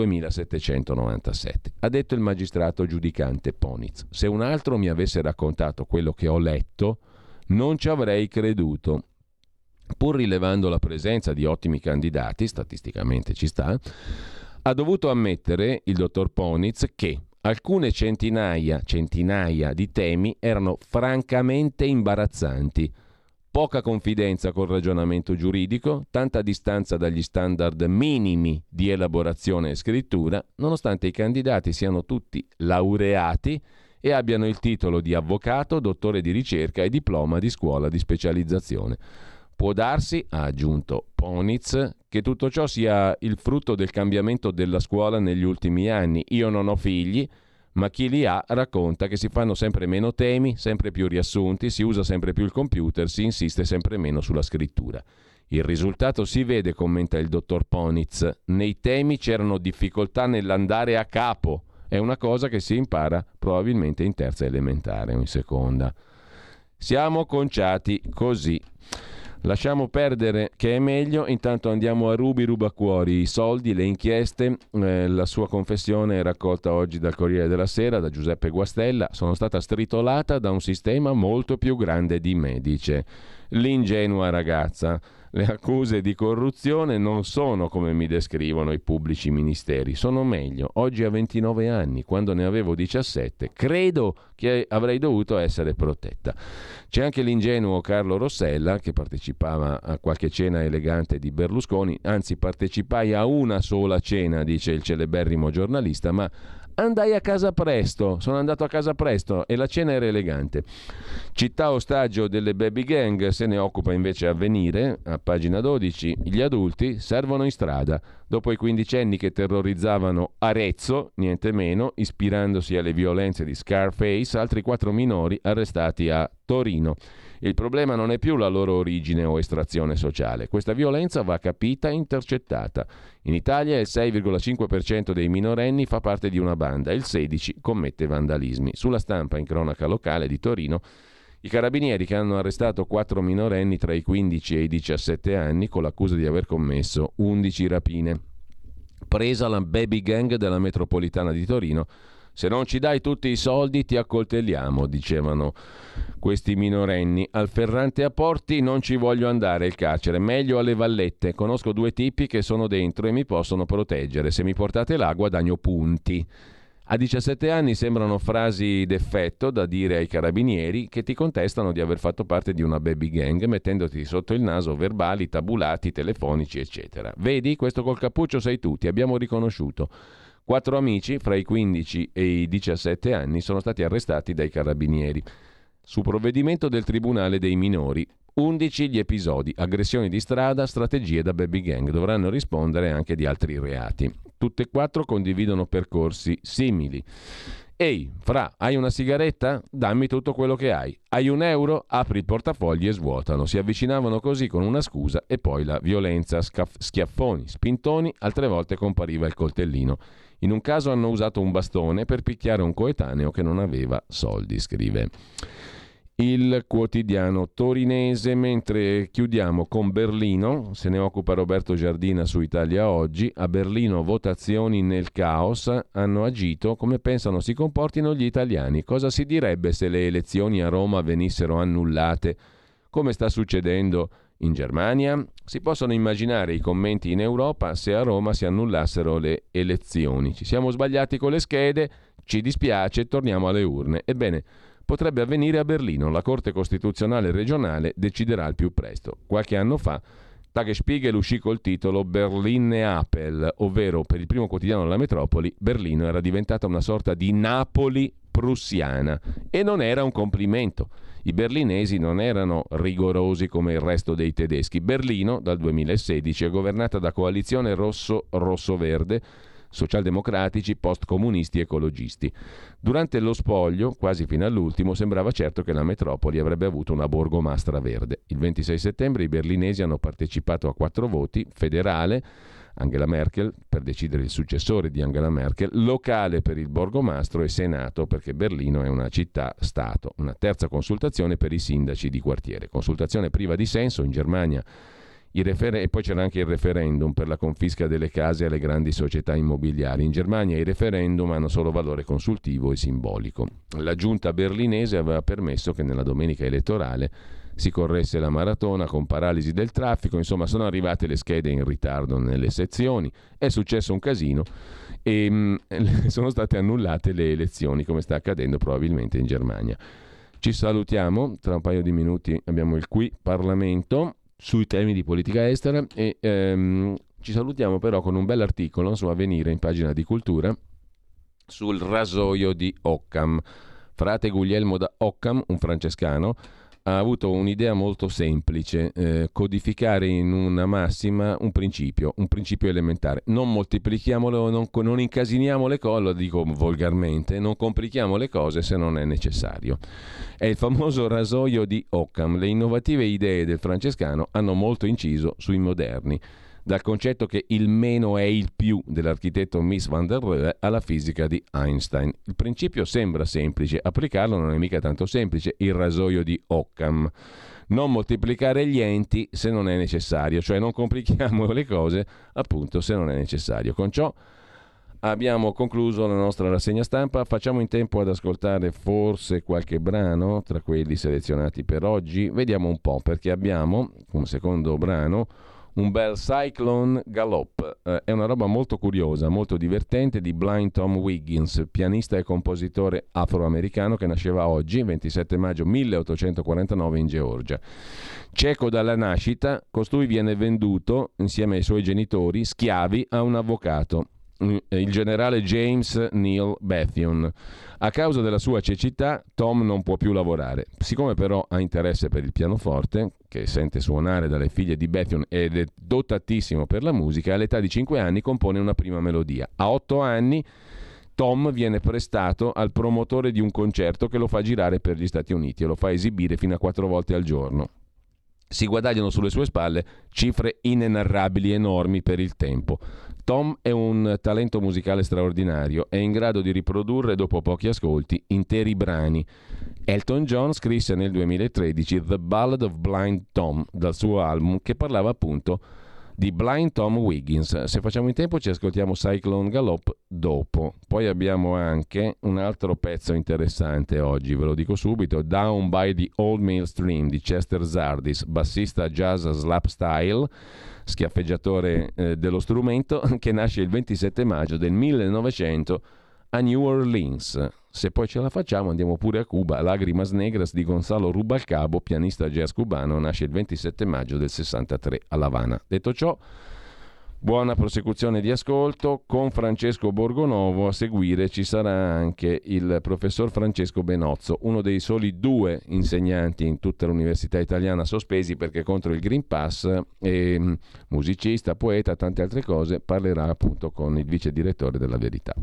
2797. Ha detto il magistrato giudicante Poniz: se un altro mi avesse raccontato quello che ho letto, non ci avrei creduto. Pur rilevando la presenza di ottimi candidati, statisticamente ci sta, ha dovuto ammettere il dottor Poniz che alcune centinaia di temi erano francamente imbarazzanti. Poca confidenza col ragionamento giuridico, tanta distanza dagli standard minimi di elaborazione e scrittura, nonostante i candidati siano tutti laureati e abbiano il titolo di avvocato, dottore di ricerca e diploma di scuola di specializzazione. Può darsi, ha aggiunto Poniz, che tutto ciò sia il frutto del cambiamento della scuola negli ultimi anni. Io non ho figli, ma chi li ha racconta che si fanno sempre meno temi, sempre più riassunti, si usa sempre più il computer, si insiste sempre meno sulla scrittura. Il risultato si vede, commenta il dottor Poniz. Nei temi c'erano difficoltà nell'andare a capo. È una cosa che si impara probabilmente in terza elementare o in seconda. Siamo conciati così. Lasciamo perdere che è meglio, intanto andiamo a Rubacuori, i soldi, le inchieste. La sua confessione è raccolta oggi dal Corriere della Sera, da Giuseppe Guastella. Sono stata stritolata da un sistema molto più grande di me, dice l'ingenua ragazza. Le accuse di corruzione non sono come mi descrivono i pubblici ministeri, sono meglio. Oggi a 29 anni, quando ne avevo 17, credo che avrei dovuto essere protetta. C'è anche l'ingenuo Carlo Rossella, che partecipava a qualche cena elegante di Berlusconi, anzi partecipai a una sola cena, dice il celeberrimo giornalista, ma andai a casa presto, sono andato a casa presto e la cena era elegante. Città ostaggio delle baby gang, se ne occupa invece Avvenire, a pagina 12, gli adulti servono in strada. Dopo i quindicenni che terrorizzavano Arezzo, niente meno, ispirandosi alle violenze di Scarface, altri 4 minori arrestati a Torino. Il problema non è più la loro origine o estrazione sociale. Questa violenza va capita e intercettata. In Italia il 6,5% dei minorenni fa parte di una banda, il 16% commette vandalismi. Sulla Stampa, in cronaca locale di Torino, i carabinieri che hanno arrestato 4 minorenni tra i 15 e i 17 anni con l'accusa di aver commesso 11 rapine. Presa la baby gang della metropolitana di Torino. Se non ci dai tutti i soldi ti accoltelliamo, dicevano questi minorenni. Al Ferrante a Porti non ci voglio andare, il carcere, meglio alle Vallette. Conosco 2 tipi che sono dentro e mi possono proteggere. Se mi portate là guadagno punti. A 17 anni sembrano frasi d'effetto da dire ai carabinieri che ti contestano di aver fatto parte di una baby gang mettendoti sotto il naso verbali, tabulati, telefonici, eccetera. Vedi, questo col cappuccio sei tu, ti abbiamo riconosciuto. 4 amici fra i 15 e i 17 anni sono stati arrestati dai carabinieri. Su provvedimento del Tribunale dei minori, 11 gli episodi, aggressioni di strada, strategie da baby gang. Dovranno rispondere anche di altri reati. Tutte e 4 condividono percorsi simili. Ehi, Fra, hai una sigaretta? Dammi tutto quello che hai. Hai €1? Apri il portafogli e svuotano. Si avvicinavano così con una scusa e poi la violenza, schiaffoni, spintoni, altre volte compariva il coltellino. In un caso hanno usato un bastone per picchiare un coetaneo che non aveva soldi, scrive il quotidiano torinese. Mentre chiudiamo con Berlino, se ne occupa Roberto Giardina su Italia Oggi. A Berlino votazioni nel caos, hanno agito come pensano si comportino gli italiani. Cosa si direbbe se le elezioni a Roma venissero annullate, come sta succedendo in Germania? Si possono immaginare i commenti in Europa se a Roma si annullassero le elezioni. Ci siamo sbagliati con le schede, ci dispiace, torniamo alle urne. Ebbene, potrebbe avvenire a Berlino. La Corte Costituzionale regionale deciderà al più presto. Qualche anno fa Tagesspiegel uscì col titolo Berlin Neapel, ovvero per il primo quotidiano della metropoli Berlino era diventata una sorta di Napoli prussiana, e non era un complimento. I berlinesi non erano rigorosi come il resto dei tedeschi. Berlino dal 2016 è governata da coalizione rosso-verde, socialdemocratici, post-comunisti, ecologisti. Durante lo spoglio, quasi fino all'ultimo, sembrava certo che la metropoli avrebbe avuto una borgomastra verde. Il 26 settembre i berlinesi hanno partecipato a 4 voti: federale, Angela Merkel, per decidere il successore di Angela Merkel, locale per il borgomastro e senato, perché Berlino è una città-stato. Una terza consultazione per i sindaci di quartiere. Consultazione priva di senso in Germania. E poi c'era anche il referendum per la confisca delle case alle grandi società immobiliari. In Germania i referendum hanno solo valore consultivo e simbolico. La giunta berlinese aveva permesso che nella domenica elettorale si corresse la maratona con paralisi del traffico. Insomma, sono arrivate le schede in ritardo nelle sezioni, è successo un casino e sono state annullate le elezioni, come sta accadendo probabilmente in Germania. Ci salutiamo, tra un paio di minuti abbiamo il Qui Parlamento sui temi di politica estera e ci salutiamo però con un bell'articolo su Avvenire in pagina di cultura sul rasoio di Occam. Frate Guglielmo da Occam, un francescano, ha avuto un'idea molto semplice: codificare in una massima un principio elementare. Non moltiplichiamolo, non incasiniamo le cose, lo dico volgarmente, non complichiamo le cose se non è necessario. È il famoso rasoio di Occam. Le innovative idee del francescano hanno molto inciso sui moderni, dal concetto che il meno è il più dell'architetto Mies van der Rohe alla fisica di Einstein. Il principio sembra semplice, applicarlo non è mica tanto semplice. Il rasoio di Occam: non moltiplicare gli enti se non è necessario, cioè non complichiamo le cose appunto se non è necessario. Con ciò abbiamo concluso la nostra rassegna stampa. Facciamo in tempo ad ascoltare forse qualche brano tra quelli selezionati per oggi. Vediamo un po', perché abbiamo come secondo brano un bel Cyclone Galop. È una roba molto curiosa, molto divertente, di Blind Tom Wiggins, pianista e compositore afroamericano che nasceva oggi, 27 maggio 1849 in Georgia. Cieco dalla nascita, costui viene venduto insieme ai suoi genitori schiavi a un avvocato. il generale James Neal Bethune. A causa della sua cecità, Tom non può più lavorare. Siccome però ha interesse per il pianoforte, che sente suonare dalle figlie di Bethune ed è dotatissimo per la musica, all'età di 5 anni compone una prima melodia. A 8 anni Tom viene prestato al promotore di un concerto che lo fa girare per gli Stati Uniti e lo fa esibire fino a 4 volte al giorno. Si guadagnano sulle sue spalle cifre inenarrabili, enormi per il tempo. Tom è un talento musicale straordinario, è in grado di riprodurre dopo pochi ascolti interi brani. Elton John scrisse nel 2013 The Ballad of Blind Tom dal suo album, che parlava appunto di Blind Tom Wiggins. Se facciamo in tempo ci ascoltiamo Cyclone Gallop dopo. Poi abbiamo anche un altro pezzo interessante oggi, ve lo dico subito, Down by the Old Mill Stream di Chester Zardis, bassista jazz slap style, schiaffeggiatore dello strumento, che nasce il 27 maggio del 1900 a New Orleans. Se poi ce la facciamo andiamo pure a Cuba. Lágrimas Negras di Gonzalo Rubalcaba, pianista jazz cubano, nasce il 27 maggio del 63 a La Habana. Detto ciò, buona prosecuzione di ascolto. Con Francesco Borgonovo a seguire ci sarà anche il professor Francesco Benozzo, uno dei soli 2 insegnanti in tutta l'università italiana sospesi perché contro il Green Pass, e musicista, poeta, tante altre cose. Parlerà appunto con il vice direttore della Verità.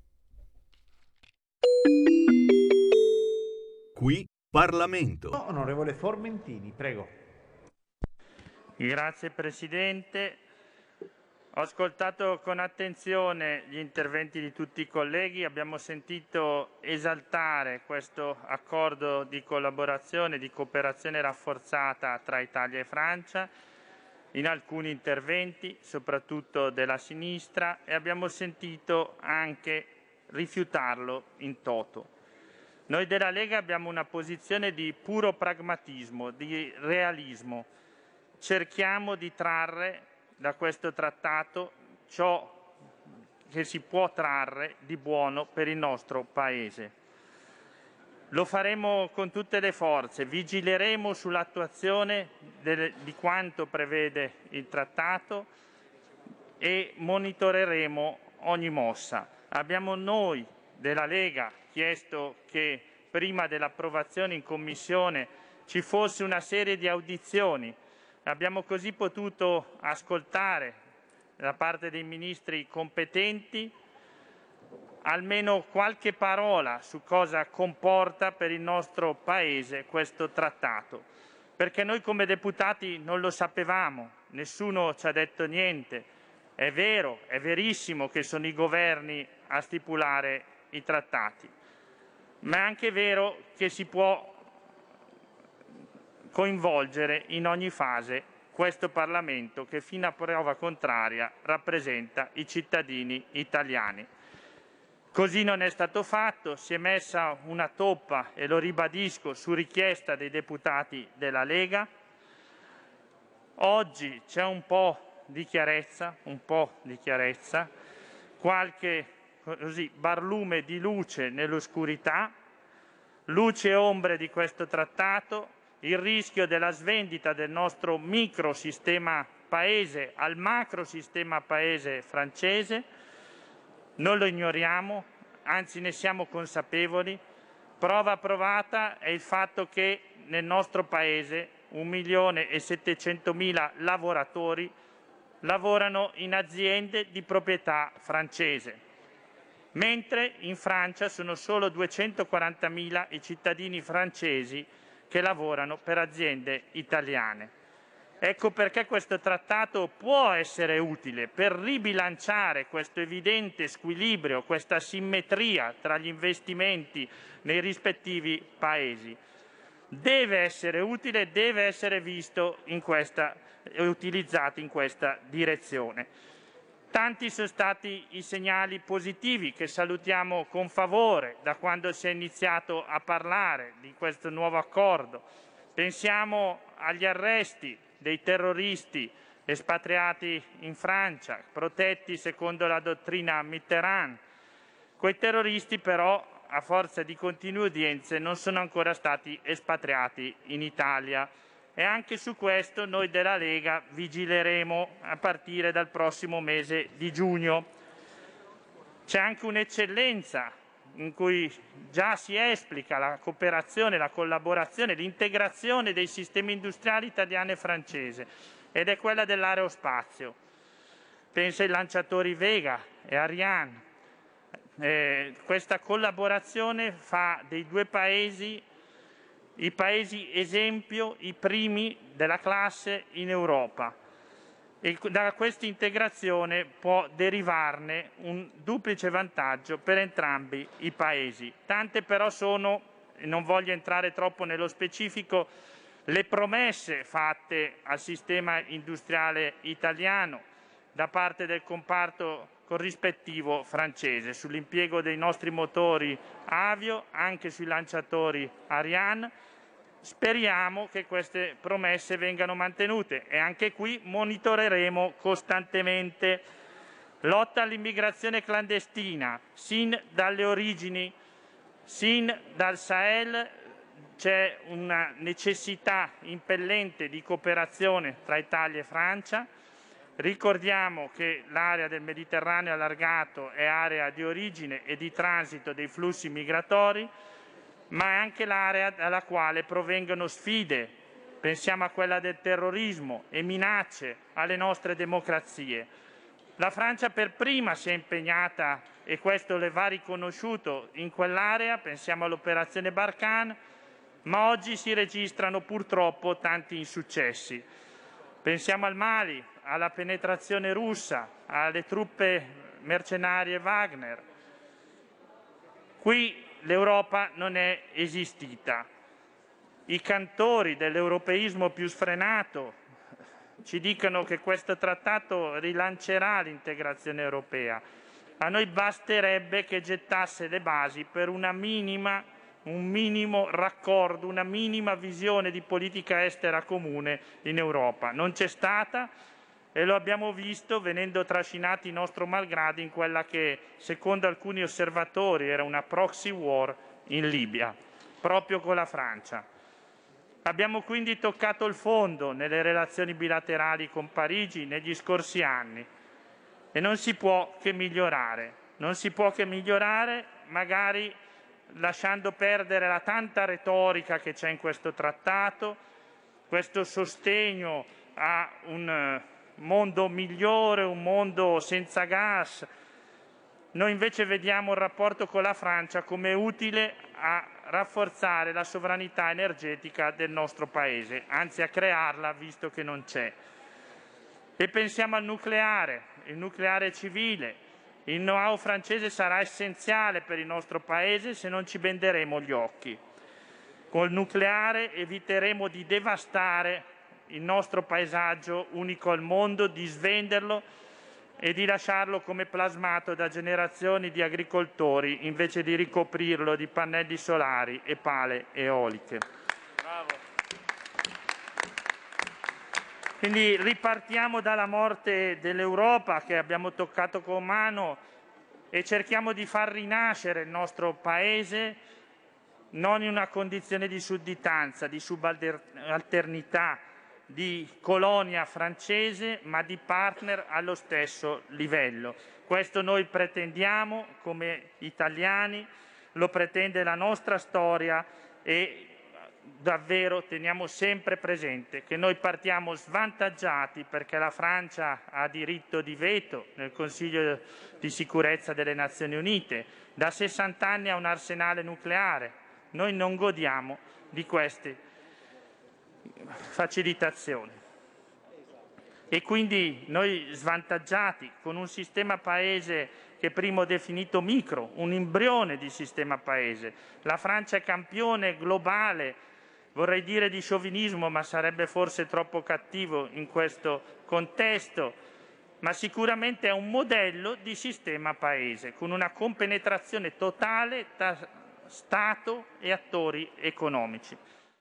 Qui Parlamento. Onorevole Formentini, prego. Grazie Presidente. Ho ascoltato con attenzione gli interventi di tutti i colleghi, abbiamo sentito esaltare questo accordo di collaborazione, di cooperazione rafforzata tra Italia e Francia in alcuni interventi, soprattutto della sinistra, e abbiamo sentito anche rifiutarlo in toto. Noi della Lega abbiamo una posizione di puro pragmatismo, di realismo. Cerchiamo di trarre da questo trattato ciò che si può trarre di buono per il nostro Paese. Lo faremo con tutte le forze, vigileremo sull'attuazione di quanto prevede il trattato e monitoreremo ogni mossa. Abbiamo noi della Lega chiesto che prima dell'approvazione in Commissione ci fosse una serie di audizioni. Abbiamo così potuto ascoltare da parte dei ministri competenti almeno qualche parola su cosa comporta per il nostro Paese questo trattato, perché noi come deputati non lo sapevamo, nessuno ci ha detto niente. È vero, è verissimo che sono i governi a stipulare i trattati, ma è anche vero che si può coinvolgere in ogni fase questo Parlamento che fino a prova contraria rappresenta i cittadini italiani. Così non è stato fatto, si è messa una toppa, e lo ribadisco, su richiesta dei deputati della Lega. Oggi c'è un po' di chiarezza, qualche barlume di luce nell'oscurità, luce e ombre di questo trattato, il rischio della svendita del nostro microsistema paese al macrosistema paese francese. Non lo ignoriamo, anzi ne siamo consapevoli. Prova provata è il fatto che nel nostro Paese 1.700.000 lavoratori lavorano in aziende di proprietà francese, mentre in Francia sono solo 240.000 i cittadini francesi che lavorano per aziende italiane. Ecco perché questo trattato può essere utile per ribilanciare questo evidente squilibrio, questa asimmetria tra gli investimenti nei rispettivi paesi. Deve essere utile, deve essere visto utilizzato in questa direzione. Tanti sono stati i segnali positivi che salutiamo con favore da quando si è iniziato a parlare di questo nuovo accordo. Pensiamo agli arresti dei terroristi espatriati in Francia, protetti secondo la dottrina Mitterrand. Quei terroristi però, a forza di continue udienze, non sono ancora stati espatriati in Italia. E anche su questo noi della Lega vigileremo a partire dal prossimo mese di giugno. C'è anche un'eccellenza in cui già si esplica la cooperazione, la collaborazione, l'integrazione dei sistemi industriali italiano e francese, ed è quella dell'aerospazio. Pensa ai lanciatori Vega e Ariane. Questa collaborazione fa dei due paesi i paesi esempio, i primi della classe in Europa. E da questa integrazione può derivarne un duplice vantaggio per entrambi i paesi. Tante però sono, e non voglio entrare troppo nello specifico, le promesse fatte al sistema industriale italiano da parte del comparto corrispettivo francese sull'impiego dei nostri motori avio, anche sui lanciatori Ariane. Speriamo che queste promesse vengano mantenute e anche qui monitoreremo costantemente. Lotta all'immigrazione clandestina, sin dalle origini, sin dal Sahel. C'è una necessità impellente di cooperazione tra Italia e Francia. Ricordiamo che l'area del Mediterraneo allargato è area di origine e di transito dei flussi migratori, ma è anche l'area dalla quale provengono sfide. Pensiamo a quella del terrorismo e minacce alle nostre democrazie. La Francia per prima si è impegnata, e questo le va riconosciuto, in quell'area. Pensiamo all'operazione Barkhane, ma oggi si registrano purtroppo tanti insuccessi. Pensiamo al Mali, alla penetrazione russa, alle truppe mercenarie Wagner. Qui l'Europa non è esistita. I cantori dell'europeismo più sfrenato ci dicono che questo trattato rilancerà l'integrazione europea. A noi basterebbe che gettasse le basi per un minimo raccordo, una minima visione di politica estera comune in Europa. Non c'è stata e lo abbiamo visto venendo trascinati nostro malgrado in quella che, secondo alcuni osservatori, era una proxy war in Libia, proprio con la Francia. Abbiamo quindi toccato il fondo nelle relazioni bilaterali con Parigi negli scorsi anni e non si può che migliorare. Non si può che migliorare, magari lasciando perdere la tanta retorica che c'è in questo trattato, questo sostegno a un mondo migliore, un mondo senza gas. Noi invece vediamo il rapporto con la Francia come utile a rafforzare la sovranità energetica del nostro Paese, anzi a crearla, visto che non c'è. E pensiamo al nucleare, il nucleare civile. Il know-how francese sarà essenziale per il nostro Paese se non ci benderemo gli occhi. Col nucleare eviteremo di devastare il nostro paesaggio unico al mondo, di svenderlo e di lasciarlo come plasmato da generazioni di agricoltori invece di ricoprirlo di pannelli solari e pale eoliche. Bravo. Quindi ripartiamo dalla morte dell'Europa che abbiamo toccato con mano e cerchiamo di far rinascere il nostro Paese non in una condizione di sudditanza, di subalternità, di colonia francese, ma di partner allo stesso livello. Questo noi pretendiamo come italiani, lo pretende la nostra storia e davvero teniamo sempre presente che noi partiamo svantaggiati perché la Francia ha diritto di veto nel Consiglio di sicurezza delle Nazioni Unite, da 60 anni ha un arsenale nucleare. Noi non godiamo di queste facilitazioni e quindi noi svantaggiati con un sistema paese che prima ho definito micro, un embrione di sistema paese. La Francia è campione globale, vorrei dire di sciovinismo, ma sarebbe forse troppo cattivo in questo contesto, ma sicuramente è un modello di sistema paese con una compenetrazione totale tra Stato e attori economici.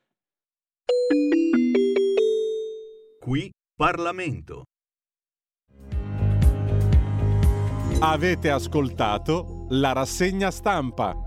Qui Parlamento. Avete ascoltato la rassegna stampa.